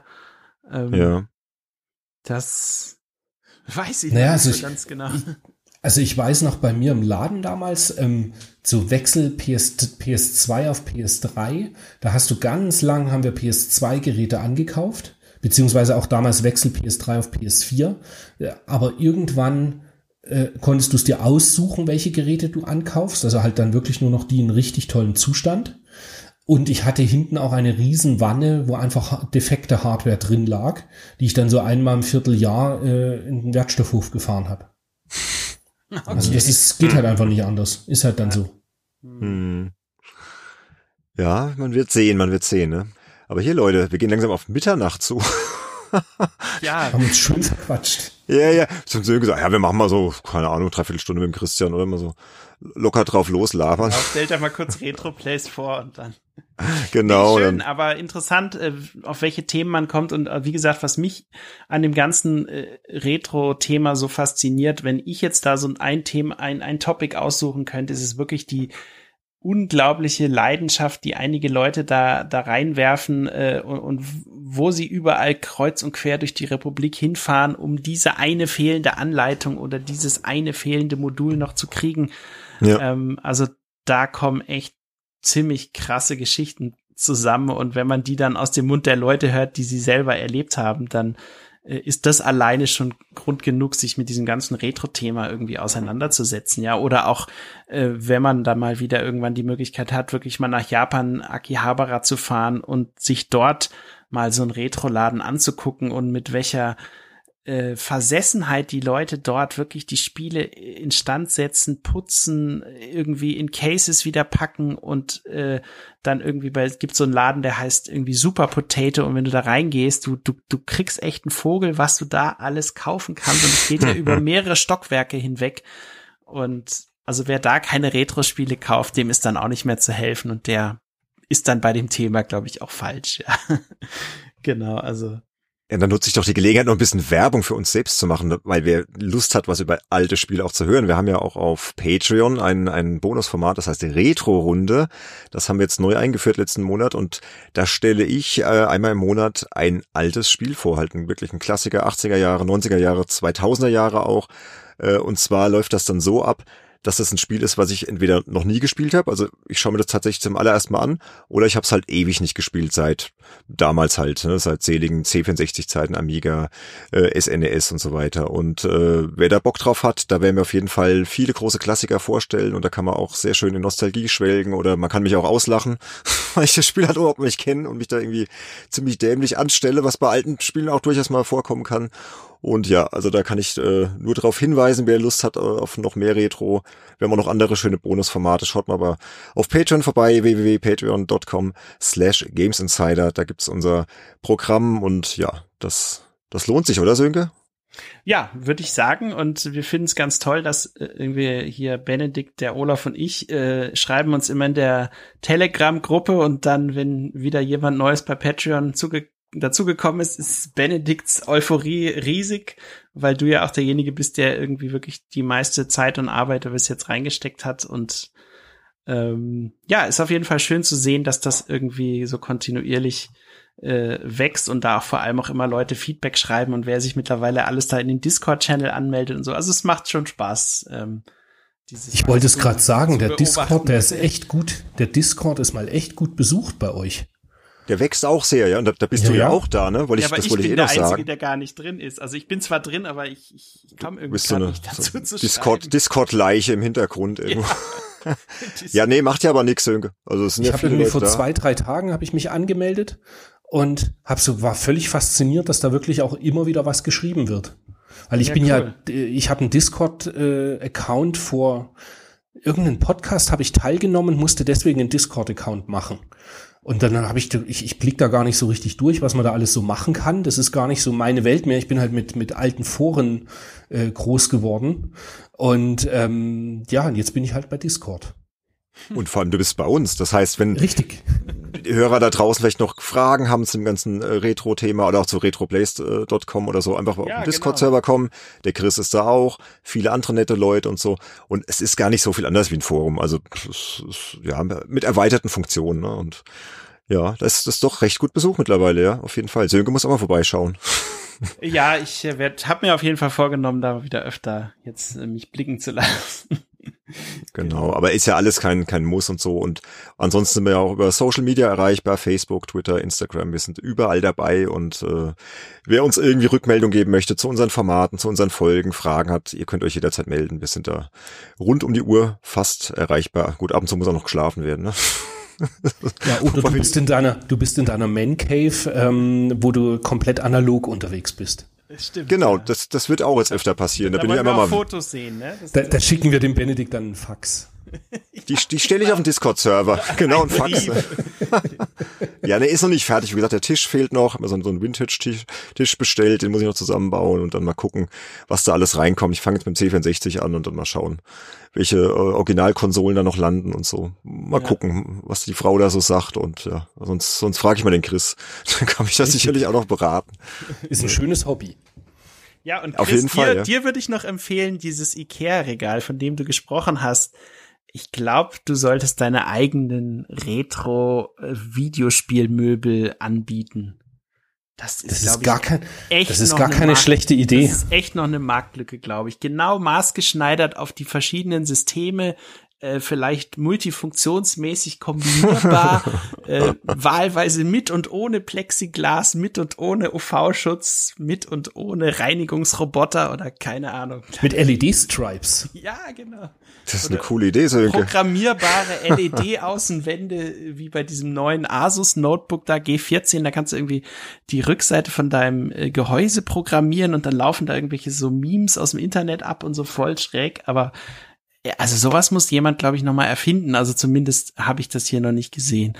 Das weiß ich nicht so ganz genau. Also ich weiß noch bei mir im Laden damals, so Wechsel PS2 auf PS3, da hast du ganz lang, haben wir PS2-Geräte angekauft, beziehungsweise auch damals Wechsel PS3 auf PS4, aber irgendwann konntest du es dir aussuchen, welche Geräte du ankaufst, also halt dann wirklich nur noch die in richtig tollen Zustand. Und ich hatte hinten auch eine riesen Wanne, wo einfach defekte Hardware drin lag, die ich dann so einmal im Vierteljahr in den Wertstoffhof gefahren habe. Okay. Also das geht halt einfach nicht anders. Ist halt dann so. Ja, man wird sehen, ne? Aber hier, Leute, wir gehen langsam auf Mitternacht zu. Ja. Haben uns schön verquatscht. Ja. Zum Söhne gesagt, ja, wir machen mal so, keine Ahnung, 3/4 Stunde mit dem Christian oder mal so locker drauf loslabern. Ja, stellt da mal kurz Retro-Plays vor und dann. Genau. Schön, aber interessant, auf welche Themen man kommt und wie gesagt, was mich an dem ganzen Retro-Thema so fasziniert, wenn ich jetzt da so ein Topic aussuchen könnte, ist es wirklich die unglaubliche Leidenschaft, die einige Leute da reinwerfen und wo sie überall kreuz und quer durch die Republik hinfahren, um diese eine fehlende Anleitung oder dieses eine fehlende Modul noch zu kriegen. Ja. Also da kommen echt ziemlich krasse Geschichten zusammen und wenn man die dann aus dem Mund der Leute hört, die sie selber erlebt haben, dann ist das alleine schon Grund genug, sich mit diesem ganzen Retro-Thema irgendwie auseinanderzusetzen, ja, oder auch, wenn man da mal wieder irgendwann die Möglichkeit hat, wirklich mal nach Japan, Akihabara zu fahren und sich dort mal so einen Retro-Laden anzugucken und mit welcher Versessenheit die Leute dort wirklich die Spiele instand setzen, putzen, irgendwie in Cases wieder packen und dann irgendwie es gibt so einen Laden, der heißt irgendwie Super Potato und wenn du da reingehst, du kriegst echt einen Vogel, was du da alles kaufen kannst und es geht ja über mehrere Stockwerke hinweg und also wer da keine Retro-Spiele kauft, dem ist dann auch nicht mehr zu helfen und der ist dann bei dem Thema, glaube ich, auch falsch, ja. Genau, also ja, dann nutze ich doch die Gelegenheit, noch ein bisschen Werbung für uns selbst zu machen, weil wer Lust hat, was über alte Spiele auch zu hören. Wir haben ja auch auf Patreon ein Bonusformat, das heißt die Retro-Runde. Das haben wir jetzt neu eingeführt letzten Monat und da stelle ich einmal im Monat ein altes Spiel vor, halt wirklich ein Klassiker, 80er Jahre, 90er Jahre, 2000er Jahre auch. Und zwar läuft das dann so ab, dass das ein Spiel ist, was ich entweder noch nie gespielt habe, also ich schaue mir das tatsächlich zum allerersten Mal an, oder ich habe es halt ewig nicht gespielt, seit damals halt, ne, seit seligen C64-Zeiten, Amiga, SNES und so weiter. Und wer da Bock drauf hat, da werden wir auf jeden Fall viele große Klassiker vorstellen und da kann man auch sehr schön in Nostalgie schwelgen oder man kann mich auch auslachen, weil ich das Spiel halt überhaupt nicht kenne und mich da irgendwie ziemlich dämlich anstelle, was bei alten Spielen auch durchaus mal vorkommen kann. Und ja, also da kann ich nur darauf hinweisen, wer Lust hat auf noch mehr Retro. Wir haben auch noch andere schöne Bonusformate. Schaut mal aber auf Patreon vorbei, www.patreon.com/gamesinsider. Da gibt's unser Programm und ja, das lohnt sich, oder Sönke? Ja, würde ich sagen. Und wir finden es ganz toll, dass irgendwie hier Benedikt, der Olaf und ich schreiben uns immer in der Telegram-Gruppe und dann, wenn wieder jemand Neues bei Patreon dazugekommen ist Benedikts Euphorie riesig, weil du ja auch derjenige bist, der irgendwie wirklich die meiste Zeit und Arbeit bis jetzt reingesteckt hat und ja, ist auf jeden Fall schön zu sehen, dass das irgendwie so kontinuierlich wächst und da auch vor allem auch immer Leute Feedback schreiben und wer sich mittlerweile alles da in den Discord-Channel anmeldet und so. Also es macht schon Spaß. Ich wollte es gerade sagen, der Discord, der ist echt gut. Der Discord ist mal echt gut besucht bei euch. Der wächst auch sehr, ja. Und da bist du ja auch da, ne? Das wollte ich bin der Einzige, der gar nicht drin ist. Also ich bin zwar drin, aber ich komme irgendwie gar nicht dazu zu schreiben. Discord-Leiche im Hintergrund irgendwo. Ja, nee, macht ja aber nix, Sönke. Also es sind ich habe irgendwie vor 2-3 Tagen habe ich mich angemeldet und war völlig fasziniert, dass da wirklich auch immer wieder was geschrieben wird. Weil ich ich habe einen Discord-Account vor irgendeinem Podcast habe ich teilgenommen, musste deswegen einen Discord-Account machen. Und dann habe ich blick da gar nicht so richtig durch, was man da alles so machen kann. Das ist gar nicht so meine Welt mehr. Ich bin halt mit alten Foren groß geworden. Und und jetzt bin ich halt bei Discord. Und vor allem, du bist bei uns. Das heißt, wenn Richtig. die Hörer da draußen vielleicht noch Fragen haben zum ganzen Retro-Thema oder auch zu retroplays.com oder so, einfach auf den Discord-Server kommen. Der Chris ist da auch, viele andere nette Leute und so. Und es ist gar nicht so viel anders wie ein Forum. Also mit erweiterten Funktionen. Ne? Und ja, das ist doch recht gut besucht mittlerweile, ja, auf jeden Fall. Sönke muss auch mal vorbeischauen. Ja, ich habe mir auf jeden Fall vorgenommen, da wieder öfter jetzt mich blicken zu lassen. Genau, aber ist ja alles kein Muss und so. Und ansonsten sind wir ja auch über Social Media erreichbar, Facebook, Twitter, Instagram. Wir sind überall dabei und wer uns irgendwie Rückmeldung geben möchte zu unseren Formaten, zu unseren Folgen, Fragen hat, ihr könnt euch jederzeit melden. Wir sind da rund um die Uhr fast erreichbar. Gut, ab und zu muss auch noch geschlafen werden, ne? Ja, oder du bist in deiner Man Cave, wo du komplett analog unterwegs bist. Stimmt, genau, ja. das wird auch jetzt öfter passieren. Da bin ich wollen einfach wir auch mal Fotos sehen, ne? Da schicken wir dem Benedikt dann einen Fax. Die stelle ich auf den Discord-Server. Genau, ein Fax. Ja, der ist noch nicht fertig. Wie gesagt, der Tisch fehlt noch. So ein Vintage-Tisch bestellt, den muss ich noch zusammenbauen und dann mal gucken, was da alles reinkommt. Ich fange jetzt mit dem C64 an und dann mal schauen, welche Originalkonsolen da noch landen und so. Mal gucken, was die Frau da so sagt und ja, sonst frage ich mal den Chris. Dann kann mich das sicherlich auch noch beraten. Ist ein schönes Hobby. Ja, und Chris, auf jeden Fall, dir würde ich noch empfehlen, dieses Ikea-Regal, von dem du gesprochen hast. Ich glaube, du solltest deine eigenen Retro-Videospielmöbel anbieten. Das ist gar keine schlechte Idee. Das ist echt noch eine Marktlücke, glaube ich. Genau maßgeschneidert auf die verschiedenen Systeme, vielleicht multifunktionsmäßig kombinierbar, wahlweise mit und ohne Plexiglas, mit und ohne UV-Schutz, mit und ohne Reinigungsroboter oder keine Ahnung. Mit LED-Stripes. Ja, genau. Das ist eine coole Idee, Sönke. Programmierbare LED-Außenwände, wie bei diesem neuen Asus Notebook da G14, da kannst du irgendwie die Rückseite von deinem Gehäuse programmieren und dann laufen da irgendwelche so Memes aus dem Internet ab und so voll schräg, aber ja, also sowas muss jemand, glaube ich, nochmal erfinden, also zumindest habe ich das hier noch nicht gesehen.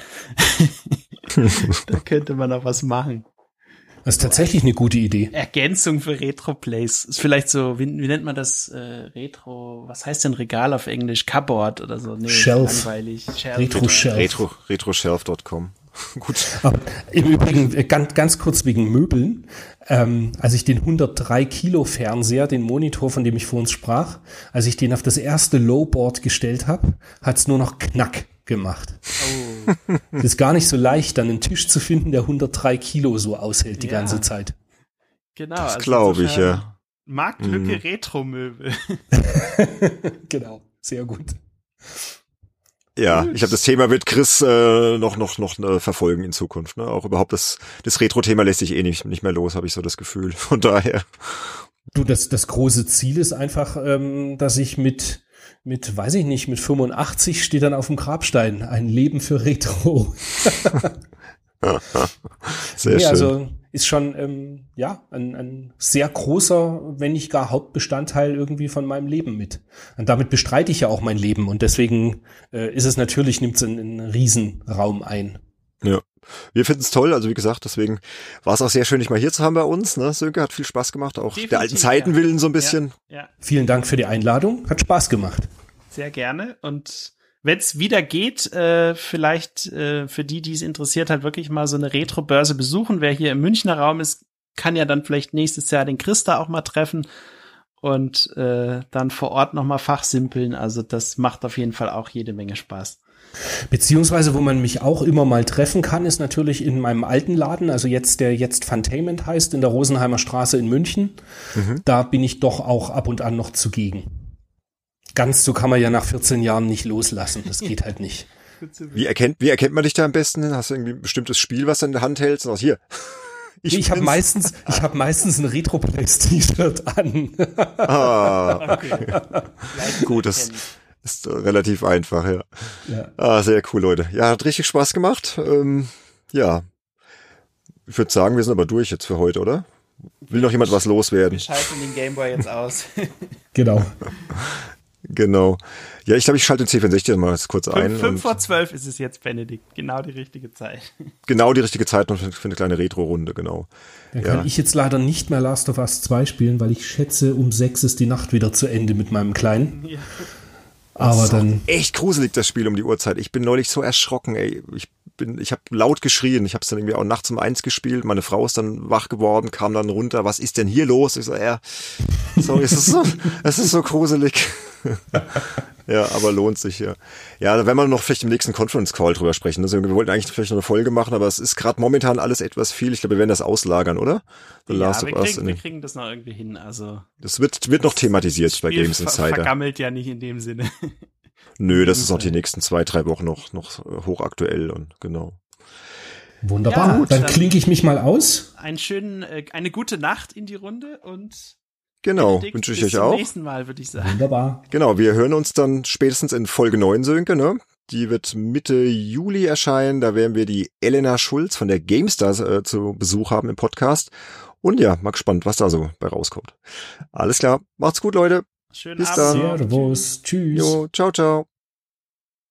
Da könnte man noch was machen. Das ist tatsächlich eine gute Idee. Ergänzung für Retro-Plays. Ist vielleicht so, wie nennt man das? Retro, was heißt denn Regal auf Englisch? Cupboard oder so? Nee, Shelf. Langweilig. Shelf. Retro-Shelf. Retroshelf.com. Gut. Aber im Übrigen, ganz kurz wegen Möbeln. Als ich den 103 Kilo Fernseher, den Monitor, von dem ich vor uns sprach, als ich den auf das erste Lowboard gestellt habe, hat es nur noch Knack gemacht. Oh. Es ist gar nicht so leicht, dann einen Tisch zu finden, der 103 Kilo so aushält die ganze Zeit. Genau. Das glaube ich, ja. Marktlücke Retro-Möbel. Genau, sehr gut. Ja, ich habe das Thema mit Chris noch verfolgen in Zukunft. Ne? Auch überhaupt das Retro-Thema lässt sich nicht mehr los, habe ich so das Gefühl. Von daher. Du, das große Ziel ist einfach, dass ich mit 85 steht dann auf dem Grabstein ein Leben für Retro. Sehr schön. Also ist schon ein sehr großer, wenn nicht gar Hauptbestandteil irgendwie von meinem Leben mit. Und damit bestreite ich ja auch mein Leben und deswegen ist es natürlich, nimmt es einen Riesenraum ein. Ja. Wir finden es toll, also wie gesagt, deswegen war es auch sehr schön, dich mal hier zu haben bei uns. Ne? Sönke, hat viel Spaß gemacht, auch definitiv, der alten Zeiten willen so ein bisschen. Ja. Vielen Dank für die Einladung, hat Spaß gemacht. Sehr gerne und wenn es wieder geht, vielleicht für die es interessiert hat, wirklich mal so eine Retro-Börse besuchen. Wer hier im Münchner Raum ist, kann ja dann vielleicht nächstes Jahr den Chris da auch mal treffen und dann vor Ort noch mal fachsimpeln. Also das macht auf jeden Fall auch jede Menge Spaß. Beziehungsweise, wo man mich auch immer mal treffen kann, ist natürlich in meinem alten Laden, also der jetzt Funtainment heißt, in der Rosenheimer Straße in München. Mhm. Da bin ich doch auch ab und an noch zugegen. Ganz so kann man ja nach 14 Jahren nicht loslassen. Das geht halt nicht. Wie erkennt man dich da am besten? Hast du irgendwie ein bestimmtes Spiel, was du in der Hand hältst? Und hier. Ich habe meistens ein Retro-Plays-T-Shirt an. Okay. Gut, das ist relativ einfach, ja. Sehr cool, Leute. Ja, hat richtig Spaß gemacht. Ja. Ich würde sagen, wir sind aber durch jetzt für heute, oder? Will noch jemand was loswerden? Wir schalten den Gameboy jetzt aus. Genau. Genau. Ja, ich glaube, ich schalte den C64 mal kurz ein. 5 vor 12 ist es jetzt, Benedikt. Genau die richtige Zeit. Genau die richtige Zeit noch für eine kleine Retro-Runde, genau. Dann kann ich jetzt leider nicht mehr Last of Us 2 spielen, weil ich schätze, um 6 ist die Nacht wieder zu Ende mit meinem Kleinen. Ja. Aber dann echt gruselig, das Spiel um die Uhrzeit. Ich bin neulich so erschrocken, ey. Ich habe laut geschrien. Ich habe es dann irgendwie auch nachts um 1 gespielt. Meine Frau ist dann wach geworden, kam dann runter. Was ist denn hier los? Ich so, sorry, es ist so gruselig. Ja, aber lohnt sich, ja. Ja, da werden wir noch vielleicht im nächsten Conference Call drüber sprechen. Also wir wollten eigentlich vielleicht noch eine Folge machen, aber es ist gerade momentan alles etwas viel. Ich glaube, wir werden das auslagern, oder? Wir kriegen das noch irgendwie hin. Also das wird noch thematisiert bei Games Insider. Vergammelt ja nicht in dem Sinne. Nö, das ist auch die nächsten 2-3 Wochen noch hochaktuell und genau. Wunderbar. Ja, gut, dann klinke ich mich mal aus. Eine gute Nacht in die Runde und genau, wünsche ich euch auch. Bis zum nächsten Mal, würde ich sagen. Wunderbar. Genau, wir hören uns dann spätestens in Folge 9, Sönke, ne? Die wird Mitte Juli erscheinen. Da werden wir die Elena Schulz von der GameStar zu Besuch haben im Podcast. Und ja, mal gespannt, was da so bei rauskommt. Alles klar, macht's gut, Leute. Schönen Bis Abend. dann. Servus. Tschüss. Jo, ciao, ciao.